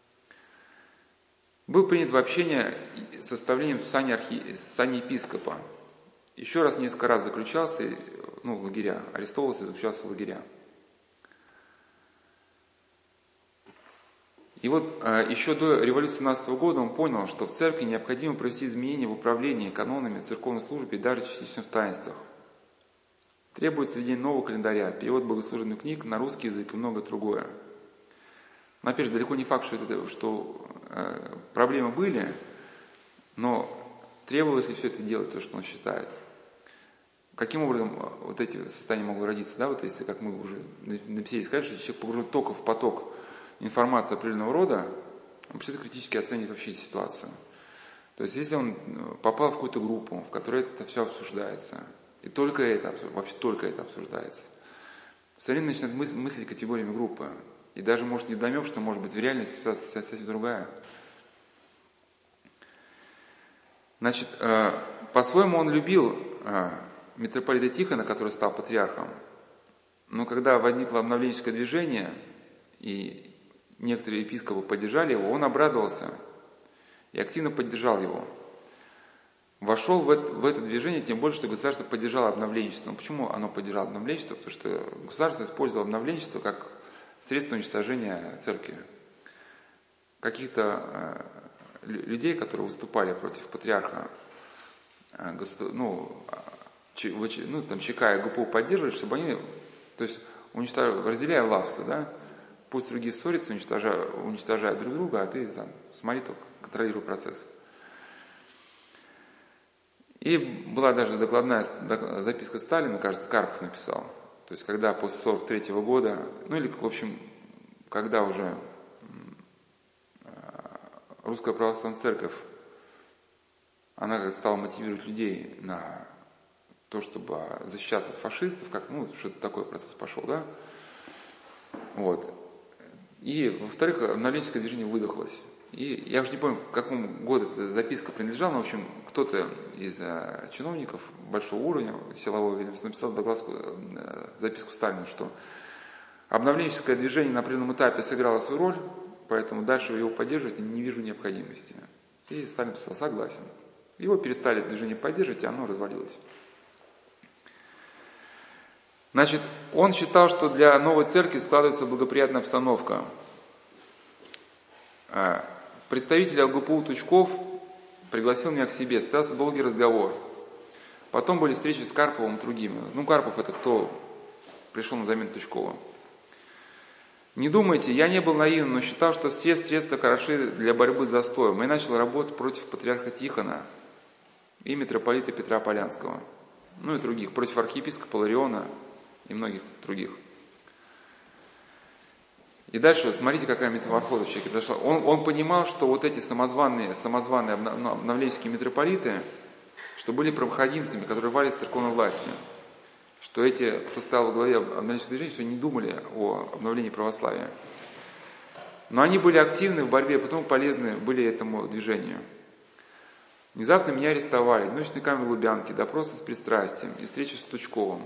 A: Был принят в общение с составлением сани епископа. Еще раз, несколько раз заключался в лагеря, арестовывался и заключался в лагеря. И еще до революции 17 года он понял, что в церкви необходимо провести изменения в управлении канонами, церковной службе и даже частично в таинствах. Требуется введение нового календаря, перевод богослужебных книг на русский язык и многое другое. Но опять же, далеко не факт, что проблемы были, но требовалось ли все это делать, то, что он считает. Каким образом вот эти состояния могло родиться? Да? Если, как мы уже написали, сказать, что человек погружен только в поток информации определенного рода, он вообще-то критически оценит вообще ситуацию. То есть, если он попал в какую-то группу, в которой это все обсуждается, и только это обсуждается, все время начинает мыслить категориями группы. И даже может невдомек, что может быть в реальности ситуация совсем другая. Значит, по-своему он любил митрополита Тихона, который стал патриархом. Но когда возникло обновленческое движение, и некоторые епископы поддержали его, он обрадовался и активно поддержал его. Вошел в это движение, тем более, что государство поддержало обновленчество. Почему оно поддержало обновленчество? Потому что государство использовало обновленчество как средство уничтожения церкви. Каких-то людей, которые выступали против патриарха, ЧК и ГПУ поддерживали, чтобы они, то есть разделяя власть, да, пусть другие ссорятся, уничтожают друг друга, а ты смотри, только контролируй процесс. И была даже докладная записка Сталина, кажется, Карпов написал. То есть, когда после 1943 года, когда уже Русская Православная Церковь, она стала мотивировать людей на то, чтобы защищаться от фашистов, что-то такой процесс пошел, да? И, во-вторых, обновленческое движение выдохлось. И я уже не помню, к какому году эта записка принадлежала, но, в общем, кто-то из чиновников большого уровня, силового ведомства, написал записку Сталину, что обновленческое движение на определенном этапе сыграло свою роль, поэтому дальше его поддерживать не вижу необходимости. И Сталин писал: согласен. Его перестали движение поддерживать, и оно развалилось. Значит, он считал, что для новой церкви складывается благоприятная обстановка. Представитель ЛГПУ Тучков пригласил меня к себе, состоялся долгий разговор. Потом были встречи с Карповым и другими. Карпов — это кто пришел на замену Тучкова. Не думайте, я не был наивен, но считал, что все средства хороши для борьбы с застоем, и начал работать против патриарха Тихона и митрополита Петра Полянского, и других, против архиепископа Лариона и многих других. И дальше, смотрите, какая метаморфоза в человеке произошла. Он понимал, что эти самозваные обновленческие митрополиты, что были правоохранителями, которые рвались с церковной власти, что эти, кто стоял во главе обновленческого движения, что не думали о обновлении православия. Но они были активны в борьбе, потом полезны были этому движению. Внезапно меня арестовали, одиночные камеры в Лубянке, допросы с пристрастием и встречи с Тучковым.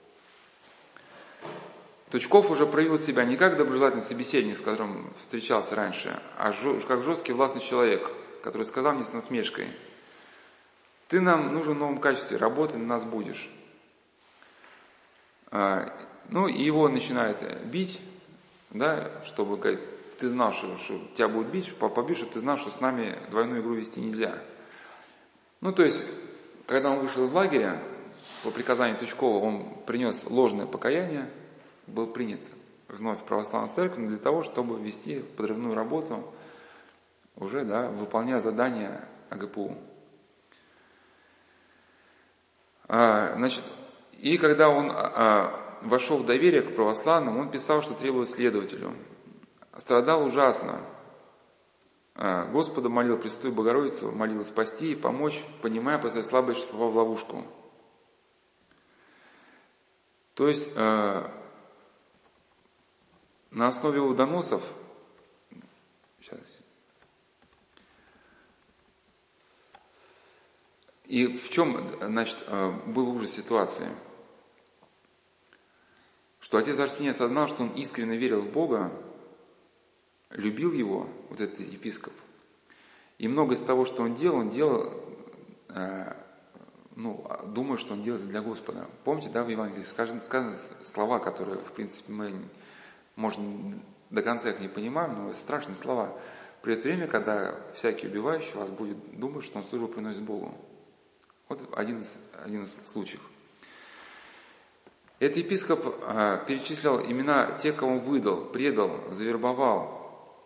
A: Тучков уже проявил себя не как доброжелательный собеседник, с которым встречался раньше, а как жесткий властный человек, который сказал мне с насмешкой: «Ты нам нужен в новом качестве, работай на нас будешь». И его начинает бить, да, чтобы говорить: ты знал, что тебя будут бить, побить, чтобы ты знал, что с нами двойную игру вести нельзя. То есть, когда он вышел из лагеря, по приказанию Тучкова он принес ложное покаяние, был принят вновь в православную церковь, но для того, чтобы вести подрывную работу, уже, да, выполняя задания АГПУ. Значит, и когда он вошел в доверие к православным, он писал, что требовал следователю. Страдал ужасно. Господа молил, Пресвятую Богородицу молил спасти и помочь, понимая по своей слабости, что попал в ловушку. То есть на основе его доносов, и в чем, значит, был ужас ситуации? Что отец Арсений осознал, что он искренне верил в Бога, любил его, вот этот епископ, и многое из того, что он делал, думаю, что он делает для Господа. Помните, да, в Евангелии сказаны слова, которые, в принципе, мы, может, до конца их не понимаем, но страшные слова. Придет время, когда всякий убивающий вас будет думать, что он службу приносит Богу. Вот один из случаев. Этот епископ перечислил имена тех, кого он выдал, предал, завербовал.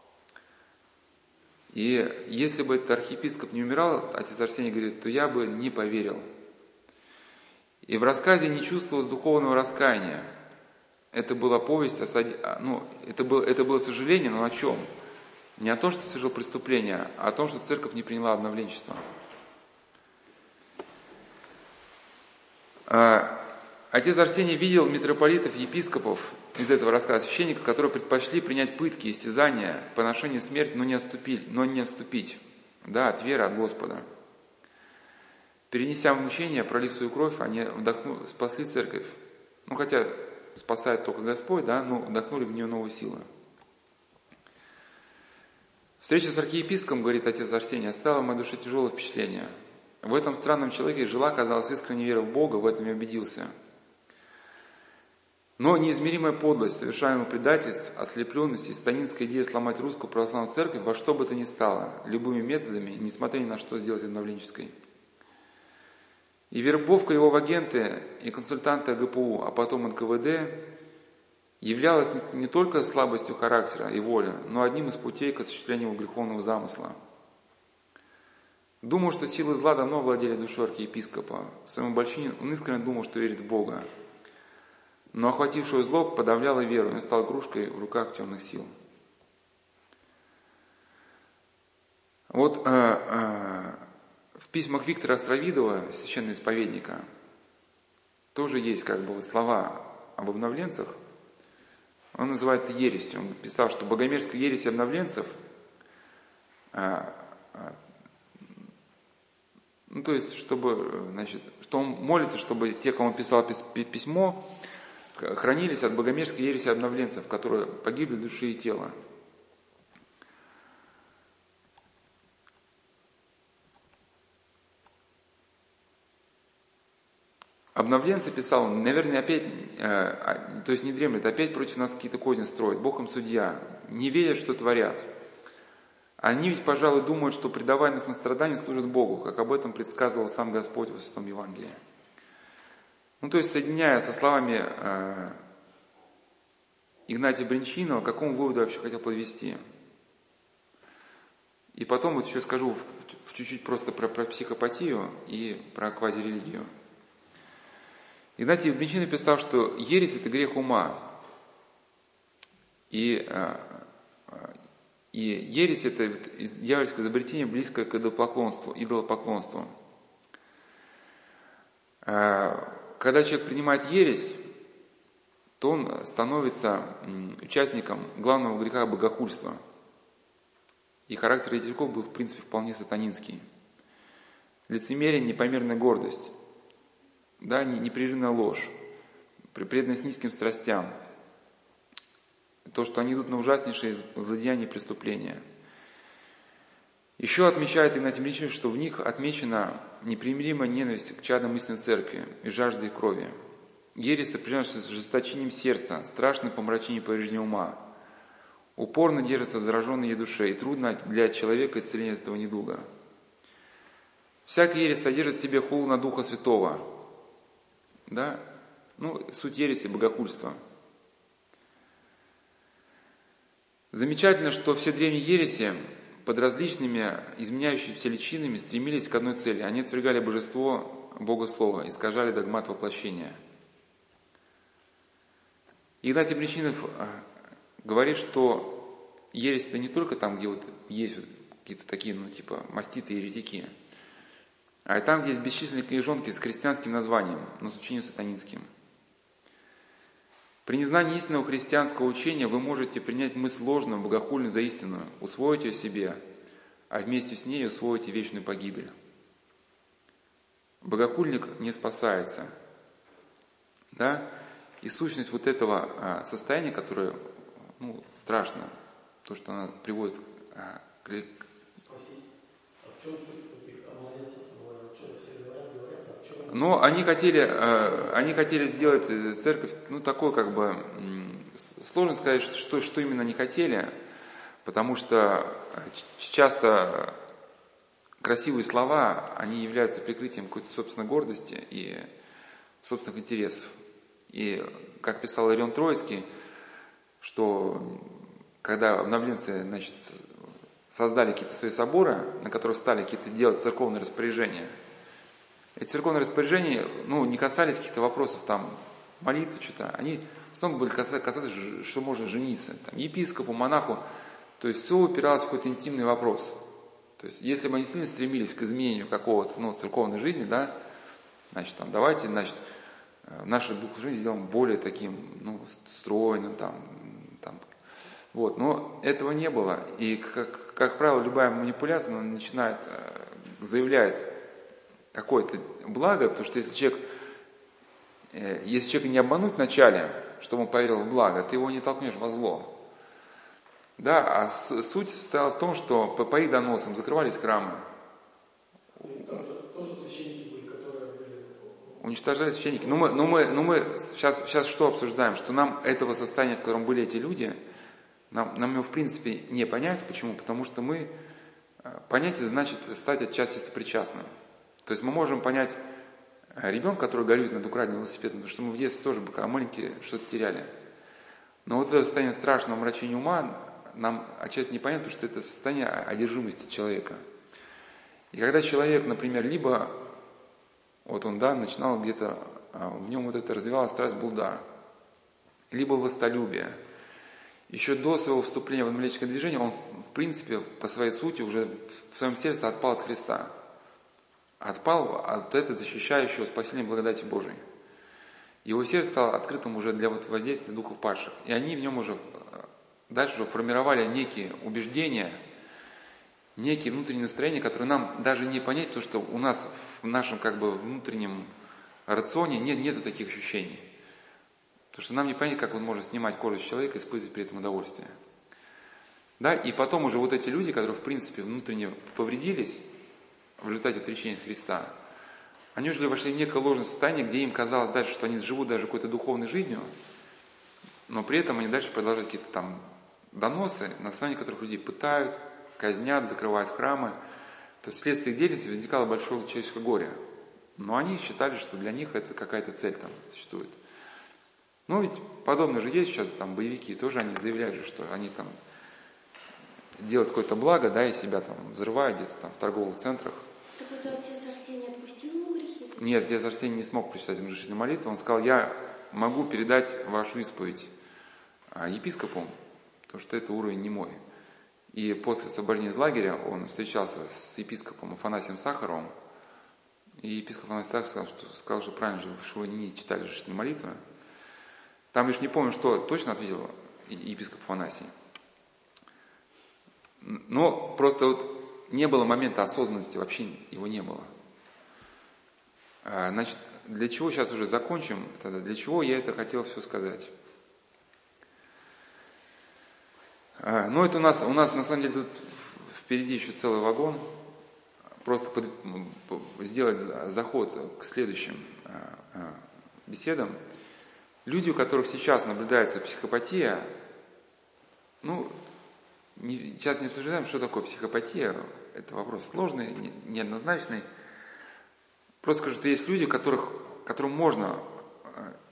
A: И если бы этот архиепископ не умирал, отец Арсений говорит, то я бы не поверил. И в рассказе не чувствовалось духовного раскаяния. Это была повесть, это было сожаление, но о чем? Не о том, что совершил преступление, а о том, что церковь не приняла обновленчество. Отец Арсений видел митрополитов, епископов из этого рассказа, священников, которые предпочли принять пытки, истязания, поношение смерти, но не отступить, да, от веры, от Господа. Перенеся мучения, пролив свою кровь, они спасли церковь. Хотя спасает только Господь, да, но вдохнули в нее новые силы. Встреча с архиепископом, говорит отец Арсений, оставила в моей душе тяжелое впечатление. В этом странном человеке жила, казалось, искренняя вера в Бога, в этом я убедился. Но неизмеримая подлость, совершаемое предательств, ослепленность и сатанинская идея сломать русскую православную церковь во что бы то ни стало, любыми методами, несмотря ни на что сделать обновленческой. И вербовка его в агенты и консультанты АГПУ, а потом НКВД, являлась не только слабостью характера и воли, но одним из путей к осуществлению греховного замысла. Думал, что силы зла давно владели душой архиепископа. В своем обольщении он искренне думал, что верит в Бога. Но охватившую зло подавляло веру, и он стал игрушкой в руках темных сил. Вот в письмах Виктора Островидова, священного исповедника, тоже есть слова об обновленцах. Он называет это ересью. Он писал, что богомерзкая ересь обновленцев, то есть, что он молится, чтобы те, кому он писал письмо, хранились от богомерзкой ереси обновленцев, которые погибли души и тела. Обновленцы, писал он, наверное, опять, то есть не дремлет, опять против нас какие-то козни строят, Бог им судья, не верят, что творят. Они ведь, пожалуй, думают, что предавая нас на страдания, служат Богу, как об этом предсказывал сам Господь во Святом Евангелии. То есть, соединяя со словами Игнатия Бринчинова, к какому выводу я вообще хотел подвести. И потом вот еще скажу чуть-чуть просто про психопатию и про квазирелигию. Игнатий Бринчинов писал, что ересь – это грех ума. И ересь – это дьявольское изобретение, близкое к идолопоклонству. Когда человек принимает ересь, то он становится участником главного греха богохульства. И характер еретиков был, в принципе, вполне сатанинский. Лицемерие, непомерная гордость, да, непрерывная ложь, преданность низким страстям, то, что они идут на ужаснейшие злодеяния и преступления. Еще отмечает Игнатий Бринчинов, что в них отмечена непримиримая ненависть к чадам истинной церкви и жажда их крови. Ересь сопряжена с жесточением сердца, страшным помрачением повреждения ума. Упорно держится в зараженной ей душе, и трудно для человека исцеление этого недуга. Всякая ересь содержит в себе хулу на Духа Святого. Да? Суть ереси – богохульство. Замечательно, что все древние ереси под различными изменяющимися личинами стремились к одной цели. Они отвергали божество Бога Слова, искажали догмат воплощения. Игнатий Бринчанинов говорит, что ересь это не только там, где вот есть вот какие-то такие, маститые еретики, а и там, где есть бесчисленные книжонки с христианским названием, но с учением сатанинским. При незнании истинного христианского учения вы можете принять мысль ложную, богохульную за истинную, усвоить ее себе, а вместе с ней усвоите вечную погибель. Богохульник не спасается. Да? И сущность вот этого состояния, которое страшно, то, что она приводит к...
C: Спросить, а в чем суть таких младенцев? Все говорят, а в чем?
A: Но они хотели сделать церковь, такой сложно сказать, что именно они хотели, потому что часто красивые слова, они являются прикрытием какой-то собственной гордости и собственных интересов. И, как писал Иерион Троицкий, что когда обновленцы, создали какие-то свои соборы, на которых стали какие-то делать церковные распоряжения, эти церковные распоряжения, не касались каких-то вопросов, молитвы, что-то. Они в основном были касаться, что можно жениться, епископу, монаху. То есть все упиралось в какой-то интимный вопрос. То есть если бы они сильно стремились к изменению какого-то, церковной жизни, да, давайте, нашу духовную жизнь сделаем более таким, стройным, вот. Но этого не было. И, как правило, любая манипуляция, она начинает заявлять какое-то благо, потому что если человека не обмануть вначале, чтобы он поверил в благо, ты его не толкнешь во зло. Да, а суть состояла в том, что по их доносам закрывались храмы.
C: Там же тоже священники были, которые были...
A: Уничтожали священники. Но мы сейчас что обсуждаем? Что нам этого состояния, в котором были эти люди, нам его в принципе не понять. Почему? Потому что понять это значит стать отчасти сопричастным. То есть мы можем понять ребенка, который горюет над украденным велосипедом, потому что мы в детстве тоже, когда маленькие, что-то теряли. Но вот это состояние страшного омрачения ума нам отчасти непонятно, потому что это состояние одержимости человека. И когда человек, например, либо начинал где-то, в нем развивалась страсть блуда, либо властолюбие. Еще до своего вступления в инвалидическое движение он, в принципе, по своей сути уже в своем сердце отпал от Христа. Отпал от этого защищающего спасения благодати Божией. Его сердце стало открытым уже для воздействия духов падших. И они в нем уже дальше формировали некие убеждения, некие внутренние настроения, которые нам даже не понять, потому что у нас в нашем внутреннем рационе нету таких ощущений. Потому что нам не понять, как он может снимать кожу с человека и испытывать при этом удовольствие. Да? И потом уже эти люди, которые в принципе внутренне повредились в результате отречения от Христа, они уже вошли в некое ложное состояние, где им казалось дальше, что они живут даже какой-то духовной жизнью, но при этом они дальше продолжают какие-то доносы, на основании которых людей пытают, казнят, закрывают храмы. То есть вследствие их деятельности возникало большое человеческое горе. Но они считали, что для них это какая-то цель существует. Ведь подобное же есть сейчас, боевики, тоже они заявляют же, что они делают какое-то благо, да, и себя взрывают где-то в торговых центрах.
D: Так вот отец Арсений отпустил ему грехи?
A: Нет, отец Арсений не смог прочитать ему разрешительную молитву. Он сказал: я могу передать вашу исповедь епископу, потому что это уровень не мой. И после освобождения из лагеря он встречался с епископом Афанасием Сахаровым. И епископ Афанасий Сахаров сказал, что правильно же, что вы не читали разрешительную молитву. Там лишь не помню, что точно ответил епископ Афанасий. Но просто не было момента осознанности, вообще его не было. Значит, для чего сейчас уже закончим тогда? Для чего я это хотел все сказать? Это у нас на самом деле тут впереди еще целый вагон. Просто сделать заход к следующим беседам. Люди, у которых сейчас наблюдается психопатия, сейчас не обсуждаем, что такое психопатия. Это вопрос сложный, неоднозначный. Просто скажу, что есть люди, которым можно,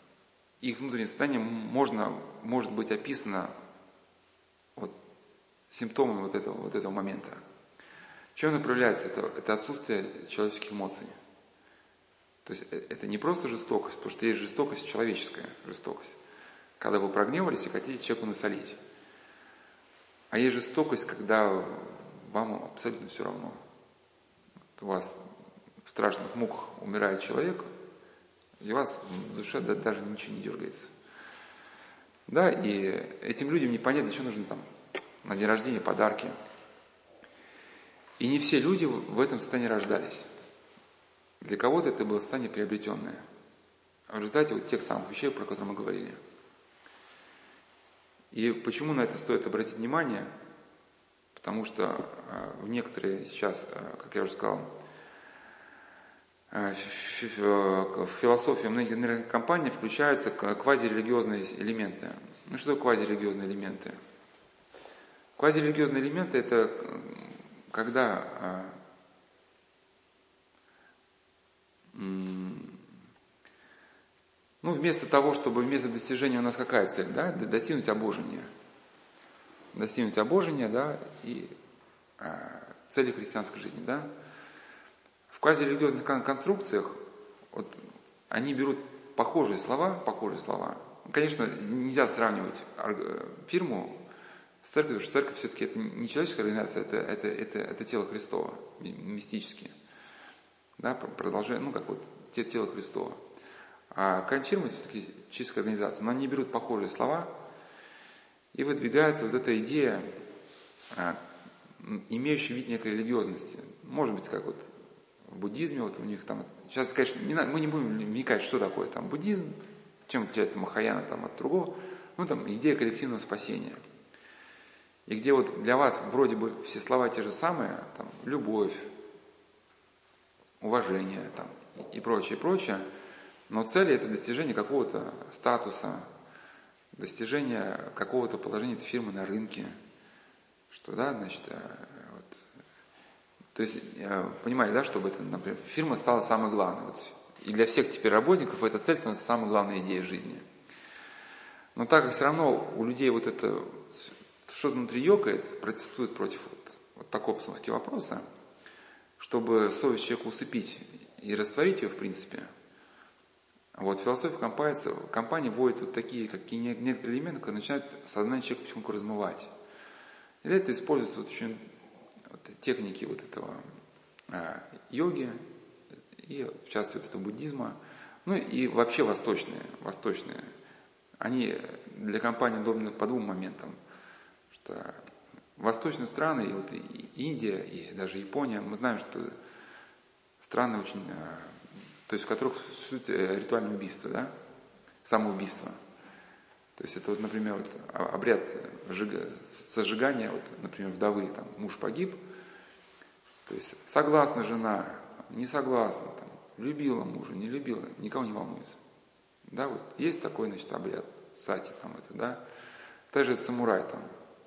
A: их внутреннее состояние может быть описано симптомами вот этого момента. Чем он проявляется? Это отсутствие человеческих эмоций. То есть это не просто жестокость, потому что есть жестокость, человеческая жестокость. Когда вы прогневались и хотите человеку насолить. А есть жестокость, когда вам абсолютно все равно. Вот у вас в страшных муках умирает человек, и у вас в душе даже ничего не дергается. Да, и этим людям непонятно, для чего нужны там на день рождения подарки. И не все люди в этом состоянии рождались. Для кого-то это было состояние приобретенное. В результате вот тех самых вещей, про которые мы говорили. И почему на это стоит обратить внимание? Потому что в некоторые сейчас, как я уже сказал, в философии многих компаний включаются квазирелигиозные элементы. Ну что такое квазирелигиозные элементы? Квазирелигиозные элементы – это когда вместо того, чтобы вместо достижения у нас какая цель, да, достигнуть обожения. Достигнуть обожения, да, и цели христианской жизни, да. В квазирелигиозных конструкциях вот, они берут похожие слова. Конечно, нельзя сравнивать фирму с церковью, потому что церковь все-таки это не человеческая организация, это тело Христово, мистически. Да, продолжение, как вот тело Христово. А конфирма все-таки человеческая организация, но они берут похожие слова, и выдвигается вот эта идея, имеющая вид некой религиозности. Может быть, как вот в буддизме, вот у них там, сейчас, конечно, мы не будем вникать, что такое там буддизм, чем отличается Махаяна там от другого, там идея коллективного спасения. И где вот для вас вроде бы все слова те же самые, там, любовь, уважение там, и прочее, но цель это достижение какого-то статуса, достижение какого-то положения этой фирмы на рынке, что, да, значит, вот, то есть, понимаете, да, чтобы это, например, фирма стала самой главной, вот, и для всех теперь работников эта цель становится самой главной идеей жизни. Но так как все равно у людей вот это что-то внутри ёкает, протестует против вот такой постановки вопроса, чтобы совесть человека усыпить и растворить ее, в принципе, вот философия компании вводит вот такие некоторые элементы, которые начинают сознание человека потихоньку размывать. И для этого используются вот очень техники вот этого йоги, и в частности вот этого буддизма, и вообще восточные. Они для компании удобны по двум моментам, что восточные страны, и вот и Индия, и даже Япония, мы знаем, что страны очень, то есть в которых существует ритуальное убийство, да, самоубийство. То есть это вот, например, вот обряд сожигания, вот, например, вдовы, там, муж погиб, то есть согласна жена, не согласна, там, любила мужа, не любила, никого не волнуется. Да, вот есть такой, значит, обряд сати, там это, да. Также самурай там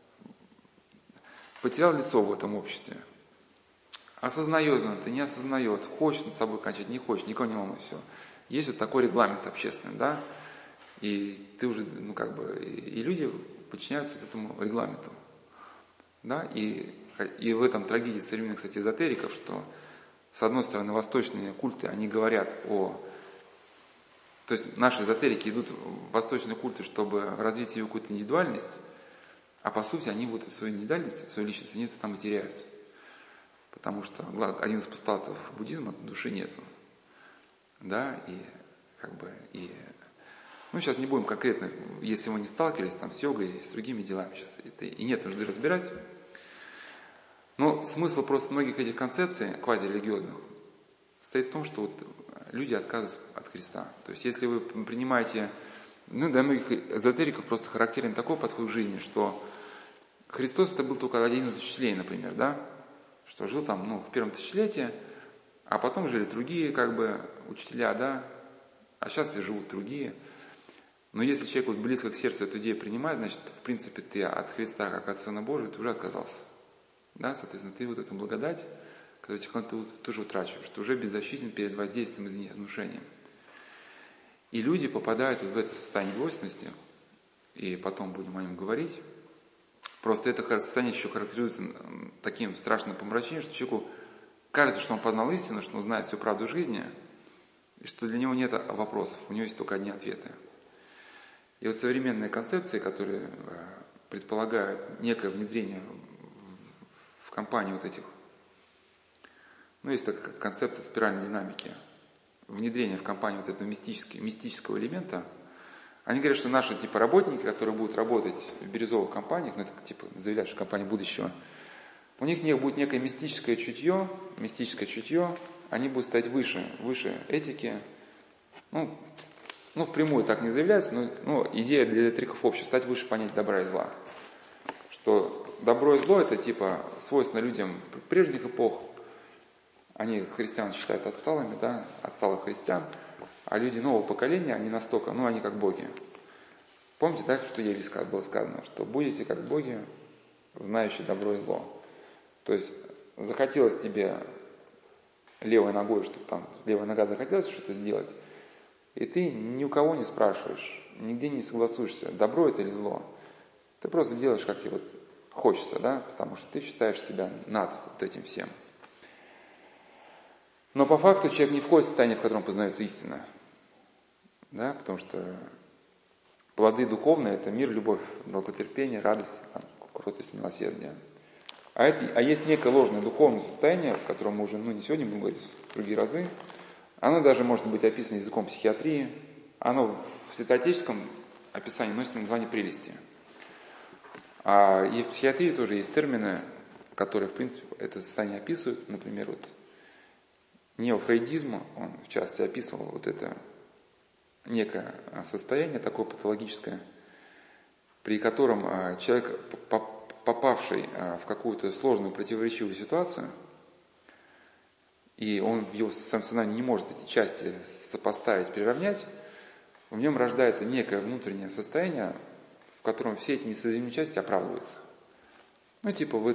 A: потерял лицо в этом обществе. Осознает он это, не осознает, хочет над собой кончать, не хочет, никого не волнует, все. Есть вот такой регламент общественный, да, и ты уже, и люди подчиняются вот этому регламенту, да, и в этом трагедии современных, кстати, эзотериков, что, с одной стороны, восточные культы, они говорят то есть наши эзотерики идут в восточные культы, чтобы развить себе какую-то индивидуальность, а по сути они вот свою индивидуальность, свою личность, они это там и теряют. Потому что один из постулатов буддизма – души нету. Да, сейчас не будем конкретно, если мы не сталкивались там с йогой и с другими делами, сейчас это и нет нужды разбирать. Но смысл просто многих этих концепций квазирелигиозных состоит в том, что вот люди отказываются от Христа. То есть если вы принимаете, для многих эзотериков просто характерен такой подход к жизни, что Христос это был только один из учителей, например, да, что жил там, в первом тысячелетии, а потом жили другие, учителя, да, а сейчас живут другие. Но если человек вот близко к сердцу эту идею принимает, значит, в принципе, ты от Христа, как от Сына Божия, ты уже отказался. Да, соответственно, ты вот эту благодать, которую ты тоже утрачиваешь, что уже беззащитен перед воздействием извне, внушением. И люди попадают вот в это состояние двойственности, и потом будем о нем говорить, Просто это состояние еще характеризуется таким страшным помрачением, что человеку кажется, что он познал истину, что он знает всю правду жизни, и что для него нет вопросов, у него есть только одни ответы. И вот современные концепции, которые предполагают некое внедрение в компании вот этих, есть такая концепция спиральной динамики, внедрение в компанию вот этого мистического элемента. Они говорят, что наши работники, которые будут работать в бирюзовых компаниях, это заявляют, что компания будущего, у них будет некое мистическое чутье, они будут стоять выше этики. Впрямую так не заявляется, но идея для электриков общая, стать выше понятия добра и зла. Что добро и зло это свойственно людям прежних эпох. Они христиан считают отсталыми, отсталых христиан, а люди нового поколения, они настолько, они как боги. Помните, что Еве было сказано, что будете как боги, знающие добро и зло. То есть захотелось тебе левой ногой, чтобы левая нога захотелось что-то сделать, и ты ни у кого не спрашиваешь, нигде не согласуешься, добро это или зло. Ты просто делаешь, как тебе хочется, потому что ты считаешь себя над этим всем. Но по факту человек не входит в состояние, в котором познается истина. Потому что плоды духовные – это мир, любовь, долготерпение, радость, кротость, милосердие. А есть некое ложное духовное состояние, в котором мы уже, не сегодня будем говорить, в другие разы. Оно даже может быть описано языком психиатрии. Оно в святоотеческом описании носит название прелести. И в психиатрии тоже есть термины, которые, в принципе, это состояние описывают. Например, неофрейдизм, он в частности описывал это некое состояние такое патологическое, при котором человек, попавший в какую-то сложную противоречивую ситуацию, и он в его своем сознании не может эти части сопоставить, приравнять, в нем рождается некое внутреннее состояние, в котором все эти несоизмеримые части оправдываются. Вы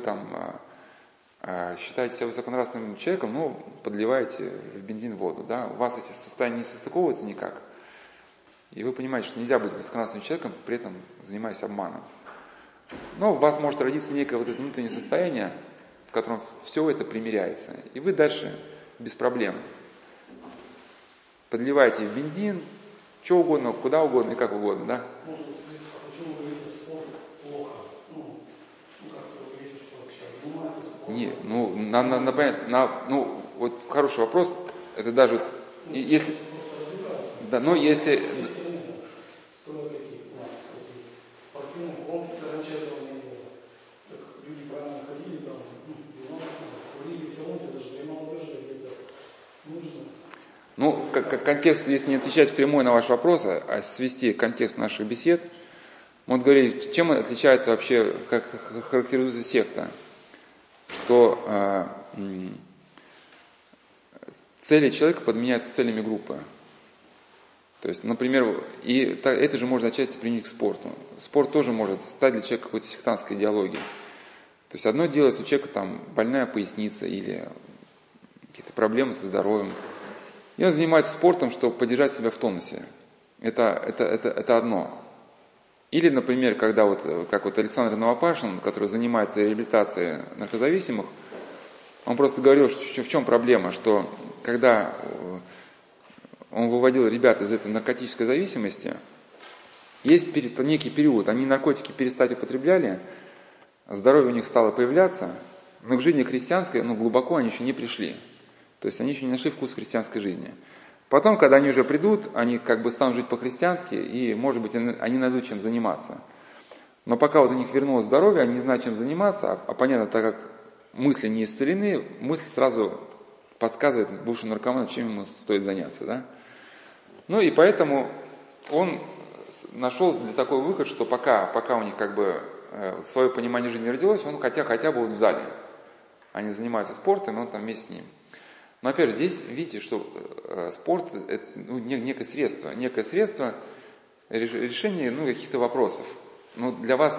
A: считаете себя высоконравственным человеком, подливаете в бензин воду, у вас эти состояния не состыковываются никак. И вы понимаете, что нельзя быть высоконравственным человеком, при этом занимаясь обманом. Но у вас может родиться некое это внутреннее состояние, в котором все это примиряется. И вы дальше без проблем подливаете в бензин, что угодно, куда угодно и как угодно,
C: Может быть, почему вы говорите, спорт плохо? Как вы говорите, что сейчас занимаетесь спортом?
A: Хороший вопрос. Это даже если... если...
C: Строят какие у нас спортивные комплексы, раньше этого не было. Так люди правильно ходили, курили, все равно даже для молодежи где-то нужно.
A: Контекст, если не отвечать впрямую на ваш вопрос, а свести контекст наших бесед, мы говорили, чем отличается вообще, как характеризуется секта, что цели человека подменяются целями группы. То есть, например, и это же можно отчасти применить к спорту. Спорт тоже может стать для человека какой-то сектантской идеологией. То есть одно дело, если у человека больная поясница или какие-то проблемы со здоровьем, и он занимается спортом, чтобы поддержать себя в тонусе. Это одно. Или, например, когда как Александр Новопашин, который занимается реабилитацией наркозависимых, он просто говорил, что в чем проблема, что когда он выводил ребят из этой наркотической зависимости, есть некий период, они наркотики перестали употребляли, здоровье у них стало появляться, но к жизни христианской, глубоко они еще не пришли. То есть они еще не нашли вкус христианской жизни. Потом, когда они уже придут, они станут жить по-христиански, и, может быть, они найдут чем заниматься. Но пока у них вернулось здоровье, они не знают, чем заниматься, а понятно, так как мысли не исцелены, мысль сразу подсказывает бывшему наркоману, чем ему стоит заняться, и поэтому он нашел для такой выход, что пока у них свое понимание жизни родилось, он хотя бы в зале. Они занимаются спортом, и он там вместе с ним. Но опять же, здесь видите, что спорт – это некое средство решения каких-то вопросов. Но для вас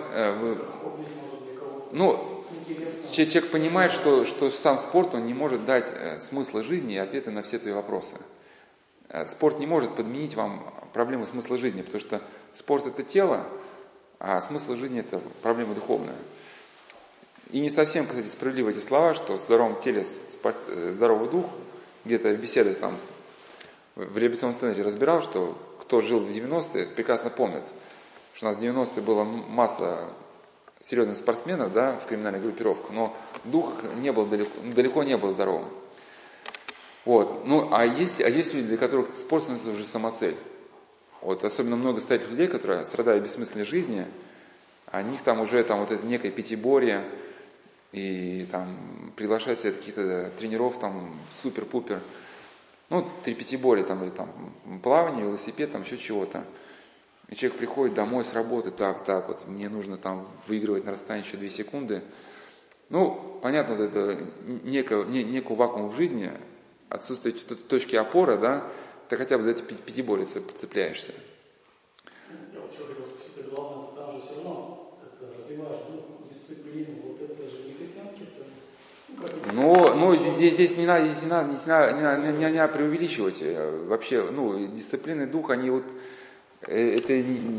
A: человек понимает, что сам спорт он не может дать смысла жизни и ответы на все твои вопросы. Спорт не может подменить вам проблему смысла жизни, потому что спорт – это тело, А смысл жизни – это проблема духовная. И не совсем, кстати, справедливы эти слова, что в здоровом теле здоровый дух. Где-то в беседах там в реабилитационном центре разбирал, что кто жил в 90-е, прекрасно помнит, что у нас в 90-е была масса серьезных спортсменов, да, в криминальных группировках, но дух не был далеко не был здоровым. Вот. Ну, а есть люди, для которых спорт становится уже самоцель. Вот, особенно много старых людей, которые страдают бессмысленной жизни, у них там уже там вот это некое пятиборье, и там приглашать себе каких-то тренеров там супер-пупер, ну, 3 пятиборья там, или там плавание, велосипед, там еще чего-то. И человек приходит домой с работы, так, вот, мне нужно там выигрывать на расстоянии еще 2 секунды. Ну, понятно, вот это некий вакуум в жизни, отсутствие точки опоры, да, ты хотя бы за эти пятиборья цепляешься.
C: Я вообще хотел спросить, главное, там же все равно это развиваешь дух, дисциплину, вот это же не христианские ценности.
A: Ну, здесь не надо преувеличивать. Вообще, ну, дисциплина и дух, они вот, это,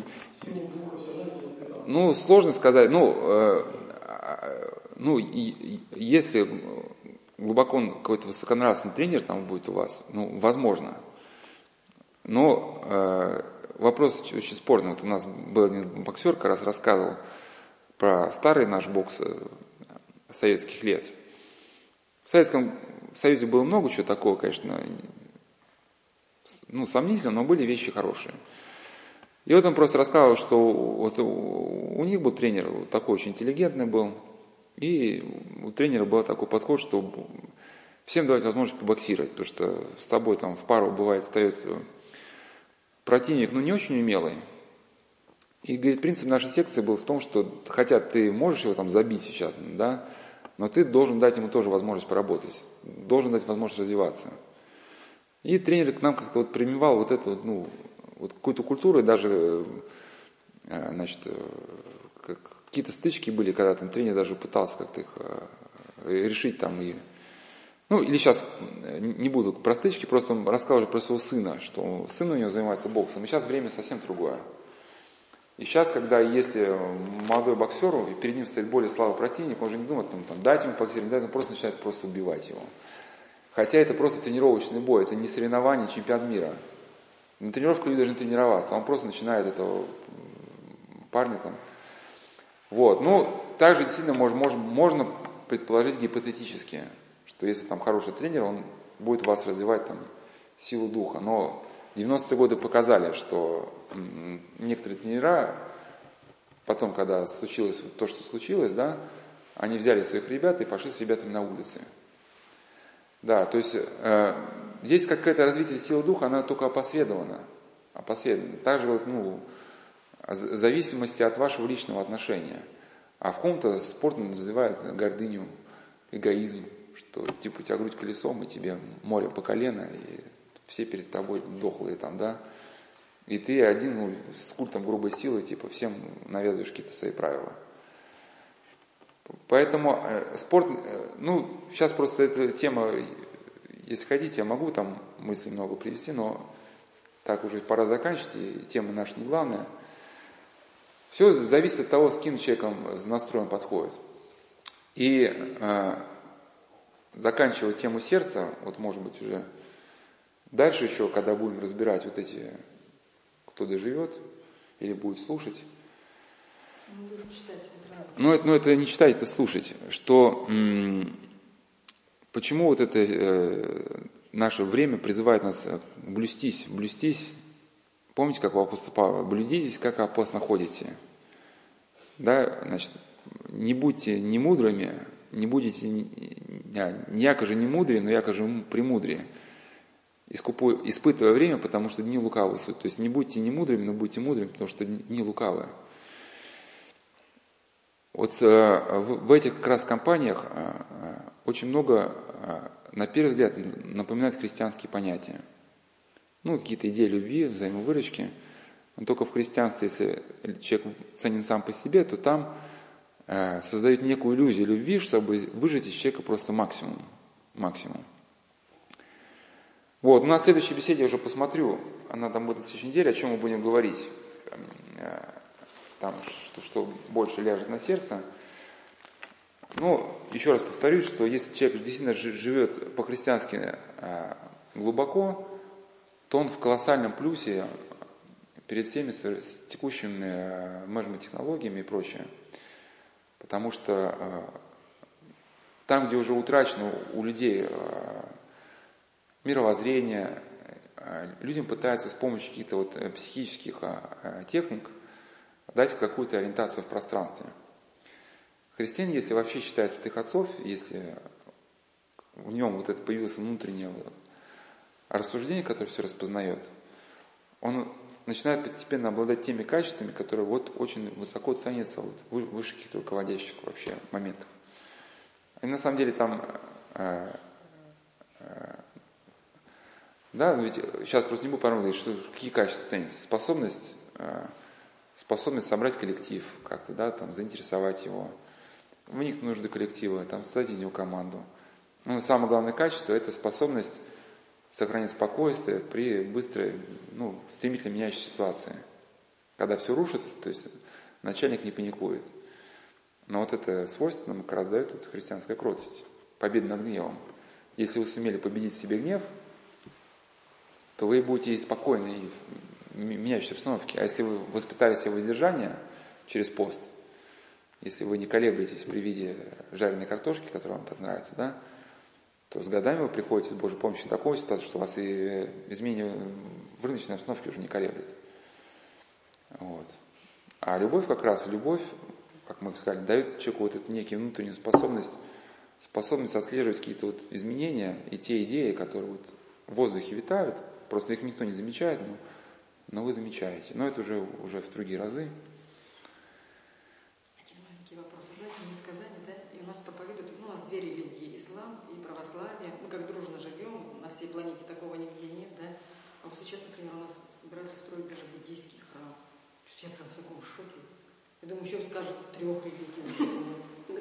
A: ну, сложно сказать, если глубоко какой-то высоконравственный тренер там будет у вас, ну, возможно. Но вопрос очень спорный. Вот у нас был один боксер, как раз рассказывал про старый наш бокс советских лет. В Советском Союзе было много чего такого, конечно, ну, сомнительного, но были вещи хорошие. И вот он просто рассказывал, что вот у них был тренер, вот такой очень интеллигентный был, и у тренера был такой подход, что всем давать возможность побоксировать, потому что с тобой там в пару бывает встает противник, ну, не очень умелый. И, говорит, принцип нашей секции был в том, что хотя ты можешь его там забить сейчас, да, но ты должен дать ему тоже возможность поработать, должен дать возможность развиваться. И тренер к нам как-то вот прививал вот эту, ну, вот какую-то культуру, и даже, значит, какие-то стычки были, когда там тренер даже пытался как-то их решить там и... Ну, или сейчас не буду про стычки, просто он рассказывал про своего сына, что сын у него занимается боксом, и сейчас время совсем другое. И сейчас, когда если молодой боксеру, и перед ним стоит более слабый противник, он уже не думает, там, дать ему боксировать, он просто начинает просто убивать его. Хотя это просто тренировочный бой, это не соревнование, чемпионат мира. На тренировку люди должны тренироваться, он просто начинает этого парня там. Вот, ну, также действительно можно предположить гипотетически, что если там хороший тренер, он будет вас развивать там силу духа. Но 90-е годы показали, что некоторые тренера, потом, когда случилось то, что случилось, да, они взяли своих ребят и пошли с ребятами на улице. Да, то есть здесь какое-то развитие силы духа, она только опосредована. Также вот, ну, в зависимости от вашего личного отношения. А в ком-то спорт развивает гордыню, эгоизм, что типа у тебя грудь колесом, и тебе море по колено, и все перед тобой дохлые там, да. И ты один, ну, с культом грубой силы, типа всем навязываешь какие-то свои правила. Поэтому спорт, ну, сейчас просто эта тема, если хотите, я могу там мысли много привести, но так уже пора заканчивать, и тема наша не главная. Все зависит от того, с каким человеком с настроем подходит. И заканчивая тему сердца, вот может быть уже дальше еще, когда будем разбирать вот эти, кто доживет или будет слушать, но это не читать, это слушать, что почему вот это наше время призывает нас блюстись. Помните, как у апостола Павла, блюдитесь, как апостол находите. Да, значит, не будьте немудрыми, не будете, не яко же не мудрые, но яко же премудрые, испытывая время, потому что дни лукавые суть. То есть не будьте немудрыми, но будьте мудрыми, потому что дни лукавые. Вот в этих как раз компаниях очень много, на первый взгляд, напоминает христианские понятия. Ну, какие-то идеи любви, взаимовыручки. Но только в христианстве, если человек ценен сам по себе, то там создают некую иллюзию любви, чтобы выжать из человека просто максимум. Вот, на следующей беседе я уже посмотрю, она там будет на следующей неделе, о чем мы будем говорить. там, что больше ляжет на сердце. Но еще раз повторюсь, что если человек действительно живет по-христиански глубоко, то он в колоссальном плюсе перед всеми с текущими менеджмент-технологиями и прочее. Потому что там, где уже утрачено у людей мировоззрение, людям пытаются с помощью каких-то психических техник дать какую-то ориентацию в пространстве. Христианин, если вообще считает святых отцов, если в нем это появилось внутреннее рассуждение, которое все распознает, он начинает постепенно обладать теми качествами, которые очень высоко ценятся выше каких-то руководящих вообще моментов. И на самом деле там, ведь сейчас просто не буду говорить, какие качества ценятся. Способность собрать коллектив как-то, заинтересовать его, вникнуть в нужды коллектива, создать из него команду. Но самое главное качество – это способность сохранять спокойствие при быстрой, стремительно меняющейся ситуации. Когда все рушится, то есть начальник не паникует. Но это свойство нам как раз дает христианская кротость, победа над гневом. Если вы сумели победить в себе гнев, то вы будете и спокойны, и в меняющей обстановке. А если вы воспитали себе воздержание через пост, если вы не колеблетесь при виде жареной картошки, которая вам так нравится, то с годами вы приходите с Божьей помощью в такую ситуацию, что вас и изменение в рыночной обстановке уже не колеблет. А любовь как раз, как мы сказали, дает человеку эту некую внутреннюю способность отслеживать какие-то изменения и те идеи, которые в воздухе витают, просто их никто не замечает, но вы замечаете. Но это уже в другие разы.
E: Один маленький вопрос. Вы знаете, мне сказали, и у нас проповедуют, у нас две религии, ислам и православие. Мы как дружно живем, на всей планете такого нигде нет, А сейчас, например, у нас собираются строить даже буддийский храм. Я прям в таком шоке. Я думаю, еще скажут 3 религий.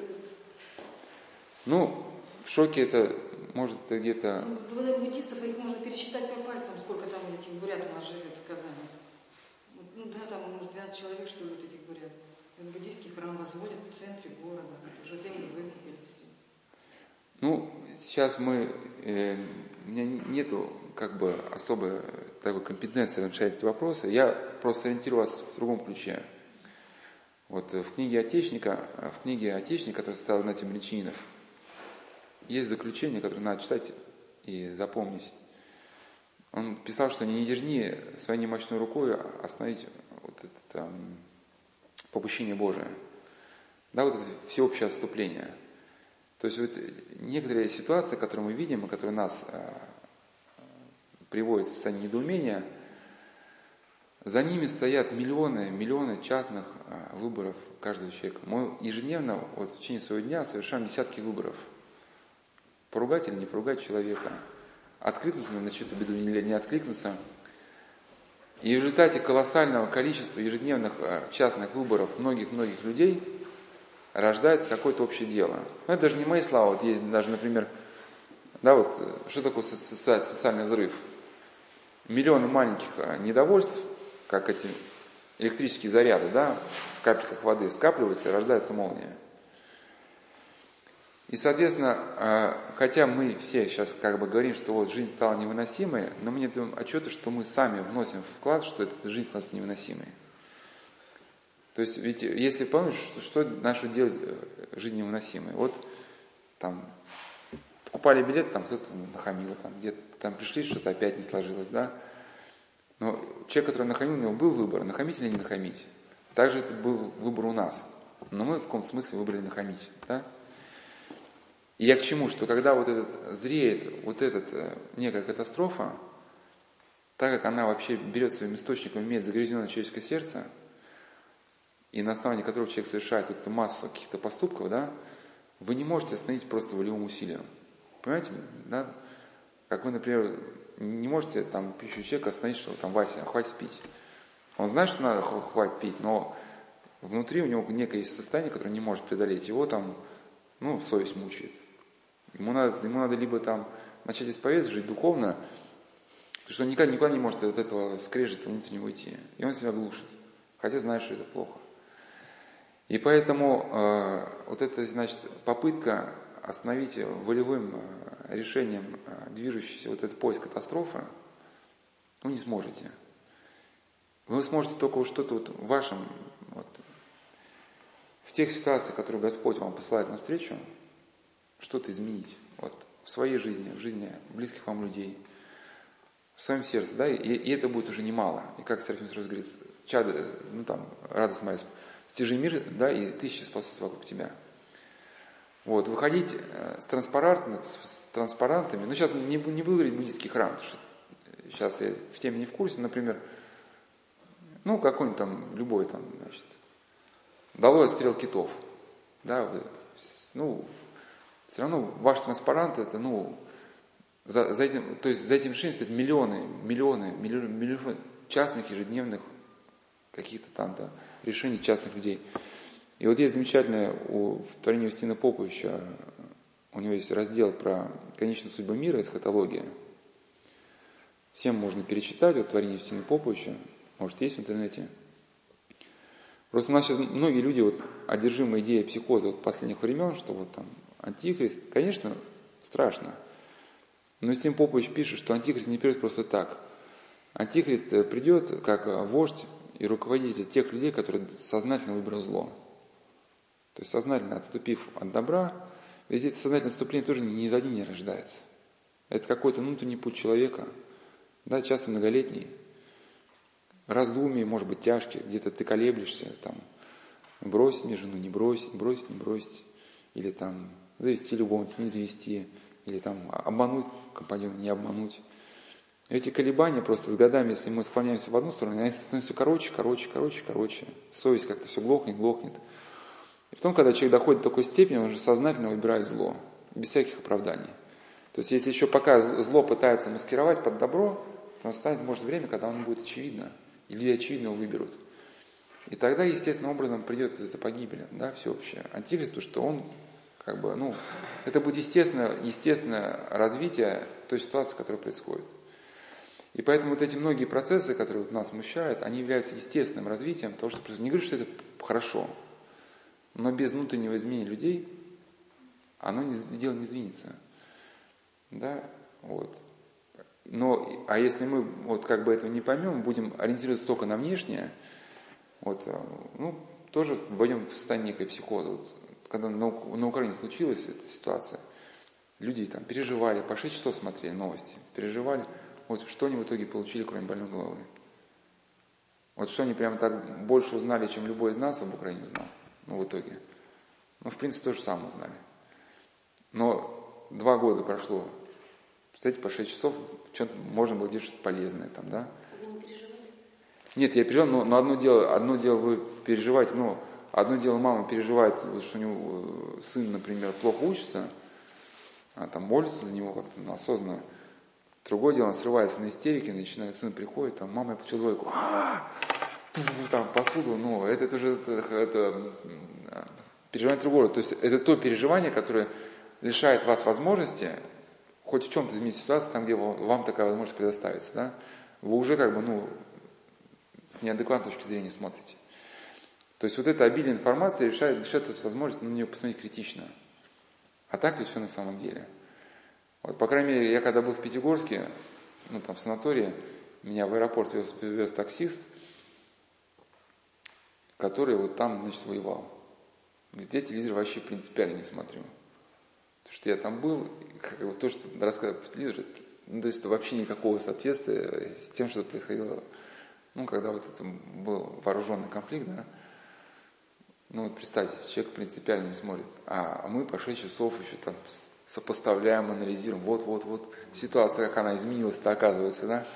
A: В шоке это может где-то...
E: Буддистов, их можно пересчитать по пальцам, сколько там этих бурят у нас живет в Казани. Там, может, 12 человек, что ли, этих бурят. Буддийский храм возводят в центре города. Уже землю выкупили все.
A: Сейчас у меня нету особой такой компетенции решать эти вопросы. Я просто ориентирую вас в другом ключе. В книге Отечника, которая состояла на тему личининов, есть заключение, которое надо читать и запомнить. Он писал, что не дерзни своей немощной рукой остановить это попущение Божие. Это всеобщее отступление. То есть некоторые ситуации, которые мы видим, и которые нас приводят в состояние недоумения, за ними стоят миллионы частных выборов каждого человека. Мы ежедневно в течение своего дня совершаем десятки выборов. Поругать или не поругать человека, откликнуться на чью-то беду или не откликнуться. И в результате колоссального количества ежедневных частных выборов многих-многих людей рождается какое-то общее дело. Это даже не мои слова. Есть даже, например, что такое социальный взрыв? Миллионы маленьких недовольств, как эти электрические заряды, в капельках воды скапливаются и рождается молния. И, соответственно, хотя мы все сейчас говорим, что жизнь стала невыносимой, но мы не даем отчета, что мы сами вносим вклад, что эта жизнь становится невыносимой. То есть, ведь если помнишь, что нашу делать жизнь невыносимой? Покупали билет, кто-то нахамил, где-то пришли, что-то опять не сложилось, Но человек, который нахамил, у него был выбор, нахамить или не нахамить. Также это был выбор у нас. Но мы в каком-то смысле выбрали нахамить, И я к чему? Что когда зреет некая катастрофа, так как она вообще берет своим источником, имеет загрязненное человеческое сердце, и на основании которого человек совершает эту массу каких-то поступков, вы не можете остановить просто волевым усилием. Понимаете? Как вы, например, не можете пьющего человека остановить, что Вася, хватит пить. Он знает, что надо хватит пить, но внутри у него некое есть состояние, которое не может преодолеть. Его совесть мучает. Ему надо либо начать исповедовать, жить духовно, потому что он никогда не может от этого скрежета внутреннего уйти. И он себя глушит, хотя знает, что это плохо. И поэтому вот эта, значит, попытка остановить волевым решением движущийся вот этот поиск катастрофы, вы не сможете. Вы сможете только вот что-то вот в вашем, вот, в тех ситуациях, которые Господь вам посылает навстречу, что-то изменить. Вот, в своей жизни, в жизни близких вам людей, в своем сердце, да, и это будет уже немало. И как Серафим Саровский говорит, чадо, радость моя, стяжи мир, да, и тысячи спасутся вокруг тебя. Вот, выходить с транспарантами, сейчас не буду говорить буддийский храм, потому что сейчас я в теме не в курсе, например, какой-нибудь там, любой там, значит, долой отстрел китов, да, все равно ваш транспарант это, за этим решением стоят миллионы частных, ежедневных каких-то там, да, решений частных людей. И вот есть замечательное в творении Устина Поповича, у него есть раздел про конечную судьбу мира, эсхатология. Всем можно перечитать, вот творение Устина Поповича, может, есть в интернете. Просто у нас сейчас многие люди вот одержимы идеей психоза вот последних времен, что вот там антихрист, конечно, страшно. Но Устин Попович пишет, что антихрист не придет просто так. Антихрист придет как вождь и руководитель тех людей, которые сознательно выбрали зло. То есть сознательно отступив от добра, ведь это сознательное отступление тоже не за день не рождается. Это какой-то внутренний путь человека, да, часто многолетний. Раздумья, может быть, тяжкие, где-то ты колеблешься, там, бросить мне жену, не бросить, бросить, не бросить, или там завести любовницу, не завести, или там обмануть компаньона, не обмануть. Эти колебания просто с годами, если мы склоняемся в одну сторону, они становятся короче. Совесть как-то все глохнет. И потом, когда человек доходит до такой степени, он уже сознательно выбирает зло, без всяких оправданий. То есть, если еще пока зло пытается маскировать под добро, то настанет, может, время, когда оно будет очевидно, и люди очевидно его выберут. И тогда, естественным образом, придет эта погибель, да, всеобщая. Антихристу, что он, это будет естественное развитие той ситуации, которая происходит. И поэтому вот эти многие процессы, которые вот нас смущают, они являются естественным развитием того, что происходит. Не говорю, что это хорошо, но без внутреннего изменения людей дело не сдвинется. Да, вот. А если мы этого не поймем, будем ориентироваться только на внешнее, тоже войдем в состояние некой психоза. Вот, когда на Украине случилась эта ситуация, люди там переживали, по 6 часов смотрели новости, переживали. Вот что они в итоге получили, кроме больной головы? Вот что они прямо так больше узнали, чем любой из нас об Украине узнал, в итоге. В принципе, то же самое узнали. Но 2 года прошло, представляете, по 6 часов что-то можно было делать что-то полезное там, да?
D: Вы не переживали?
A: Нет, я переживал, но одно дело вы переживаете, одно дело мама переживает, что у него сын, например, плохо учится, она там молится за него как-то осознанно. Другое дело, она срывается на истерике, начинает, сын приходит, там, мама, я получил двойку, там, посуду, это уже переживание другого. То есть это то переживание, которое лишает вас возможности хоть в чем-то изменить ситуацию, там, где вам такая возможность предоставится, да? Вы уже с неадекватной точки зрения смотрите. То есть вот это обилие информации лишает вас возможности на нее посмотреть критично. А так ли все на самом деле? Вот, по крайней мере, я когда был в Пятигорске, там в санатории, меня в аэропорт вез таксист, который вот там, значит, воевал. Говорит, я телевизор вообще принципиально не смотрю. Потому что я там был, то, что рассказывают по телевизору, то есть это вообще никакого соответствия с тем, что происходило, когда вот это был вооруженный конфликт, да. Представьте, человек принципиально не смотрит, а мы по 6 часов еще там сопоставляем, анализируем, вот ситуация, как она изменилась-то, оказывается, да.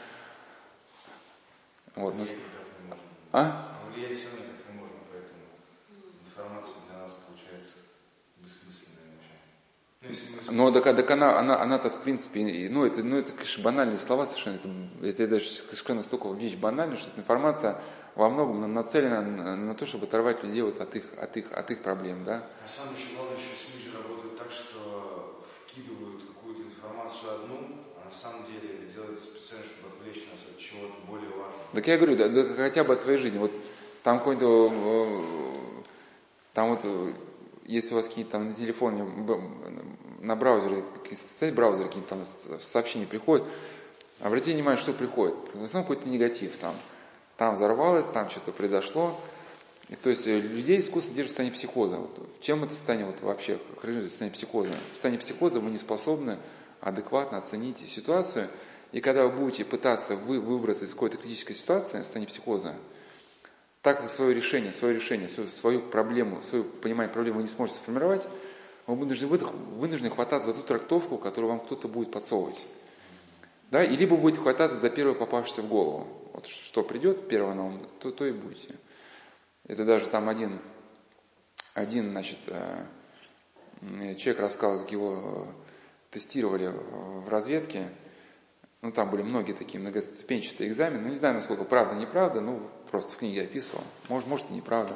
A: Вот,
F: влиять все никак не можно, поэтому информация для нас получается бессмысленная вообще.
A: Так она-то в принципе, это, конечно, банальные слова совершенно, это даже совершенно настолько вещь банальная, что эта информация во многом нацелена на то, чтобы оторвать людей вот от их проблем, да.
F: А самое еще главное, еще СМИ же работают так, что вкидывают какую-то информацию одну, а на самом деле это делается специально, чтобы отвлечь нас от чего-то более важного.
A: Так я говорю, да хотя бы от твоей жизни. Вот там какой-то Там вот, если у вас какие-то там на телефоне, на браузере, какие-то там сообщения приходят, обратите внимание, что приходит. В основном какой-то негатив там взорвалось, там что-то произошло. И, то есть людей искусственно держит в состоянии психоза. Вот, в чем это состояние вот, вообще характеризуется состояние психоза? В состоянии психоза вы не способны адекватно оценить ситуацию. И когда вы будете пытаться выбраться из какой-то критической ситуации в состоянии психоза, так как свое решение, свою проблему, свое понимание проблемы вы не сможете сформировать, вы вынуждены хвататься за ту трактовку, которую вам кто-то будет подсовывать. Да? И либо будете хвататься за первое попавшееся в голову. Вот что придет первое на ум, то и будете. Это даже там один значит, человек рассказал, как его тестировали в разведке. Ну, там были многие такие многоступенчатые экзамены. Ну, не знаю, насколько правда, неправда, ну, просто в книге описывал. Может и неправда.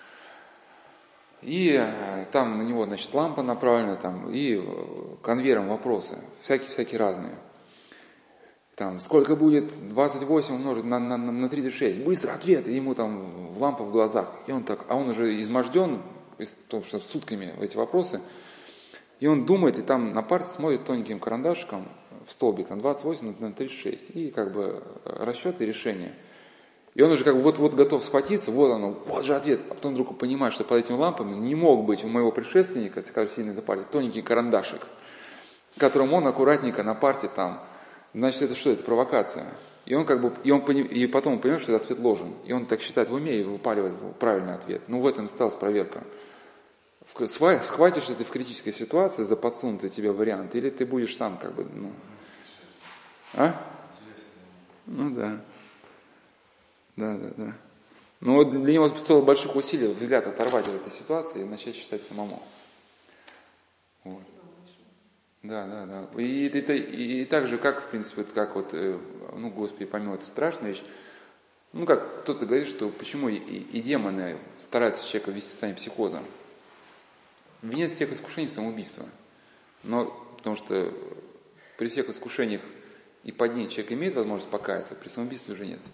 A: И там на него, значит, лампа направлена, там, и конвейером вопросы. Всякие разные. Там, сколько будет 28 умножить на 36? Быстро ответ! И ему там лампа в глазах. И он так, а он уже изможден, потому что сутками эти вопросы. И он думает, и там на парте смотрит тоненьким карандашиком в столбик, там 28 на 36. И как бы расчеты и решения. И он уже как бы вот готов схватиться, вот же ответ. А потом вдруг понимает, что под этими лампами не мог быть у моего предшественника, скажем, сильной этой партии, тоненький карандашик, которым он аккуратненько на парте там. Значит, это что? Это провокация. И потом он понимает, что этот ответ ложен. И он так считает в уме и выпаливает правильный ответ. Ну, в этом и осталась проверка. Схватишь ли ты в критической ситуации за подсунутый тебе вариант, или ты будешь сам как бы, ну... А? Ну да. Да. Но вот для него стоило больших усилий взгляд оторвать от этой ситуации и начать читать самому. Вот. Да. И так же, как, в принципе, ну, Господи, помилуй, это страшная вещь. Ну, как кто-то говорит, что почему и демоны стараются человека ввести в состояние психоза. Венец всех искушений – самоубийство. Но потому что при всех искушениях и падении человек имеет возможность покаяться, при самоубийстве уже нет.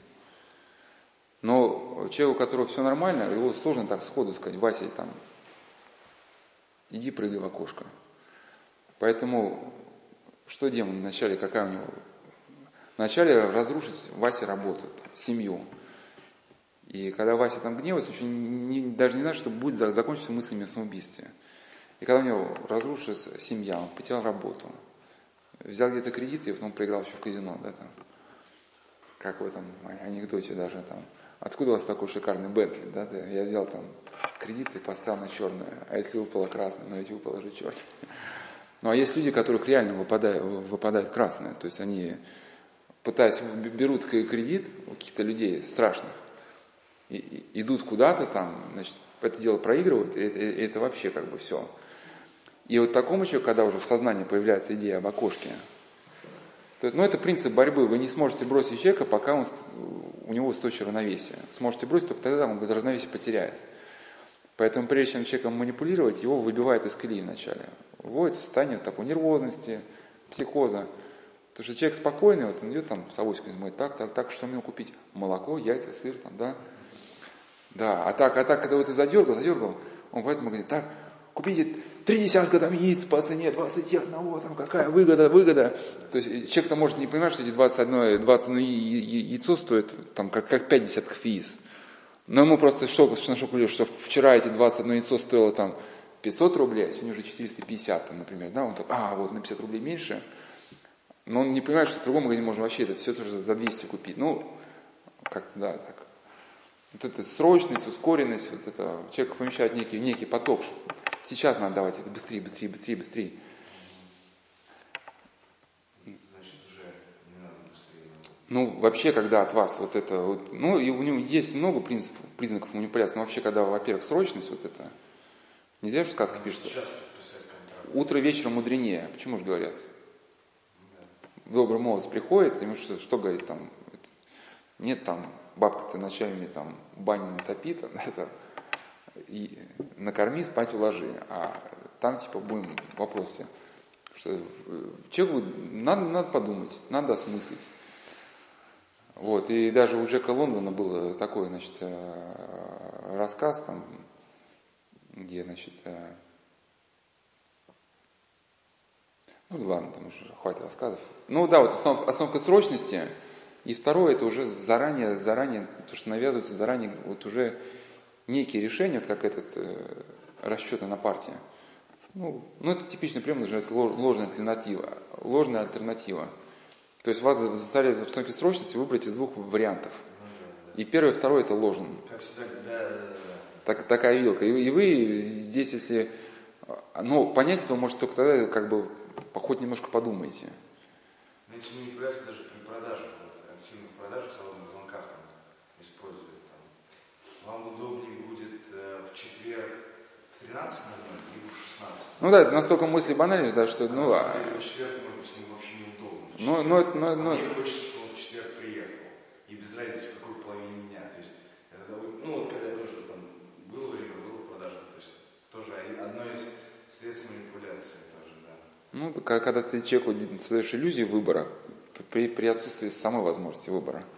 A: Но человеку, у которого все нормально, его сложно так сходу сказать: Вася, там, иди прыгай в окошко. Поэтому что демон вначале, какая у него? Вначале разрушить Васе работу, там, семью. И когда Вася там гневается, даже не знает, что будет закончиться мыслями о самоубийстве. И когда у него разрушилась семья, он потерял работу, взял где-то кредит и потом проиграл еще в казино, да, там, как в этом анекдоте даже там. Откуда у вас такой шикарный Бентли, да? Я взял там кредит и поставил на черное, а если выпало красное, но ведь выпало же черное. Ну а есть люди, которых реально выпадает красное, то есть они, пытаясь, берут кредит у каких-то людей страшных, и идут куда-то там, значит, это дело проигрывают, и это вообще как бы все. И вот такому человеку, когда уже в сознании появляется идея об окошке, то, ну, это принцип борьбы. Вы не сможете бросить человека, пока у него устойчивое равновесие. Сможете бросить, только тогда он это равновесие потеряет. Поэтому прежде чем человеком манипулировать, его выбивает из колеи вначале. Вводит в состояние такой нервозности, психоза. Потому что человек спокойный, вот он идет там с авоськой измывает, так, что мне купить? Молоко, яйца, сыр, там, да? Да, а так, когда вот ты задергал, он поэтому говорит: так, купите 3 десятка там яиц по цене 21, там какая выгода. То есть человек-то может не понимать, что эти 21 яйцо стоит там как 5 десятков яиц. Но ему просто нашокулил, что вчера эти 21 яйцо стоило там 500 рублей, а сегодня уже 450, там, например. Да? Он так, вот на 50 рублей меньше. Но он не понимает, что в другом магазине можно вообще это все тоже за 200 купить. Ну, как-то, да, так. Вот эта срочность, ускоренность, вот это, человек помещает некий поток. Сейчас надо давать это быстрее.
F: Значит, уже не надо быстрее.
A: Ну, вообще, когда от вас вот это вот, ну, и у него есть много признаков манипуляции, но вообще, когда, во-первых, срочность вот это, не зря в сказке пишется, утро вечером мудренее. Почему же говорят? Добрый молодец приходит, ему что говорит там? Нет, там, бабка-то ночами там баню натопит, это, и накорми, спать уложи. А там типа будем в вопросе, что человеку надо подумать, надо осмыслить. Вот, и даже у Джека Лондона был такой, значит, рассказ, там, где, значит, ну ладно, там уже хватит рассказов. Ну да, вот основка срочности. И второе, это уже заранее, то, что навязывается заранее, вот уже некие решения, вот как этот расчеты на партии. Ну, это типичный прием, называется ложная альтернатива. То есть вас заставляют в обстановке срочности выбрать из двух вариантов. И первый, и второй это ложен.
F: Как всегда, да.
A: Такая вилка. И вы здесь, если... Но понять этого может только тогда, как бы, хоть немножко подумайте.
F: Эти манипуляции даже при продаже, активных продажах, холодных звонках используют. Вам удобнее будет в четверг в 13:00 или в 16:00?
A: Ну да, это настолько мысли банальные, да, что...
F: В четверг, может быть, ему вообще неудобно. Мне хочется, чтобы он в четверг приехал. И без разницы, в какой половине дня. То есть, когда я тоже там был в продаже, то есть тоже одно из средств манипуляции тоже, да.
A: Ну, когда ты человеку создаешь иллюзию выбора, при отсутствии самой возможности выбора.